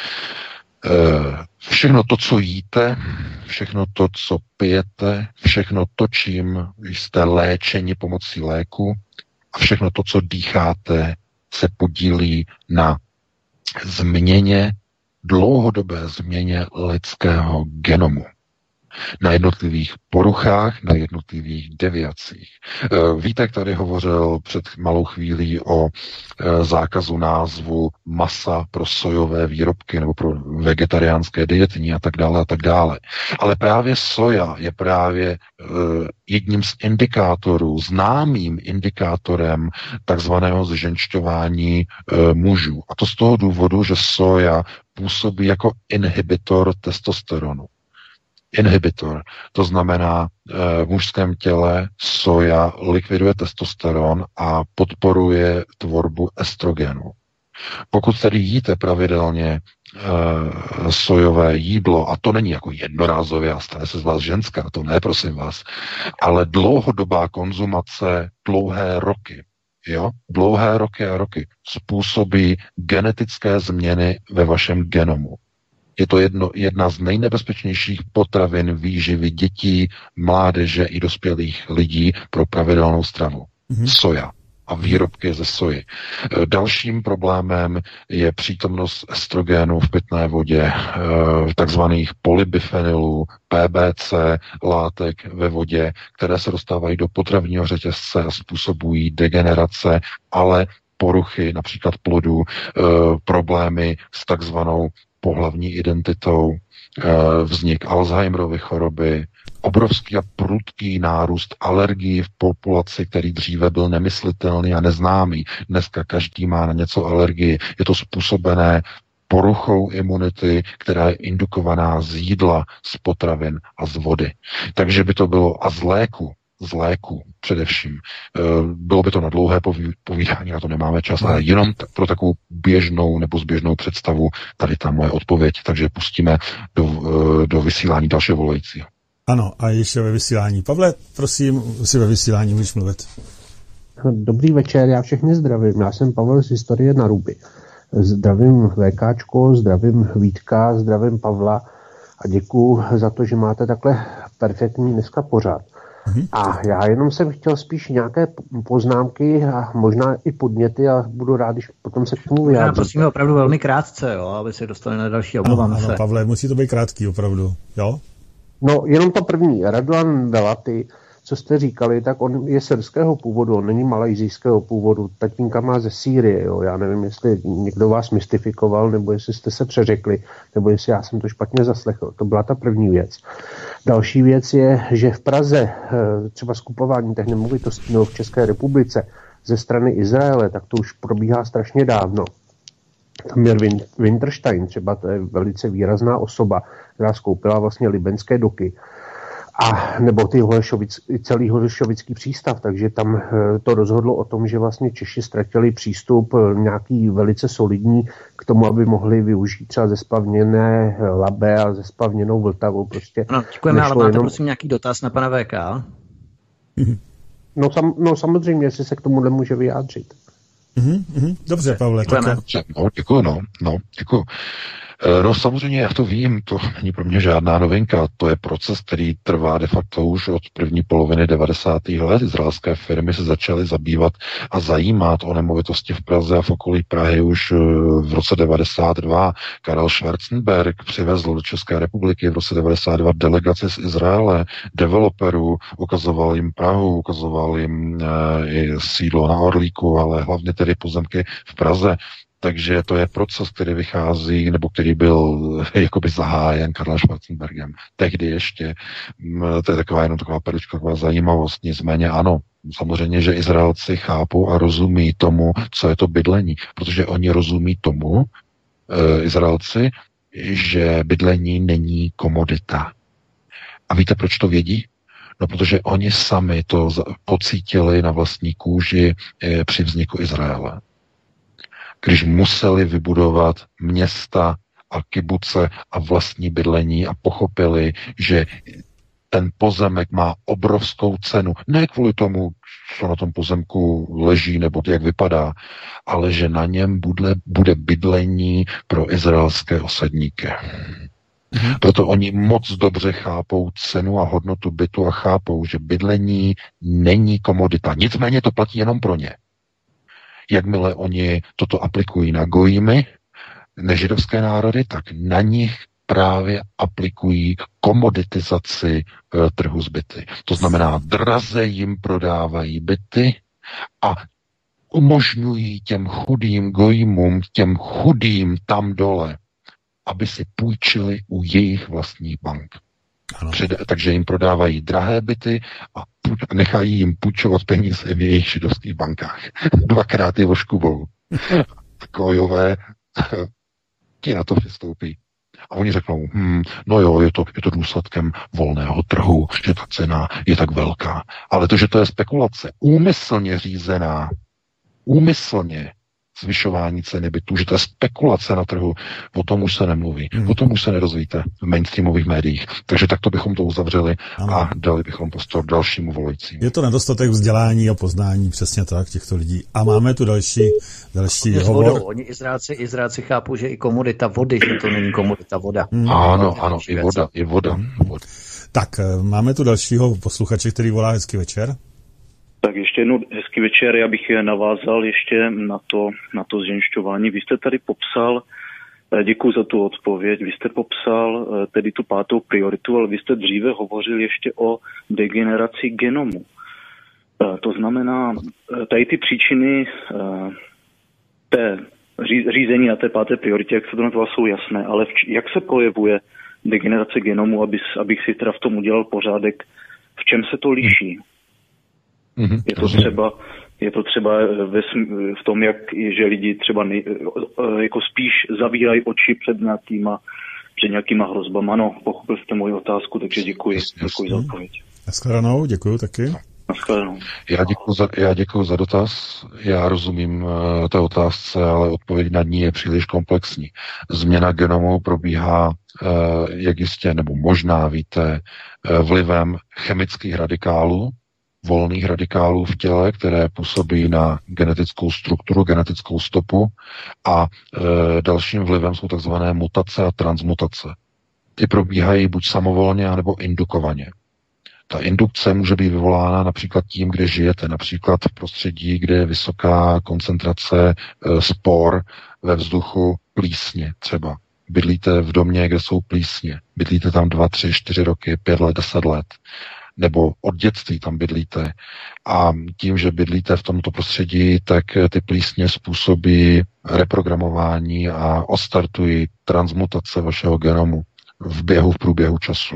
S4: Všechno to, co jíte, všechno to, co pijete, všechno to, čím jste léčeni pomocí léku, a všechno to, co dýcháte, se podílí na změně, dlouhodobé změně lidského genomu. Na jednotlivých poruchách, na jednotlivých deviacích. Vítek tady hovořil před malou chvílí o zákazu názvu masa pro sojové výrobky nebo pro vegetariánské dietní a tak dále a tak dále. Ale právě soja je právě jedním z indikátorů, známým indikátorem takzvaného zženšťování mužů. A to z toho důvodu, že soja působí jako inhibitor testosteronu. Inhibitor, to znamená e, v mužském těle soja likviduje testosteron a podporuje tvorbu estrogenu. Pokud tedy jíte pravidelně e, sojové jídlo, a to není jako jednorázově a stane se z vás ženská, to ne, prosím vás, ale dlouhodobá konzumace, dlouhé roky, jo, dlouhé roky a roky způsobí genetické změny ve vašem genomu. Je to jedno, jedna z nejnebezpečnějších potravin výživy dětí, mládeže i dospělých lidí pro pravidelnou stravu. Mm-hmm. Soja a výrobky ze soji. Dalším problémem je přítomnost estrogenu v pitné vodě, takzvaných polybifenylů, P B C látek ve vodě, které se dostávají do potravního řetězce a způsobují degenerace, ale poruchy, například plodů, problémy s takzvanou pohlavní identitou, vznik Alzheimerovy choroby, obrovský a prudký nárůst alergií v populaci, který dříve byl nemyslitelný a neznámý. Dneska každý má na něco alergii. Je to způsobené poruchou imunity, která je indukovaná z jídla, z potravin a z vody. Takže by to bylo a z léku, z léku především. Bylo by to na dlouhé povídání, na to nemáme čas, ale jenom pro takovou běžnou nebo zběžnou představu tady ta moje odpověď, takže pustíme do, do vysílání dalšího volajícího.
S3: Ano, a ještě ve vysílání. Pavle, prosím, si ve vysílání můžeš mluvit.
S9: Dobrý večer, já všechny zdravím. Já jsem Pavel z Historie na Ruby. Zdravím VKčko, zdravím Vítka, zdravím Pavla a děkuju za to, že máte takhle perfektní dneska pořád. Mm-hmm. A já jenom jsem chtěl spíš nějaké poznámky a možná i podněty a budu rád, když potom se k tomu vyjádřím.
S5: Já prosím opravdu velmi krátce, jo, aby se dostali na další, omlouvám se.
S3: Ano, Pavle, musí to být krátký opravdu, jo?
S9: No, jenom to první. Radovan Velaty, co jste říkali, tak on je syrského původu, on není malajzijského původu, tatínka má ze Sýrie, jo. Já nevím, jestli někdo vás mystifikoval, nebo jestli jste se přeřekli, nebo jestli já jsem to špatně zaslechl. To byla ta první věc. Další věc je, že v Praze třeba skupování těch nemovitostí nebo v České republice ze strany Izraele, tak to už probíhá strašně dávno. tam je Winterstein, třeba to je velice výrazná osoba, která skoupila vlastně libenské doky. A nebo ty Holešovic, celý Holešovický přístav, takže tam to rozhodlo o tom, že vlastně Češi ztratili přístup nějaký velice solidní k tomu, aby mohli využít třeba zesplavněné Labe a zesplavněnou Vltavu. Prostě
S5: no, děkujeme, ale máte
S9: jenom...
S5: prosím nějaký dotaz na pana V K?
S9: No, sam, no samozřejmě, jestli se k tomu nemůže vyjádřit.
S3: Mm-hmm, dobře, Pavle.
S4: No, děkuji, no, no, děkuji. No samozřejmě, já to vím, to není pro mě žádná novinka, to je proces, který trvá de facto už od první poloviny devadesátých let. Izraelské firmy se začaly zabývat a zajímat o nemovitosti v Praze a v okolí Prahy už v roce devadesát dva. Karel Schwarzenberg přivezl do České republiky v roce devadesát dva delegaci z Izraele, developerů, ukazoval jim Prahu, ukazoval jim e, i sídlo na Orlíku, ale hlavně tedy pozemky v Praze. Takže to je proces, který vychází, nebo který byl jakoby zahájen Karlem Schwarzenbergem. Tehdy ještě, to je taková jenom taková perlička, taková zajímavost, nicméně ano, samozřejmě, že Izraelci chápou a rozumí tomu, co je to bydlení, protože oni rozumí tomu, e, Izraelci, že bydlení není komodita. A víte, proč to vědí? No, protože oni sami to pocítili na vlastní kůži e, při vzniku Izraele. Když museli vybudovat města a kibuce a vlastní bydlení a pochopili, že ten pozemek má obrovskou cenu. Ne kvůli tomu, co na tom pozemku leží nebo jak vypadá, ale že na něm bude, bude bydlení pro izraelské osadníky. Mhm. Proto oni moc dobře chápou cenu a hodnotu bytu a chápou, že bydlení není komodita. Nicméně to platí jenom pro ně. Jakmile oni toto aplikují na gojimy, nežidovské národy, tak na nich právě aplikují komoditizaci e, trhu s byty. To znamená, draze jim prodávají byty a umožňují těm chudým gojimům, těm chudým tam dole, aby si půjčili u jejich vlastních bank. Před, takže jim prodávají drahé byty a nechají jim půjčovat peníze v jejich židovských bankách. Dvakrát je voškubou. Gojové ti na to přistoupí. A oni řeknou, hm, no jo, je to, je to důsledkem volného trhu, že ta cena je tak velká. Ale to, že to je spekulace, úmyslně řízená, úmyslně zvyšování ceny bytů, že to je spekulace na trhu, o tom už se nemluví. Hmm. O tom už se nerozvíte v mainstreamových médiích. Takže takto bychom to uzavřeli ano. A dali bychom prostor dalšímu volajícímu.
S3: Je to nedostatek vzdělání a poznání, přesně tak, těchto lidí. A máme tu další, další hovor.
S5: Vodou. Oni Izraelci, Izraelci chápou, že i komodita vody, že to není komodita voda.
S4: Hmm. Ano, ano, i voda, i voda.
S3: Hmm. voda. Tak, máme tu dalšího posluchače, který volá hezký večer.
S8: Tak ještě jednou hezký večer, já bych navázal ještě na to, na to zženšťování. Vy jste tady popsal, děkuji za tu odpověď, vy jste popsal tedy tu pátou prioritu, ale vy jste dříve hovořil ještě o degeneraci genomu. To znamená, tady ty příčiny té řízení na té páté prioritě, jak se to nazval, jsou jasné, ale jak se projevuje degenerace genomu, aby, abych si teda v tom udělal pořádek, v čem se to liší? Mm-hmm. Je to třeba, je to třeba ve, v tom, jak, že lidi třeba nej, jako spíš zavírají oči před nějakýma, před nějakýma hrozbama. Ano, pochopil jste moji otázku, takže děkuji. Děkuji za odpověď.
S3: Naschledanou, děkuji taky.
S8: Naschledanou.
S4: Já děkuji za, já děkuji za dotaz. Já rozumím uh, té otázce, ale odpověď na ní je příliš komplexní. Změna genomu probíhá, uh, jak jistě, nebo možná víte, uh, vlivem chemických radikálů, volných radikálů v těle, které působí na genetickou strukturu, genetickou stopu a e, dalším vlivem jsou takzvané mutace a transmutace. Ty probíhají buď samovolně, nebo indukovaně. Ta indukce může být vyvolána například tím, kde žijete, například v prostředí, kde je vysoká koncentrace e, spor ve vzduchu, plísně třeba. Bydlíte v domě, kde jsou plísně. Bydlíte tam dva, tři, čtyři roky, pět let, deset let. Nebo od dětství tam bydlíte. A tím, že bydlíte v tomto prostředí, tak ty plísně způsobí reprogramování a ostartují transmutace vašeho genomu v běhu, v průběhu času.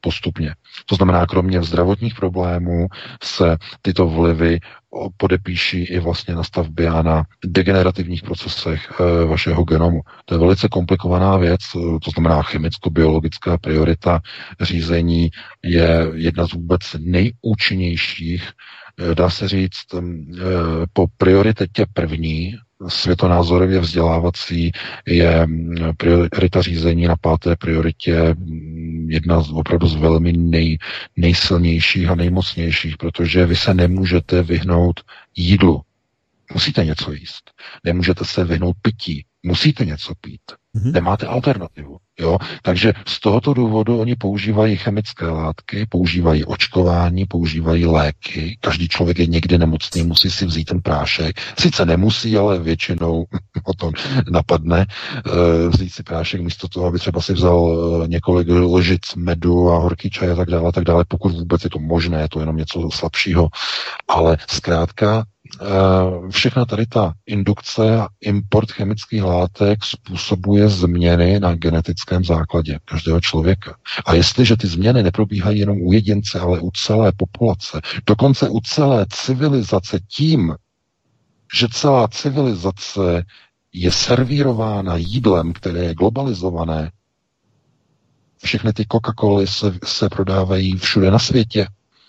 S4: postupně. To znamená, kromě zdravotních problémů se tyto vlivy podepíší i vlastně na stavbě a na degenerativních procesech e, vašeho genomu. To je velice komplikovaná věc, to znamená chemicko-biologická priorita řízení je jedna z vůbec nejúčinnějších, e, dá se říct, e, po prioritě první, světonázorově vzdělávací, je priorita řízení na páté prioritě jedna z opravdu z velmi nej, nejsilnějších a nejmocnějších, protože vy se nemůžete vyhnout jídlu. Musíte něco jíst. Nemůžete se vyhnout pití. Musíte něco pít. Mm-hmm. Nemáte alternativu. Jo? Takže z tohoto důvodu oni používají chemické látky, používají očkování, používají léky. Každý člověk je někdy nemocný, musí si vzít ten prášek. Sice nemusí, ale většinou o tom napadne vzít si prášek místo toho, aby třeba si vzal několik lžic medu a horký čaj a tak dále, a tak dále. Pokud vůbec je to možné, je to jenom něco slabšího. Ale zkrátka všechna tady ta indukce a import chemických látek způsobuje změny na genetickém základě každého člověka. A jestliže ty změny neprobíhají jenom u jedince, ale u celé populace, dokonce u celé civilizace tím, že celá civilizace je servírována jídlem, které je globalizované, všechny ty Coca-Coly se, se prodávají všude na světě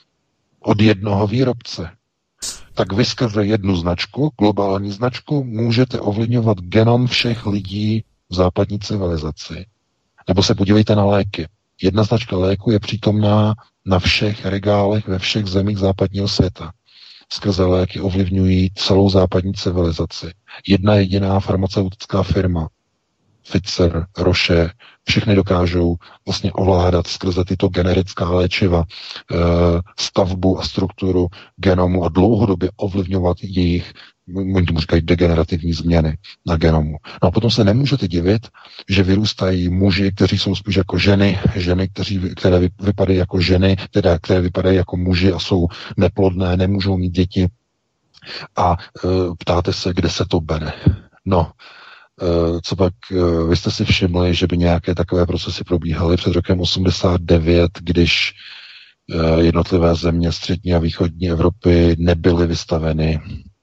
S4: od jednoho výrobce. Tak vy skrze jednu značku, globální značku, můžete ovlivňovat genom všech lidí v západní civilizaci. Nebo se podívejte na léky. Jedna značka léku je přítomná na všech regálech ve všech zemích západního světa. Skrze léky ovlivňují celou západní civilizaci. Jedna jediná farmaceutická firma, Pfizer, Roche, všechny dokážou vlastně ovládat skrze tyto generická léčiva e, stavbu a strukturu genomu a dlouhodobě ovlivňovat jejich, oni tomu říkají, degenerativní změny na genomu. No a potom se nemůžete divit, že vyrůstají muži, kteří jsou spíš jako ženy, ženy, kteří, které vypadají jako ženy, teda, které vypadají jako muži a jsou neplodné, nemůžou mít děti. A e, ptáte se, kde se to bere. No, co pak, vy jste si všimli, že by nějaké takové procesy probíhaly před rokem osmdesát devět, když jednotlivé země střední a východní Evropy nebyly vystaveny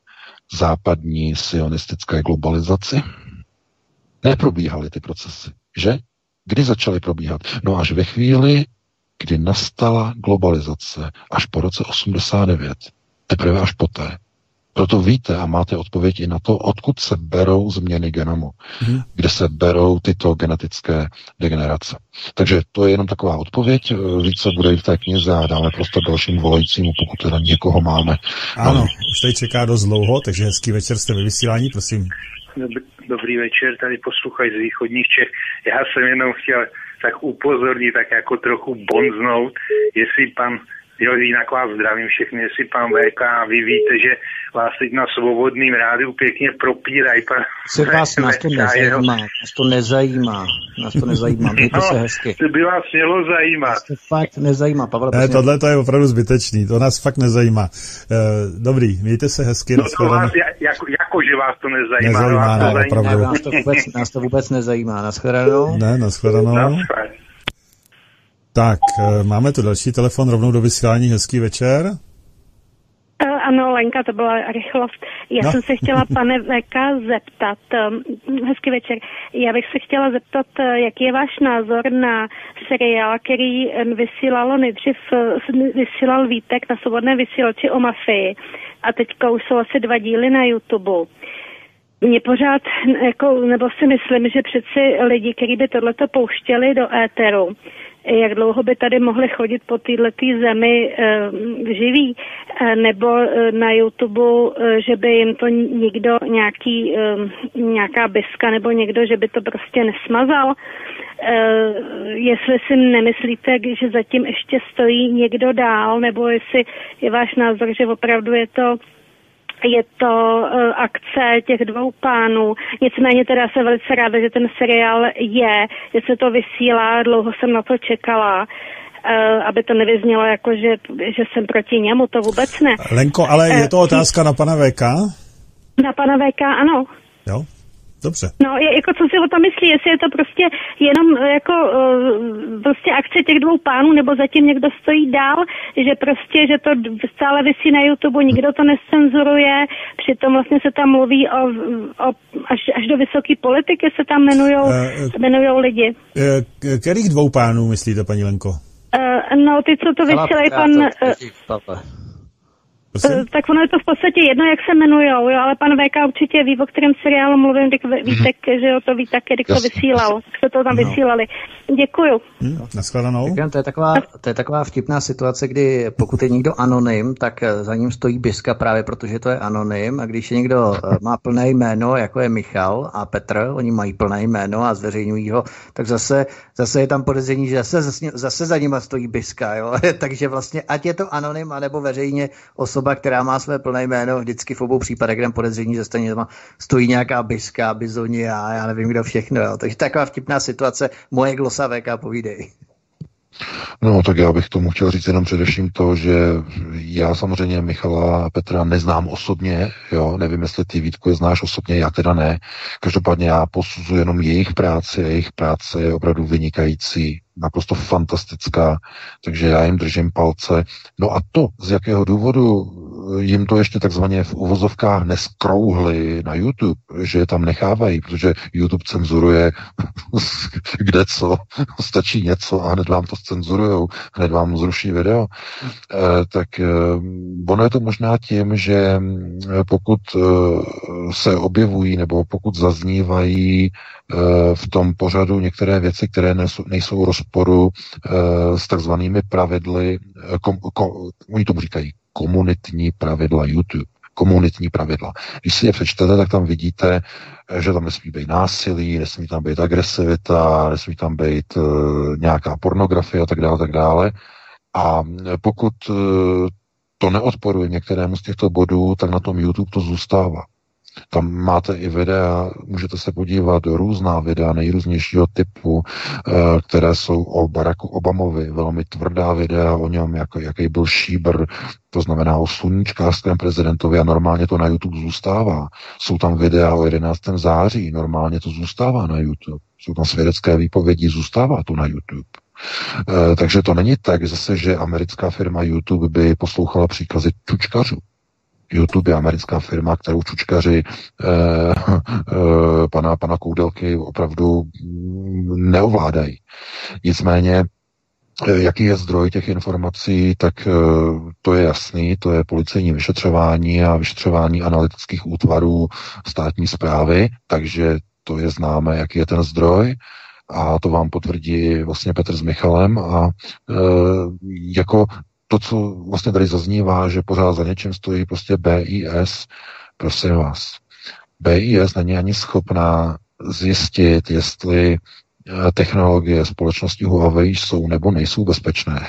S4: západní sionistické globalizaci? Neprobíhaly ty procesy, že? Kdy začaly probíhat? No až ve chvíli, kdy nastala globalizace, až po roce osmdesát devět. Teprve až poté. Proto víte a máte odpověď i na to, odkud se berou změny genomu, hmm. kde se berou tyto genetické degenerace. Takže to je jenom taková odpověď, více bude i v té knize a dáme prostor dalšímu volajícímu, pokud teda někoho máme.
S3: Ano, no. Už tady čeká dost dlouho, takže hezký večer, jste ve vysílání, prosím.
S10: Dobrý večer, tady posluchač z východních Čech. Já jsem jenom chtěl tak upozornit, tak jako trochu bonznout, jestli pan Jo, jinak vás zdravím všechny, jestli pan V K, vy víte, že vás teď na Svobodným rádiu pěkně propírají. Pan
S5: se vás, nás to nezajímá, nás to nezajímá, nás to nezajímá, mějte
S10: no,
S5: se hezky.
S10: To by vás mělo zajímat.
S5: Nás to fakt nezajímá, Pavel.
S3: Ne, tohle to je opravdu zbytečný, to nás fakt nezajímá. Dobrý, mějte se hezky.
S10: No to vás, jako, jako, že vás to nezajímá.
S3: Nezajímá,
S10: vás to
S3: ne,
S10: zajímá.
S3: opravdu.
S5: Nás to vůbec, nás to vůbec nezajímá, nashledanou.
S3: Ne, nashledanou.
S10: Nashledanou.
S3: Tak, máme tu další telefon rovnou do vysílání. Hezký večer.
S11: Ano, Lenka, to byla rychlost. Já no. jsem se chtěla, pane V K, zeptat, hezký večer, já bych se chtěla zeptat, jaký je váš názor na seriál, který vysílalo nejdřív, vysílal Vítek na Svobodné vysílači o mafii a teďka už jsou asi dva díly na YouTube. Mně pořád, jako, nebo si myslím, že přeci lidi, kteří by tohleto pouštěli do éteru, jak dlouho by tady mohli chodit po této zemi e, živí, e, nebo e, na YouTube, e, že by jim to nikdo, nějaký, e, nějaká biska nebo někdo, že by to prostě nesmazal. E, jestli si nemyslíte, že zatím ještě stojí někdo dál, nebo jestli je váš názor, že opravdu je to Je to uh, akce těch dvou pánů. Nicméně teda jsem velice ráda, že ten seriál je, že se to vysílá, dlouho jsem na to čekala, uh, aby to nevyznělo jako, že, že jsem proti němu, to vůbec ne.
S3: Lenko, ale je to otázka na pana V K?
S11: Na pana V K, ano.
S3: Jo. Dobře.
S11: No, je, jako co si o tom myslí, jestli je to prostě jenom jako uh, prostě akce těch dvou pánů, nebo zatím někdo stojí dál, že prostě, že to stále visí na YouTube, nikdo to nescenzuruje, přitom vlastně se tam mluví o, o až, až do vysoké politiky se tam jmenujou, uh, jmenujou lidi.
S3: Uh, kterých dvou pánů myslíte, paní Lenko?
S11: Uh, no, ty, co to vysílají, pan... Uh,
S3: Prosím?
S11: Tak ono je to v podstatě jedno, jak se jmenujou, jo, ale pan V K určitě ví, o kterém seriálu mluvím, když víte, mm-hmm. že jo, to ví taky, když to vysílal, jste to tam no. vysílali. Děkuju.
S3: Hmm, nashledanou.
S5: To je, taková, to je taková vtipná situace, kdy pokud je někdo anonym, tak za ním stojí biska právě protože to je anonym, a když je někdo má plné jméno, jako je Michal a Petr, oni mají plné jméno a zveřejňují ho, tak zase, zase je tam podezření, že zase, zase za nima stojí biska, jo. Takže vlastně ať je to anonym, anebo veřejně osoba, která má své plné jméno, vždycky v obou případech jdem podezření, že stejně tam stojí nějaká biska, bizoni a já nevím, kdo všechno. Jo. Takže taková vtipná situace, moje glosa V K, povídej.
S4: No, tak já bych tomu chtěl říct jenom především to, že já samozřejmě Michala a Petra neznám osobně, jo, nevím, jestli ty, Vítku, je znáš osobně, já teda ne. Každopádně já posuzuji jenom jejich práci a jejich práce je opravdu vynikající, naprosto fantastická, takže já jim držím palce. No a to, z jakého důvodu jim to ještě takzvaně v uvozovkách neskrouhli na YouTube, že je tam nechávají, protože YouTube cenzuruje kde co, stačí něco a hned vám to cenzurujou, hned vám zruší video, eh, tak eh, ono je to možná tím, že pokud eh, se objevují nebo pokud zaznívají eh, v tom pořadu některé věci, které nejsou, nejsou v rozporu eh, s takzvanými pravidly, eh, kom, kom, oni tomu říkají komunitní pravidla YouTube. Komunitní pravidla. Když si je přečtete, tak tam vidíte, že tam nesmí být násilí, nesmí tam být agresivita, nesmí tam být uh, nějaká pornografie a tak dále, tak dále. A pokud uh, to neodporuje některému z těchto bodů, tak na tom YouTube to zůstává. Tam máte i videa, můžete se podívat do různá videa nejrůznějšího typu, které jsou o Baracku Obamovi, velmi tvrdá videa o něm, jak, jaký byl šíbr, to znamená o sluníčkářském prezidentovi a normálně to na YouTube zůstává. Jsou tam videa o jedenáctého září, normálně to zůstává na YouTube. Jsou tam svědecké výpovědi, zůstává to na YouTube. E, takže to není tak zase, že americká firma YouTube by poslouchala příkazy čučkařů. YouTube je americká firma, kterou čučkaři eh, eh, pana, pana Koudelky opravdu neovládají. Nicméně, eh, jaký je zdroj těch informací, tak eh, to je jasný, to je policejní vyšetřování a vyšetřování analytických útvarů státní správy, takže to je známé, jaký je ten zdroj. A to vám potvrdí vlastně Petr s Michalem a eh, jako to, co vlastně tady zaznívá, že pořád za něčím stojí prostě B I S, prosím vás. B I S není ani schopná zjistit, jestli technologie společnosti Huawei jsou nebo nejsou bezpečné.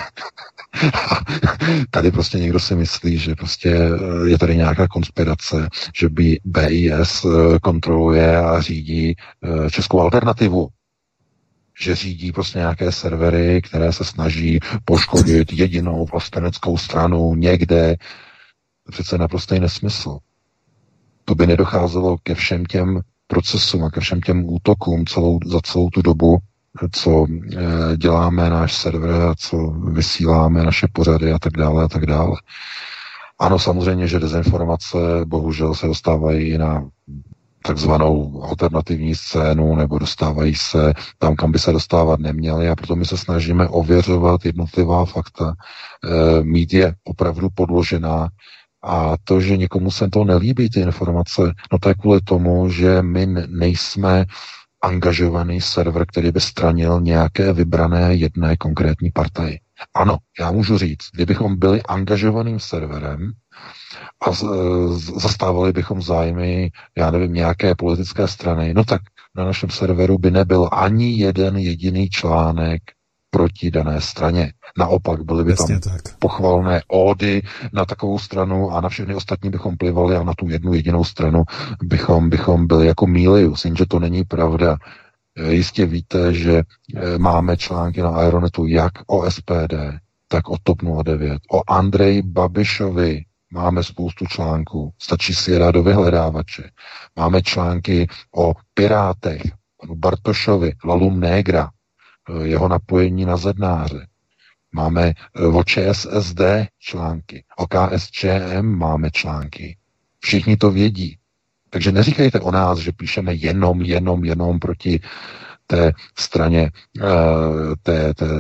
S4: Tady prostě někdo si myslí, že prostě je tady nějaká konspirace, že by B I S kontroluje a řídí českou alternativu. Že řídí prostě nějaké servery, které se snaží poškodit jedinou vlasteneckou stranu někde. To přece naprostý nesmysl. To by nedocházelo ke všem těm procesům a ke všem těm útokům celou, za celou tu dobu, co e, děláme náš server a co vysíláme naše pořady a tak dále a tak dále. Ano, samozřejmě, že dezinformace bohužel se dostávají i na takzvanou alternativní scénu, nebo dostávají se tam, kam by se dostávat neměly, a proto my se snažíme ověřovat jednotlivá fakta, e, mít je opravdu podložená, a to, že někomu se to nelíbí, ty informace, no to je kvůli tomu, že my nejsme angažovaný server, který by stranil nějaké vybrané jedné konkrétní partaji. Ano, já můžu říct, kdybychom byli angažovaným serverem a zastávali bychom zájmy, já nevím, nějaké politické strany, no tak na našem serveru by nebyl ani jeden jediný článek proti dané straně. Naopak byly by
S3: Jasně
S4: tam
S3: tak.
S4: pochvalné ódy na takovou stranu a na všechny ostatní bychom plivali a na tu jednu jedinou stranu bychom, bychom byli jako Milius, jenže to není pravda. Jistě víte, že máme články na Aeronetu jak o S P D, tak o TOP nula devět, o Andreji Babišovi. máme spoustu článků, stačí si je dát do vyhledávače. Máme články o pirátech, panu Bartošovi, Lalum Negra, jeho napojení na zednáře. Máme o ČSSD články, o KSČM máme články. Všichni to vědí. Takže neříkejte o nás, že píšeme jenom, jenom, jenom proti té straně, té, té,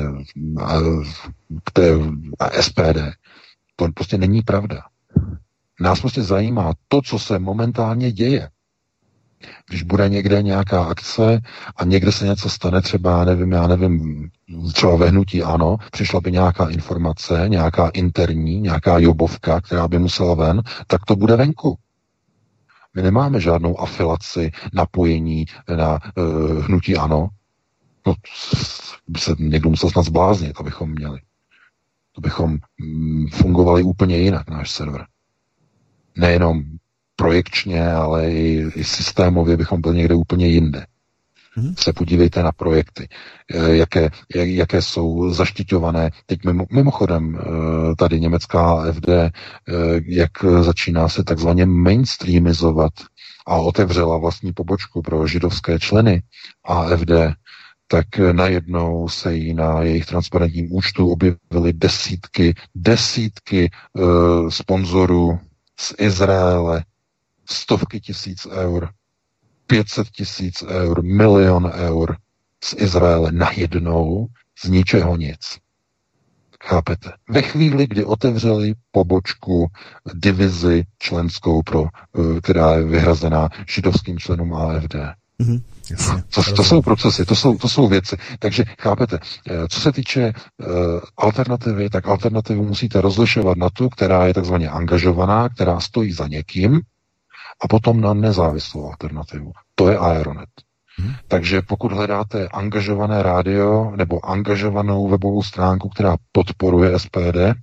S4: té S P D. To prostě není pravda. Nás prostě zajímá to, co se momentálně děje. Když bude někde nějaká akce a někde se něco stane, třeba, nevím, já nevím, třeba ve hnutí ANO, přišla by nějaká informace, nějaká interní, nějaká jobovka, která by musela ven, tak to bude venku. My nemáme žádnou afilaci, napojení na uh, hnutí ANO. No, by se někdo musel snad zbláznit, abychom měli. To bychom mm, fungovali úplně jinak, náš server. Nejenom projekčně, ale i, i systémově bychom byli někde úplně jinde. Hmm. Se podívejte na projekty, jaké, jak, jaké jsou zaštiťované. Teď mimo, mimochodem tady německá A F D, jak začíná se takzvaně mainstreamizovat a otevřela vlastní pobočku pro židovské členy A F D, tak najednou se jí na jejich transparentním účtu objevily desítky, desítky uh, sponzorů z Izraele, stovky tisíc eur, pět set tisíc eur, milion eur z Izraele najednou z ničeho nic. Chápete? Ve chvíli, kdy otevřeli pobočku, divizi členskou, pro, která je vyhrazená židovským členům A F D. Mm-hmm. Jasně, to, to jsou procesy, to jsou, to jsou věci. Takže chápete, co se týče uh, alternativy, tak alternativu musíte rozlišovat na tu, která je takzvaně angažovaná, která stojí za někým, a potom na nezávislou alternativu. To je Aeronet. Hmm. Takže pokud hledáte angažované rádio nebo angažovanou webovou stránku, která podporuje S P D,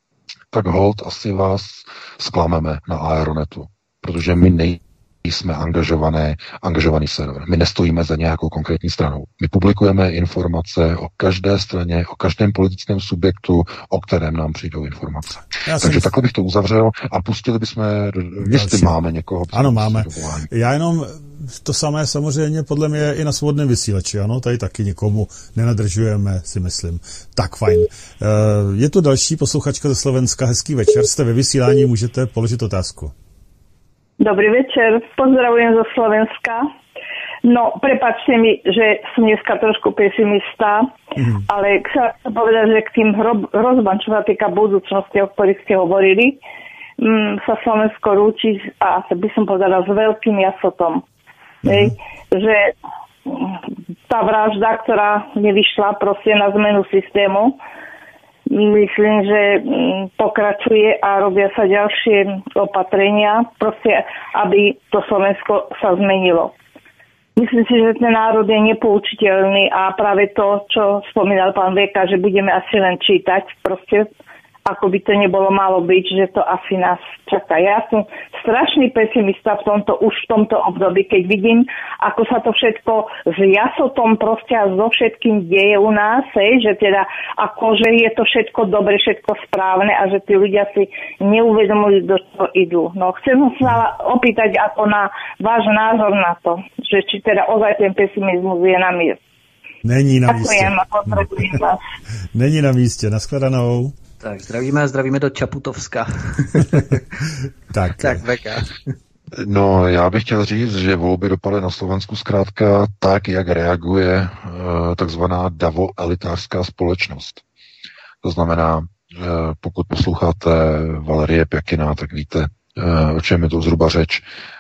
S4: tak hold asi vás zklameme na Aeronetu, protože my nejsme angažované, angažovaný server. My nestojíme za nějakou konkrétní stranou. My publikujeme informace o každé straně, o každém politickém subjektu, o kterém nám přijdou informace. Já Takže jsem... takhle bych to uzavřel a pustili bychom, jestli máme někoho.
S3: Ano, máme. Já jenom to samé samozřejmě podle mě i na svobodném vysílači, ano, tady taky nikomu nenadržujeme, si myslím. Tak fajn. Je tu další posluchačka ze Slovenska. Hezký večer, jste ve vysílání, můžete položit otázku.
S12: Dobrý večer, pozdravujem zo Slovenska. No, prepáčte mi, že som dneska trošku pesimista, mm. ale chcem povedať, že k tým hrozbám, čo sa týka budúcnosti, o ktorých ste hovorili, mm, sa Slovensko rúči a by som povedala s veľkým jasotom. Mm. Že tá vražda, ktorá nevyšla proste na zmenu systému, myslím, že pokračuje a robia sa ďalšie opatrenia, proste, aby to Slovensko sa zmenilo. Myslím si, že ten národ je nepoučiteľný a práve to, čo spomínal pán Veka, že budeme asi len čítať, proste ako by to nebolo malo byť, že to asi nás čaká. Ja som strašný pesimista v tomto, už v tomto období, keď vidím, ako sa to všetko s jasotom proste a so všetkým deje u nás, hej, že teda akože je to všetko dobre, všetko správne a že tí ľudia si neuvedomujú, do čoho idú. No chcem sa opýtať ako na váš názor na to, že či teda ozaj ten pesimizmus je na mieste.
S3: Není na místě. Není na místě. Naschledanou.
S5: Tak zdravíme, zdravíme do Čaputovska.
S3: tak.
S5: tak, Veka.
S4: No, já bych chtěl říct, že volby dopadly na Slovensku zkrátka tak, jak reaguje e, takzvaná davo-elitářská společnost. To znamená, e, pokud posloucháte Valerie Pěkina, tak víte, e, o čem je to zhruba řeč.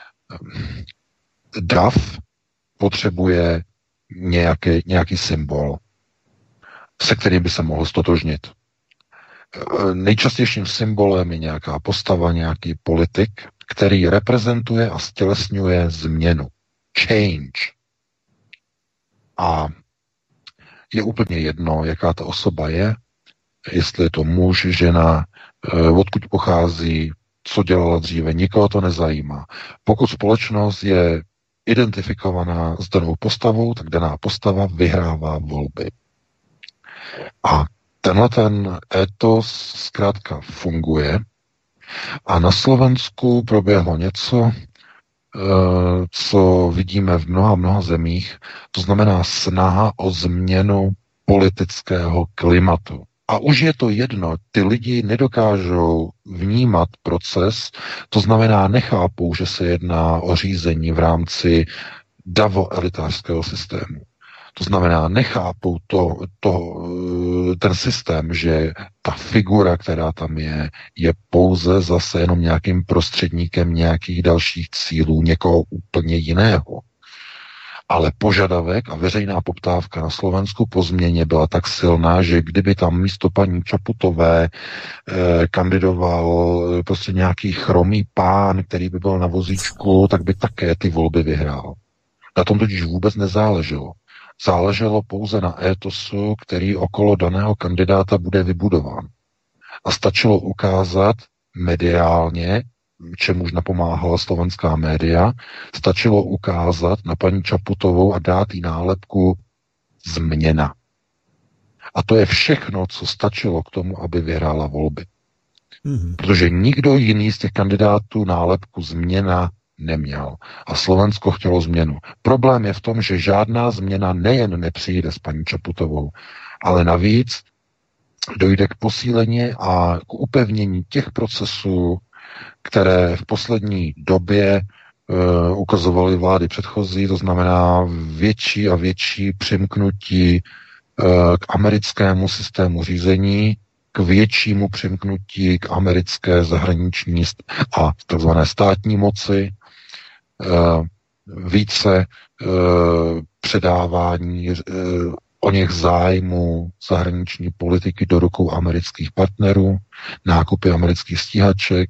S4: Dav potřebuje nějaký, nějaký symbol, se kterým by se mohl stotožnit. Nejčastějším symbolem je nějaká postava, nějaký politik, který reprezentuje a stělesňuje změnu. Change. A je úplně jedno, jaká ta osoba je, jestli je to muž, žena, odkud pochází, co dělala dříve, nikoho to nezajímá. Pokud společnost je identifikovaná s danou postavou, tak daná postava vyhrává volby. A tenhle ten étos zkrátka funguje A na Slovensku proběhlo něco, co vidíme v mnoha, mnoha zemích, to znamená snaha o změnu politického klimatu. A už je to jedno, ty lidi nedokážou vnímat proces, to znamená nechápou, že se jedná o řízení v rámci davo-elitářského systému. To znamená, nechápou to, to, ten systém, že ta figura, která tam je, je pouze zase jenom nějakým prostředníkem nějakých dalších cílů, někoho úplně jiného. Ale požadavek a veřejná poptávka na Slovensku po změně byla tak silná, že kdyby tam místo paní Čaputové eh, kandidoval prostě nějaký chromý pán, který by byl na vozíčku, tak by také ty volby vyhrál. Na tom totiž vůbec nezáleželo. Záleželo pouze na étosu, který okolo daného kandidáta bude vybudován. A stačilo ukázat mediálně, čemuž napomáhala slovenská média, stačilo ukázat na paní Čaputovou a dát jí nálepku změna. A to je všechno, co stačilo k tomu, aby vyhrála volby. Mm-hmm. Protože nikdo jiný z těch kandidátů nálepku změna neměl. A Slovensko chtělo změnu. Problém je v tom, že žádná změna nejen nepřijde s paní Čaputovou, ale navíc dojde k posílení a k upevnění těch procesů, které v poslední době uh, ukazovaly vlády předchozí, to znamená větší a větší přimknutí uh, k americkému systému řízení, k většímu přimknutí k americké zahraniční a takzvané státní moci, uh, více uh, předávání uh, o něch zájmu zahraniční politiky do rukou amerických partnerů, nákupy amerických stíhaček,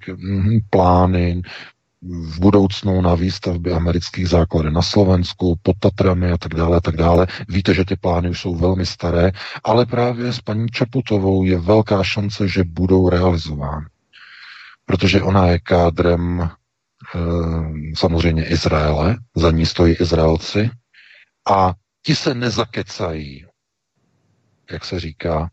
S4: plány v budoucnu na výstavby amerických základen na Slovensku, pod Tatrami a tak dále a tak dále. Víte, že ty plány už jsou velmi staré, ale právě s paní Čaputovou je velká šance, že budou realizovány. Protože ona je kádrem e, samozřejmě Izraele, za ní stojí Izraelci a ti se nezakecají, jak se říká,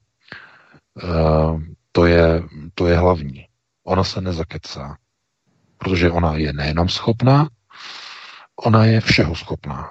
S4: uh, to je, to je hlavní. Ona se nezakecá, protože ona je nejenom schopná, ona je všeho schopná.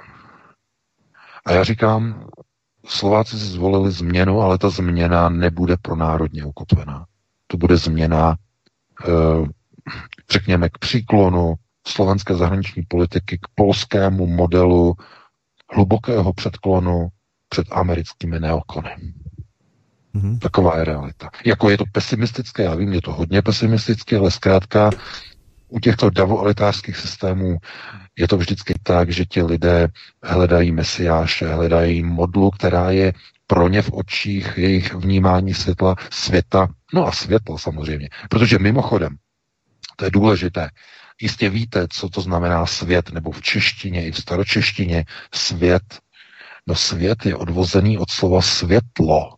S4: A já říkám, Slováci si zvolili změnu, ale ta změna nebude pronárodně ukotvená. To bude změna, uh, řekněme, k příklonu slovenské zahraniční politiky k polskému modelu hlubokého předklonu před americkými neokony. Mm-hmm. Taková je realita. Jako je to pesimistické, já vím, je to hodně pesimistické, ale zkrátka u těchto davoelitářských systémů je to vždycky tak, že ti lidé hledají mesiáše, hledají modlu, která je pro ně v očích jejich vnímání světla, světa, no a světla samozřejmě. Protože mimochodem, to je důležité, jistě víte, co to znamená svět, nebo v češtině i v staročeštině svět. No svět je odvozený od slova světlo.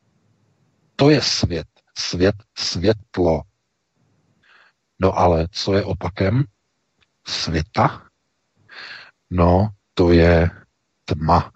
S4: To je svět. Svět, světlo. No ale co je opakem světa? No, to je tma.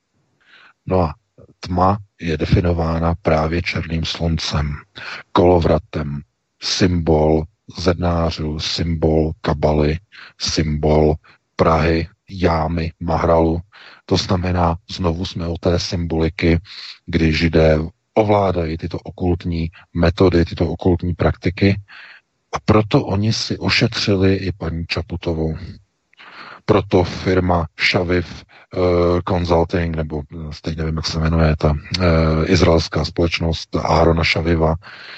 S4: No a tma je definována právě černým sluncem, kolovratem, symbol zednářů, symbol kabaly, symbol Prahy, jámy, Mahralu. To znamená, znovu jsme u té symboliky, kdy Židé ovládají tyto okultní metody, tyto okultní praktiky a proto oni si ošetřili i paní Čaputovou. Proto firma Shaviv uh, Consulting, nebo teď nevím, jak se jmenuje, ta uh, izraelská společnost Aarona Shaviva, uh,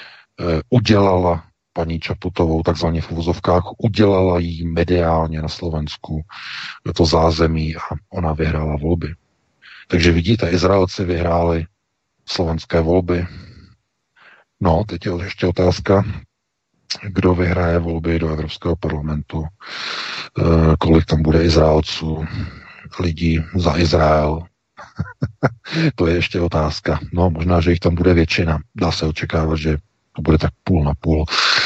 S4: udělala paní Čaputovou, takzvaně v uvozovkách, udělala jí mediálně na Slovensku to zázemí a ona vyhrála volby. Takže vidíte, Izraelci vyhráli slovenské volby. No, teď je ještě otázka, kdo vyhraje volby do Evropského parlamentu, kolik tam bude Izraelců, lidí za Izrael. To je ještě otázka. No, možná, že jich tam bude většina. Dá se očekávat, že to bude tak půl na půl.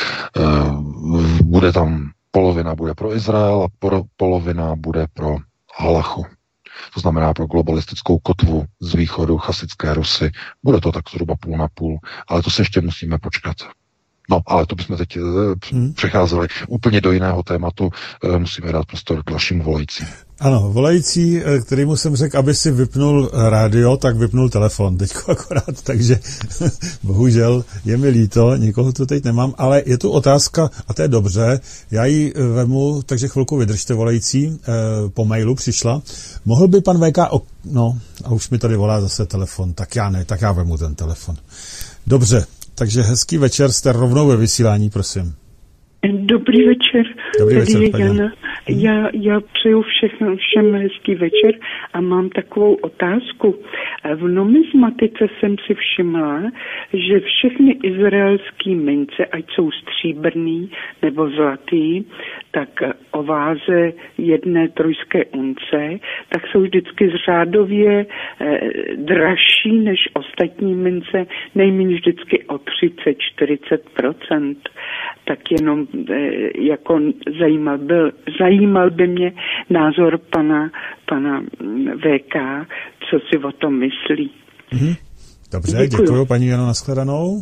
S4: Bude tam polovina bude pro Izrael a polovina bude pro Halachu. To znamená pro globalistickou kotvu z východu, chasické Rusy. Bude to tak zhruba půl na půl, ale to se ještě musíme počkat. No, ale to bychom teď hmm. přecházeli úplně do jiného tématu. Musíme dát prostor k dalšímu volajícím.
S3: Ano, volající, kterýmu jsem řekl, aby si vypnul rádio, tak vypnul telefon teďko akorát, takže bohužel je mi líto, nikoho tu teď nemám, ale je tu otázka, a to je dobře, já ji vemu, takže chvilku vydržte volající, po mailu přišla. Mohl by pan V K, ok... no, a už mi tady volá zase telefon, tak já ne, tak já vemu ten telefon. Dobře, takže hezký večer, jste rovnou ve vysílání, prosím.
S13: Dobrý večer,
S3: Dobrý
S13: tady
S3: večer,
S13: je Jana. Já, já přeju všechno, všem hezký večer a mám takovou otázku. V numizmatice jsem si všimla, že všechny izraelské mince, ať jsou stříbrný nebo zlatý, tak o váze jedné trojské unce, tak jsou vždycky zřádově eh, dražší než ostatní mince, nejméně vždycky o třicet až čtyřicet procent. Tak jenom eh, jako zajímal, byl, zajímal by mě názor pana, pana V K, co si o tom myslí.
S3: Mm-hmm. Dobře, děkuji. děkuji paní Jano, nashledanou.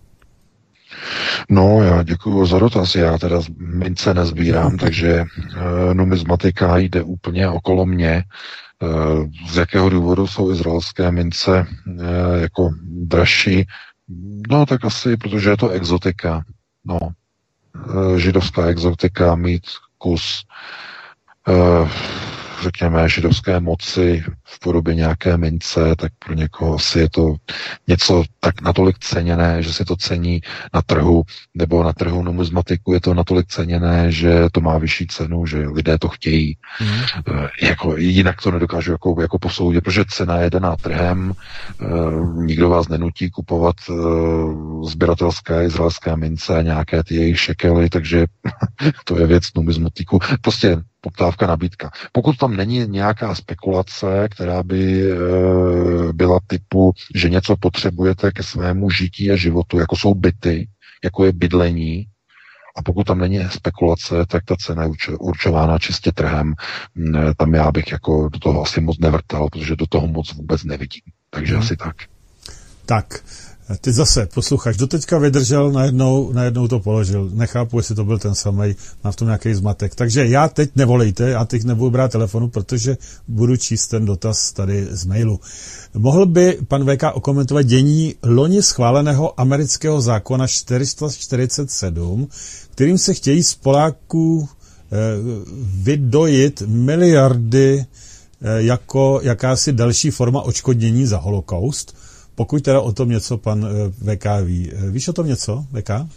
S4: No, já děkuji za dotaz. Já teda mince nezbírám, takže uh, numizmatika jde úplně okolo mě. Uh, z jakého důvodu jsou izraelské mince uh, jako dražší? No, tak asi, protože je to exotika. No, uh, židovská exotika, mít kus uh, řekněme, židovské moci v podobě nějaké mince, tak pro někoho asi je to něco tak natolik ceněné, že si to cení na trhu, nebo na trhu numizmatiku je to natolik ceněné, že to má vyšší cenu, že lidé to chtějí. Mm. Jako, jinak to nedokážu jako, jako posoudit, protože cena je daná trhem, nikdo vás nenutí kupovat sběratelské izraelské mince, nějaké ty jejich šekely, takže to je věc numizmatiku. Prostě poptávka, nabídka. Pokud tam není nějaká spekulace, která by e, byla typu, že něco potřebujete ke svému žití a životu, jako jsou byty, jako je bydlení, a pokud tam není spekulace, tak ta cena je určována čistě trhem. Tam já bych jako do toho asi moc nevrtal, protože do toho moc vůbec nevidím. Takže hmm. asi tak.
S3: Tak. Teď zase, posluchač, doteďka vydržel, najednou, najednou to položil. Nechápu, jestli to byl ten samej, mám v tom nějaký zmatek. Takže já teď nevolejte, já teď nebudu brát telefonu, protože budu číst ten dotaz tady z mailu. Mohl by pan V K okomentovat dění loni schváleného amerického zákona čtyři sta čtyřicet sedm, kterým se chtějí z Poláků eh, vydojit miliardy eh, jako jakási další forma odškodnění za holokaust? Pokud teda o tom něco pan V K ví. Víš o tom něco, V K?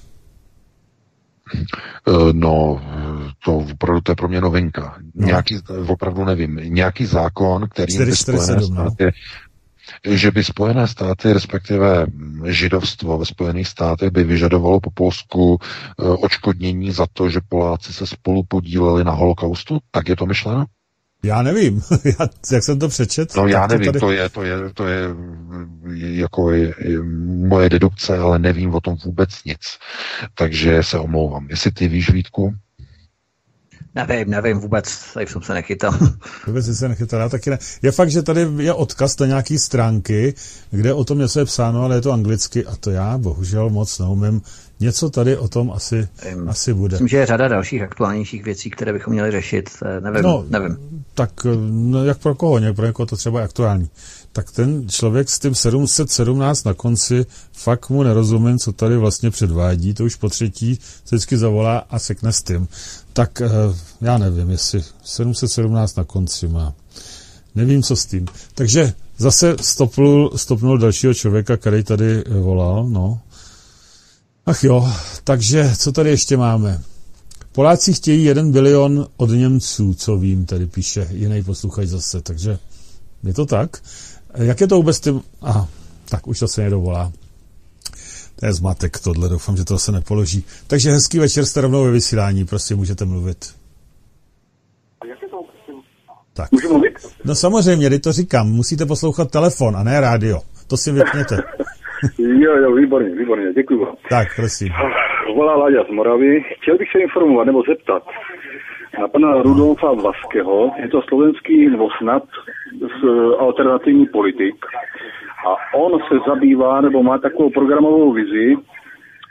S4: No, to opravdu to je pro mě novinka. No. Nějaký, opravdu nevím, nějaký zákon, který by Spojené státy, no. že by Spojené státy, respektive židovstvo ve Spojených státech by vyžadovalo po Polsku odškodnění za to, že Poláci se spolu podíleli na holokaustu, tak je to myšleno?
S3: Já nevím, já, jak jsem to přečet.
S4: No já nevím, to,
S3: tady...
S4: to je, to je, to je jako je, je moje dedukce, ale nevím o tom vůbec nic. Takže se omlouvám. Jestli ty víš, Vítku?
S5: Nevím, nevím vůbec, tady jsem se nechytal.
S3: Vůbec jsem se nechytal, já taky ne. Je fakt, že tady je odkaz na nějaký stránky, kde o tom něco je psáno, ale je to anglicky a to já bohužel moc neumím. Něco tady o tom asi, um, asi bude.
S5: Myslím, že je řada dalších aktuálnějších věcí, které bychom měli řešit. Nevím,
S3: no,
S5: nevím.
S3: Tak no, jak pro koho? Pro někoho to třeba je aktuální. Tak ten člověk s tím sedm set sedmnáct na konci, fakt mu nerozumím, co tady vlastně předvádí. To už po třetí se vždycky zavolá a sekne s tím. Tak já nevím, jestli sedm set sedmnáct na konci má. Nevím, co s tím. Takže zase stopnul, stopnul dalšího člověka, který tady volal, no. Ach jo, takže co tady ještě máme? Poláci chtějí jeden bilion od Němců, co vím, tady píše jiný posluchač zase, takže je to tak. Jak je to vůbec tím? Aha, tak už zase někdo volá. To je zmatek tohle, doufám, že to se nepoloží. Takže hezký večer, jste rovnou ve vysílání, prosím, můžete mluvit.
S14: Jak je to vůbec tím?
S3: Tak.
S14: Můžu mluvit?
S3: No samozřejmě, teď to říkám, musíte poslouchat telefon a ne rádio. To si vypněte.
S14: Jo, jo, výborně, výborně, děkuji vám.
S3: Tak, prosím.
S14: Volá Láďa z Moravy. Chtěl bych se informovat nebo zeptat na pana Rudolfa Vlaského. Je to slovenský nebo snad alternativní politik. A on se zabývá nebo má takovou programovou vizi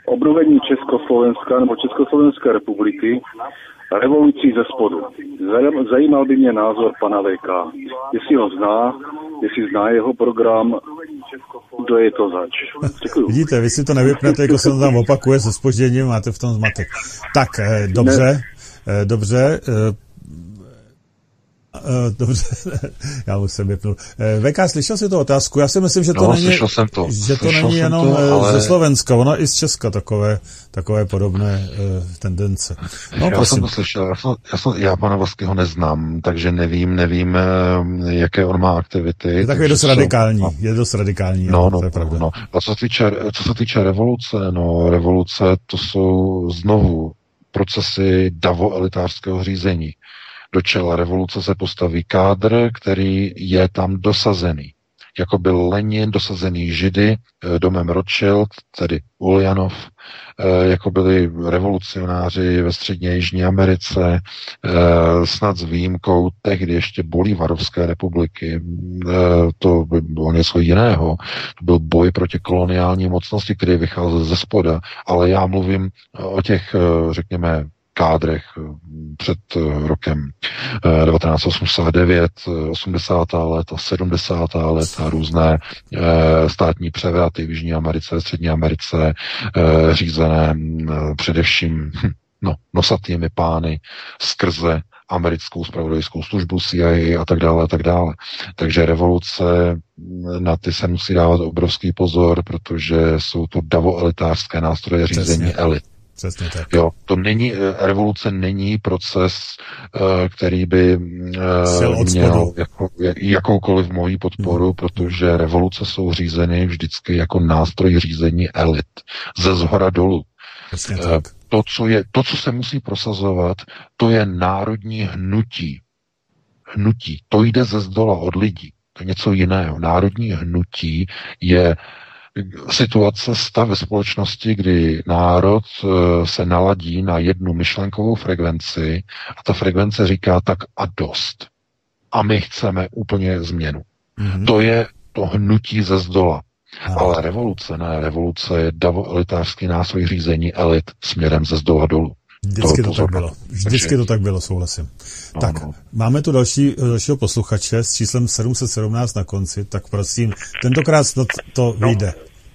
S14: obnovení Československa nebo Československé republiky revolucí ze spodu. Zajímal by mě názor pana V K. Jestli ho zná, jestli zná jeho program, kdo je to zač. Děkuju.
S3: Vidíte, vy si to nevypnete, jako se to tam opakuje se zpožděním, máte v tom zmatek. Tak, eh, dobře, eh, dobře, eh, Uh, dobře, já už jsem vypnul. Uh, V K, slyšel jsi tu otázku? Já si myslím, že to
S4: no,
S3: není,
S4: to.
S3: že to není jenom to, ale... ze Slovenska, ono i z Česka takové, takové podobné uh, tendence. No,
S4: já
S3: prosím.
S4: jsem to slyšel, já, jsem, já, jsem, já pana Vazkyho neznám, takže nevím, nevím, jaké on má aktivity.
S3: Je takový dost radikální, no. je dost radikální,
S4: no, no,
S3: to je pravda.
S4: No. A co se týče, co se týče revoluce, no, revoluce to jsou znovu procesy davoelitářského řízení. Do čela revoluce se postaví kádr, který je tam dosazený. Jako byl Lenin dosazený Židy domem Rothschild, tedy Uljanov, jako byli revolucionáři ve střední a Jižní Americe, snad s výjimkou tehdy ještě Bolívarovské republiky. To by bylo něco jiného. To byl boj proti koloniální mocnosti, který vycházel ze spoda. Ale já mluvím o těch, řekněme, kádrech před rokem devatenáct osmdesát devět, osmdesátá léta, sedmdesátá léta, různé státní převraty v Jižní Americe, Střední Americe, řízené především no, nosatými pány skrze americkou zpravodajskou službu C I A a tak dále a tak dále. Takže revoluce, na ty se musí dávat obrovský pozor, protože jsou to davoelitářské nástroje řízení
S3: Přesně.
S4: elit.
S3: Přesně tak.
S4: Jo, to není, revoluce není proces, který by měl jako, jakoukoliv moji podporu, hmm. protože revoluce jsou řízeny vždycky jako nástroj řízení elit. Ze zhora dolů. To co, je, to, co se musí prosazovat, to je národní hnutí. Hnutí. To jde ze zdola od lidí. To je něco jiného. Národní hnutí je situace, stav ve společnosti, kdy národ se naladí na jednu myšlenkovou frekvenci a ta frekvence říká tak a dost. A my chceme úplně změnu. Mm-hmm. To je to hnutí ze zdola. Aha. Ale revoluce, ne, revoluce je davoelitářský nástroj řízení elit směrem ze zdola dolů.
S3: Vždycky to, to tak bylo. Vždycky Takže... to tak bylo, souhlasím. No, tak, no. Máme tu další, dalšího posluchače s číslem sedm set sedmnáct na konci, tak prosím, tentokrát snad to vyjde.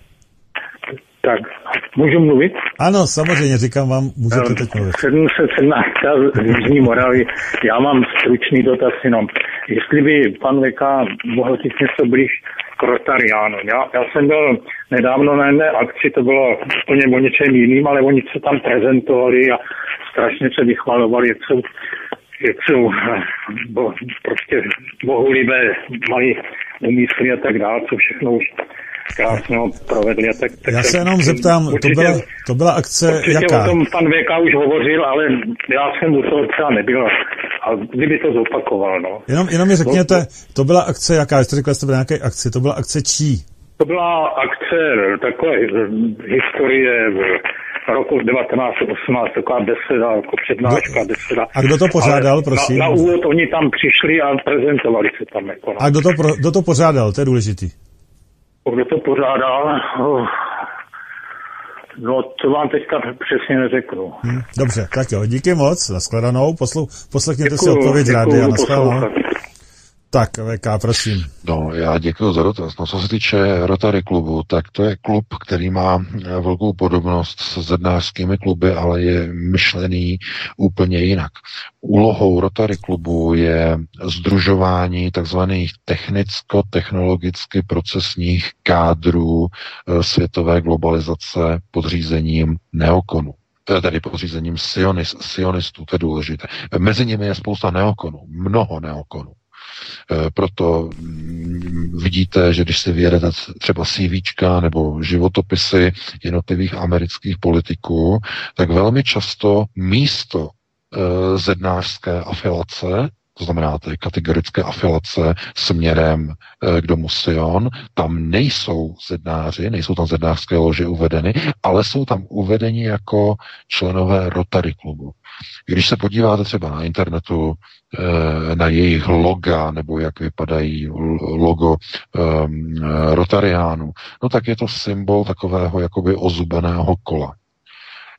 S15: Tak, můžu mluvit?
S3: Ano, samozřejmě, říkám vám, můžete teď mluvit.
S15: sedm set sedmnáct z Jižní Moravy, já mám stručný dotaz jenom. Jestli by pan V K mohl říct něco blíž k Rotariánu. Já, já jsem byl nedávno na jedné akci, to bylo úplně o něčem jiným, ale oni se tam prezentovali a strašně se vychvalovali, jak jsou, jak jsou bo, prostě bohulibé, mají umysly a tak dále, co všechno už krásně provedli. Tak, tak
S3: já se jenom zeptám, určitě, to, byla, to byla akce jaká?
S15: O tom pan V K už hovořil, ale já jsem u toho třeba nebyl. A kdyby to zopakoval, no.
S3: Jenom, jenom mi řekněte, to byla akce jaká? Jste řekla, že jste byla nějaké akci, to byla akce čí?
S15: To byla akce takové historie roku devatenáct osmnáct, taková beseda, jako přednáška, kdo, beseda.
S3: A kdo to pořádal, prosím?
S15: Na, na úvod oni tam přišli a prezentovali se tam. Jako, no.
S3: A kdo to, pro, kdo to pořádal, to je důležitý.
S15: Kdo to pořádal? Oh. No, to vám teďka přesně neřeknu.
S3: Hmm, dobře, tak jo, díky moc, nashledanou, Poslu, poslechněte děkuju, si odpověď rádi a nashledanou. Tak, V K, prosím.
S4: No, já děkuji za dotaz. No, co se týče Rotary klubu, tak to je klub, který má velkou podobnost s zednářskými kluby, ale je myšlený úplně jinak. Úlohou Rotary klubu je sdružování takzvaných technicko-technologicky procesních kádrů světové globalizace pod řízením neokonu. Tedy pod řízením sionist, sionistů, to je důležité. Mezi nimi je spousta neokonů, mnoho neokonů. Proto vidíte, že když si vyjedete třeba CVčka nebo životopisy jednotlivých amerických politiků, tak velmi často místo zednářské afilace, to znamená té kategorické afilace směrem k domu Sion, tam nejsou zednáři, nejsou tam zednářské lože uvedeny, ale jsou tam uvedeni jako členové Rotary klubu. Když se podíváte třeba na internetu na jejich loga, nebo jak vypadají logo um, Rotariánů, no tak je to symbol takového jakoby ozubeného kola.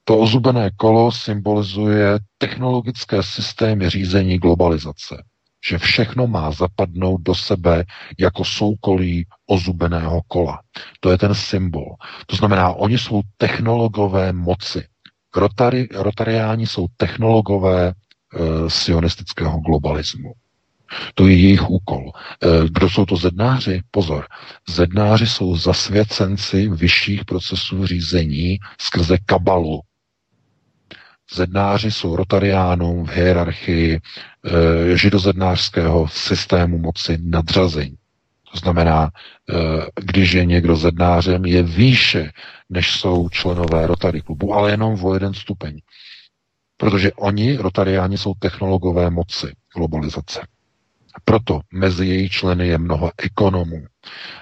S4: To ozubené kolo symbolizuje technologické systémy řízení globalizace, že všechno má zapadnout do sebe jako soukolí ozubeného kola. To je ten symbol. To znamená, oni jsou technologové moci. Rotari, rotariáni jsou technologové e, sionistického globalismu. To je jejich úkol. E, kdo jsou to zednáři? Pozor. Zednáři jsou zasvěcenci vyšších procesů řízení skrze kabalu. Zednáři jsou rotariánům v hierarchii e, židozednářského systému moci nadřazení. To znamená, e, když je někdo zednářem, je výše, než jsou členové Rotary klubu, ale jenom o jeden stupeň. Protože oni, rotariáni, jsou technologové moci globalizace. Proto mezi její členy je mnoho ekonomů, e,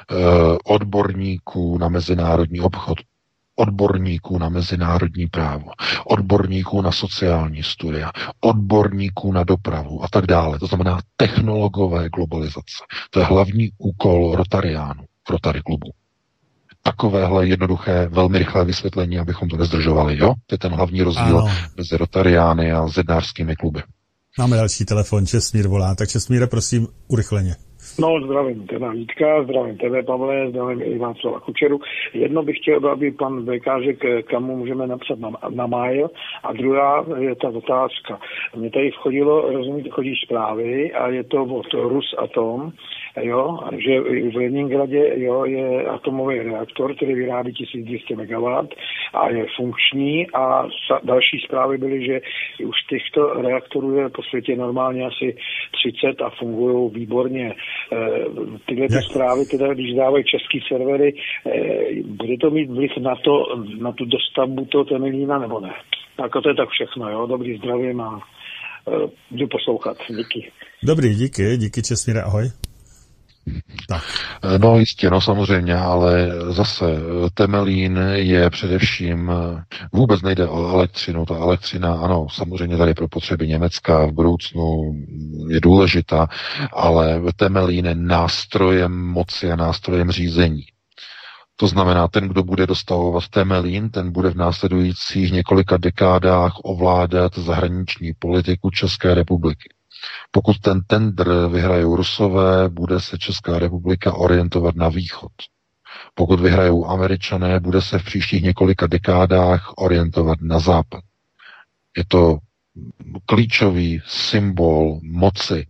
S4: odborníků na mezinárodní obchod, odborníků na mezinárodní právo, odborníků na sociální studia, odborníků na dopravu a tak dále. To znamená technologové globalizace. To je hlavní úkol Rotariánů, Rotary klubu. Takovéhle jednoduché, velmi rychlé vysvětlení, abychom to nezdržovali, jo? To je ten hlavní rozdíl ano. mezi Rotariány a zednářskými kluby.
S3: Máme další telefon, Česmír volá, tak Česmíre, prosím, urychleně.
S16: No, zdravím tebe Vítka, zdravím tebe Pavle, zdravím i Václava Kučeru. Jedno bych chtěl, aby pan V K řekl, kamu můžeme napsat na, na mail, a druhá je ta otázka. Mně tady vchodilo, rozumíte, chodí zprávy a je to od Rusatom, jo, že v Leningradě, jo, je atomový reaktor, který vyrábí tisíc dvě stě megawattů a je funkční, a další zprávy byly, že už těchto reaktorů je po světě normálně asi třicet a fungují výborně. Tyhle ty zprávy, teda, když dávají český servery, bude to mít vliv na to, na tu dostavbu toho Temelína, nebo ne? Tak to je tak všechno, jo, dobrý, zdravím a uh, jdu poslouchat, díky.
S3: Dobrý, díky, díky Česmíre, ahoj. Tak.
S4: No jistě, no samozřejmě, ale zase Temelín je především, vůbec nejde o elektřinu, ta elektřina, ano, samozřejmě tady pro potřeby Německa v budoucnu je důležitá, ale Temelín je nástrojem moci a nástrojem řízení. To znamená, ten, kdo bude dostavovat Temelín, ten bude v následujících několika dekádách ovládat zahraniční politiku České republiky. Pokud ten tendr vyhrajou Rusové, bude se Česká republika orientovat na východ. Pokud vyhrajou Američané, bude se v příštích několika dekádách orientovat na západ. Je to klíčový symbol moci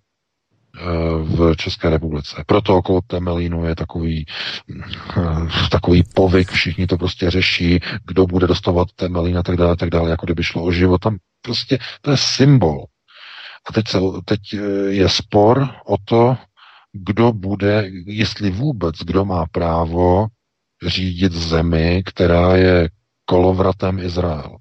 S4: v České republice. Proto okolo Temelínu je takový, takový povyk, všichni to prostě řeší, kdo bude dostávat Temelín a tak dále, tak dále, jako kdyby šlo o život. Tam prostě to je symbol. A teď, se, teď je spor o to, kdo bude, jestli vůbec, kdo má právo řídit zemi, která je kolovratem Izrael.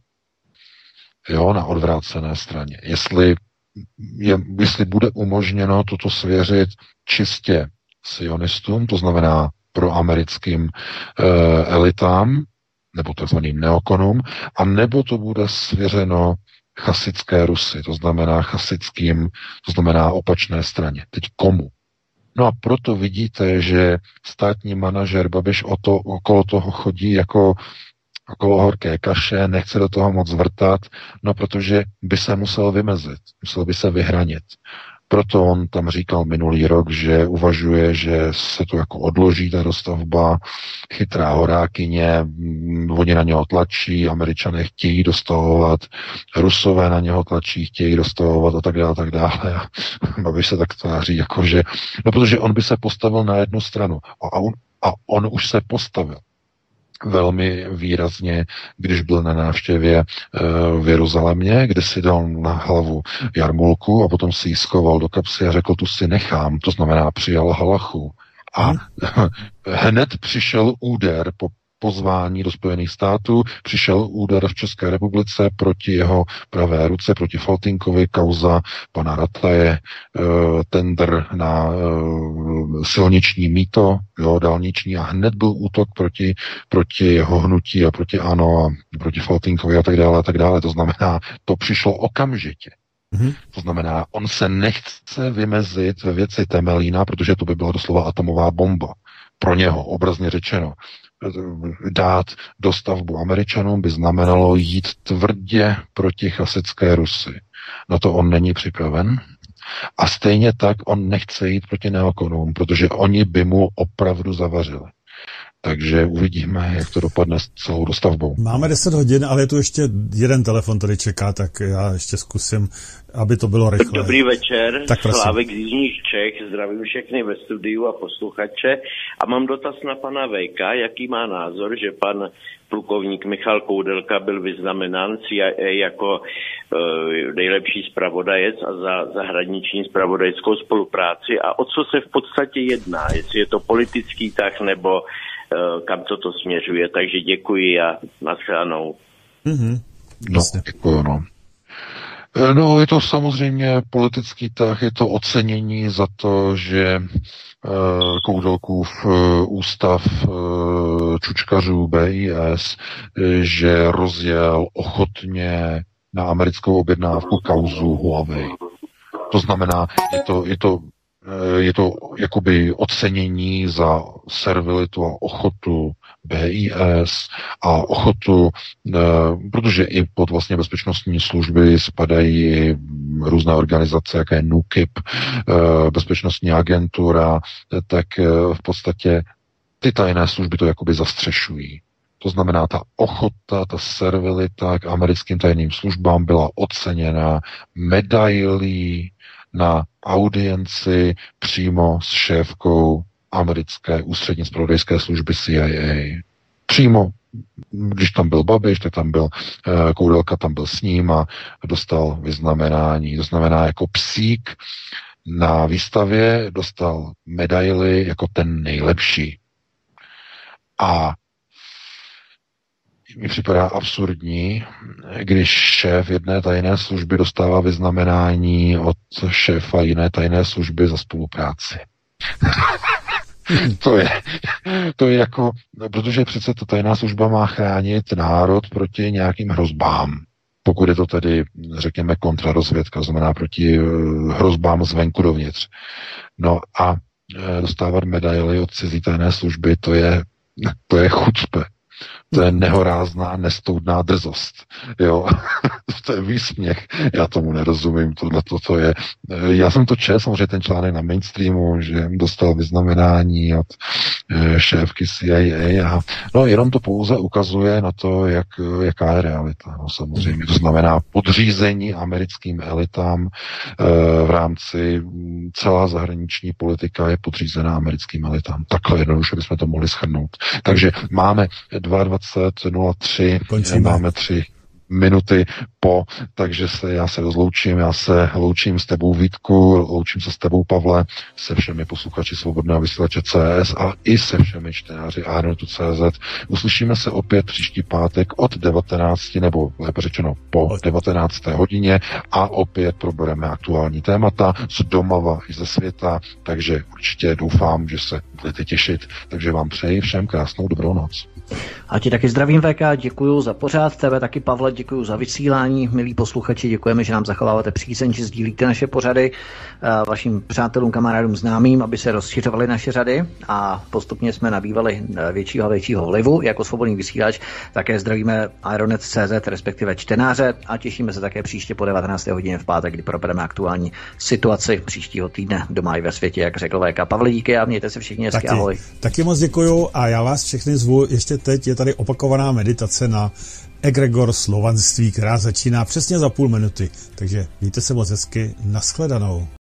S4: Jo, na odvrácené straně. Jestli, je, jestli bude umožněno toto svěřit čistě sionistům, to znamená proamerickým eh, elitám, nebo takzvaným neokonům, a nebo to bude svěřeno chasické Rusy, to znamená chasickým, to znamená opačné straně. Teď komu? No a proto vidíte, že státní manažer Babiš o to, okolo toho chodí jako okolo horké kaše, nechce do toho moc vrtat, no protože by se musel vymezit, musel by se vyhranit. Proto on tam říkal minulý rok, že uvažuje, že se to jako odloží ta dostavba, chytrá horákyně, oni na něho tlačí, Američané chtějí dostavovat, Rusové na něho tlačí, chtějí dostavovat a tak dále, tak dále. A Babiš se tak tváří, jakože, no protože on by se postavil na jednu stranu a on, a on už se postavil velmi výrazně, když byl na návštěvě v Jeruzalémě, kde si dal na hlavu jarmulku a potom si ji schoval do kapsy a řekl, tu si nechám, to znamená přijal halachu. A hned přišel úder po pozvání do Spojených států, přišel úder v České republice proti jeho pravé ruce, proti Faltýnkovi, kauza pana Rataje, tender na silniční mýto, jo, dálniční, a hned byl útok proti, proti jeho hnutí a proti ANO a proti Faltýnkovi a tak dále a tak dále. To znamená, to přišlo okamžitě. Mm-hmm. To znamená, on se nechce vymezit ve věci Temelína, protože to by byla doslova atomová bomba. Pro něho, obrazně řečeno. dát dostavbu Američanům by znamenalo jít tvrdě proti chasické Rusy. Na to on není připraven. A stejně tak on nechce jít proti neokonům, protože oni by mu opravdu zavařili. Takže uvidíme, jak to dopadne s celou dostavbou.
S3: Máme deset hodin, ale je tu ještě jeden telefon, který čeká, tak já ještě zkusím, aby to bylo rychle.
S17: Dobrý večer,
S3: tak
S17: Slávek z Jižních Čech, zdravím všechny ve studiu a posluchače. A mám dotaz na pana Vejka, jaký má názor, že pan plukovník Michal Koudelka byl vyznamenán C I A jako uh, nejlepší zpravodajec a za zahraniční zpravodajskou spolupráci. A o co se v podstatě jedná? Jestli je to politický tah nebo uh, kam to to směřuje. Takže děkuji a nashledanou.
S3: Mm-hmm.
S4: No, děkuji, no. No, je to samozřejmě politický tah, je to ocenění za to, že uh, Koudelkův uh, ústav uh, čučkařů B I S, že rozjel ochotně na americkou objednávku kauzu Huawei. To znamená, je to, je to, je to jakoby ocenění za servilitu a ochotu B I S a ochotu, protože i pod vlastně bezpečnostní služby spadají různé organizace, jako je N U K I P, bezpečnostní agentura, tak v podstatě ty tajné služby to jakoby zastřešují. To znamená, ta ochota, ta servilita k americkým tajným službám byla oceněna medailí na audienci přímo s šéfkou americké ústřední zpravodajské služby C I A. Přímo, když tam byl Babiš, tak tam byl Koudelka, tam byl s ním a dostal vyznamenání. To znamená, jako psík na výstavě dostal medaily jako ten nejlepší. A mi připadá absurdní, když šéf jedné tajné služby dostává vyznamenání od šéfa jiné tajné služby za spolupráci. to je, to je jako, protože přece ta tajná služba má chránit národ proti nějakým hrozbám. Pokud je to tedy, řekněme, kontrarozvědka, znamená proti hrozbám zvenku dovnitř. No a dostávat medaily od cizí tajné služby, to je, to je chucpe. To je nehorázná, nestoudná drzost. Jo? To je výsměch. Já tomu nerozumím. Tohle to, to je. Já jsem to četl, samozřejmě ten článek na mainstreamu, že dostal vyznamenání od šéfky C I A. A, no, jenom to pouze ukazuje na to, jak, jaká je realita. No, samozřejmě. To znamená podřízení americkým elitám v rámci celá zahraniční politika je podřízená americkým elitám. Takhle jednoduše bychom to mohli shrnout. Takže máme dvacet dva nula tři, máme tři minuty po, takže se, já se rozloučím, já se loučím s tebou Vítku, loučím se s tebou Pavle, se všemi posluchači Svobodného vysílače C S a i se všemi čtenáři Aeronetu C Z. Uslyšíme se opět příští pátek od devatenácti, nebo lépe řečeno po devatenácté hodině a opět probereme aktuální témata z domova i ze světa, takže určitě doufám, že se budete těšit, takže vám přeji všem krásnou dobrou noc.
S5: A ti taky zdravím, V K, děkuju za pořád, tebe taky, Pavle, děkuju za vysílání, milí posluchači, děkujeme, že nám zachováváte přízeň, že sdílíte naše pořady vašim přátelům, kamarádům, známým, aby se rozšiřovaly naše řady a postupně jsme nabývali většího a většího vlivu jako svobodný vysílač. Také zdravíme Aeronet tečka cé zet, respektive čtenáře a těšíme se také příště po devatenácté hodině v pátek, kdy probereme aktuální situaci příštího týdne doma i ve světě, jak řekl V K. Pavle, díky a mějte se všichni hezky, ahoj.
S3: Taky moc děkuju a já vás všechny zvu, ještě teď je tady opakovaná meditace na egregor slovanství, která začíná přesně za půl minuty. Takže mějte se moc hezky, nashledanou.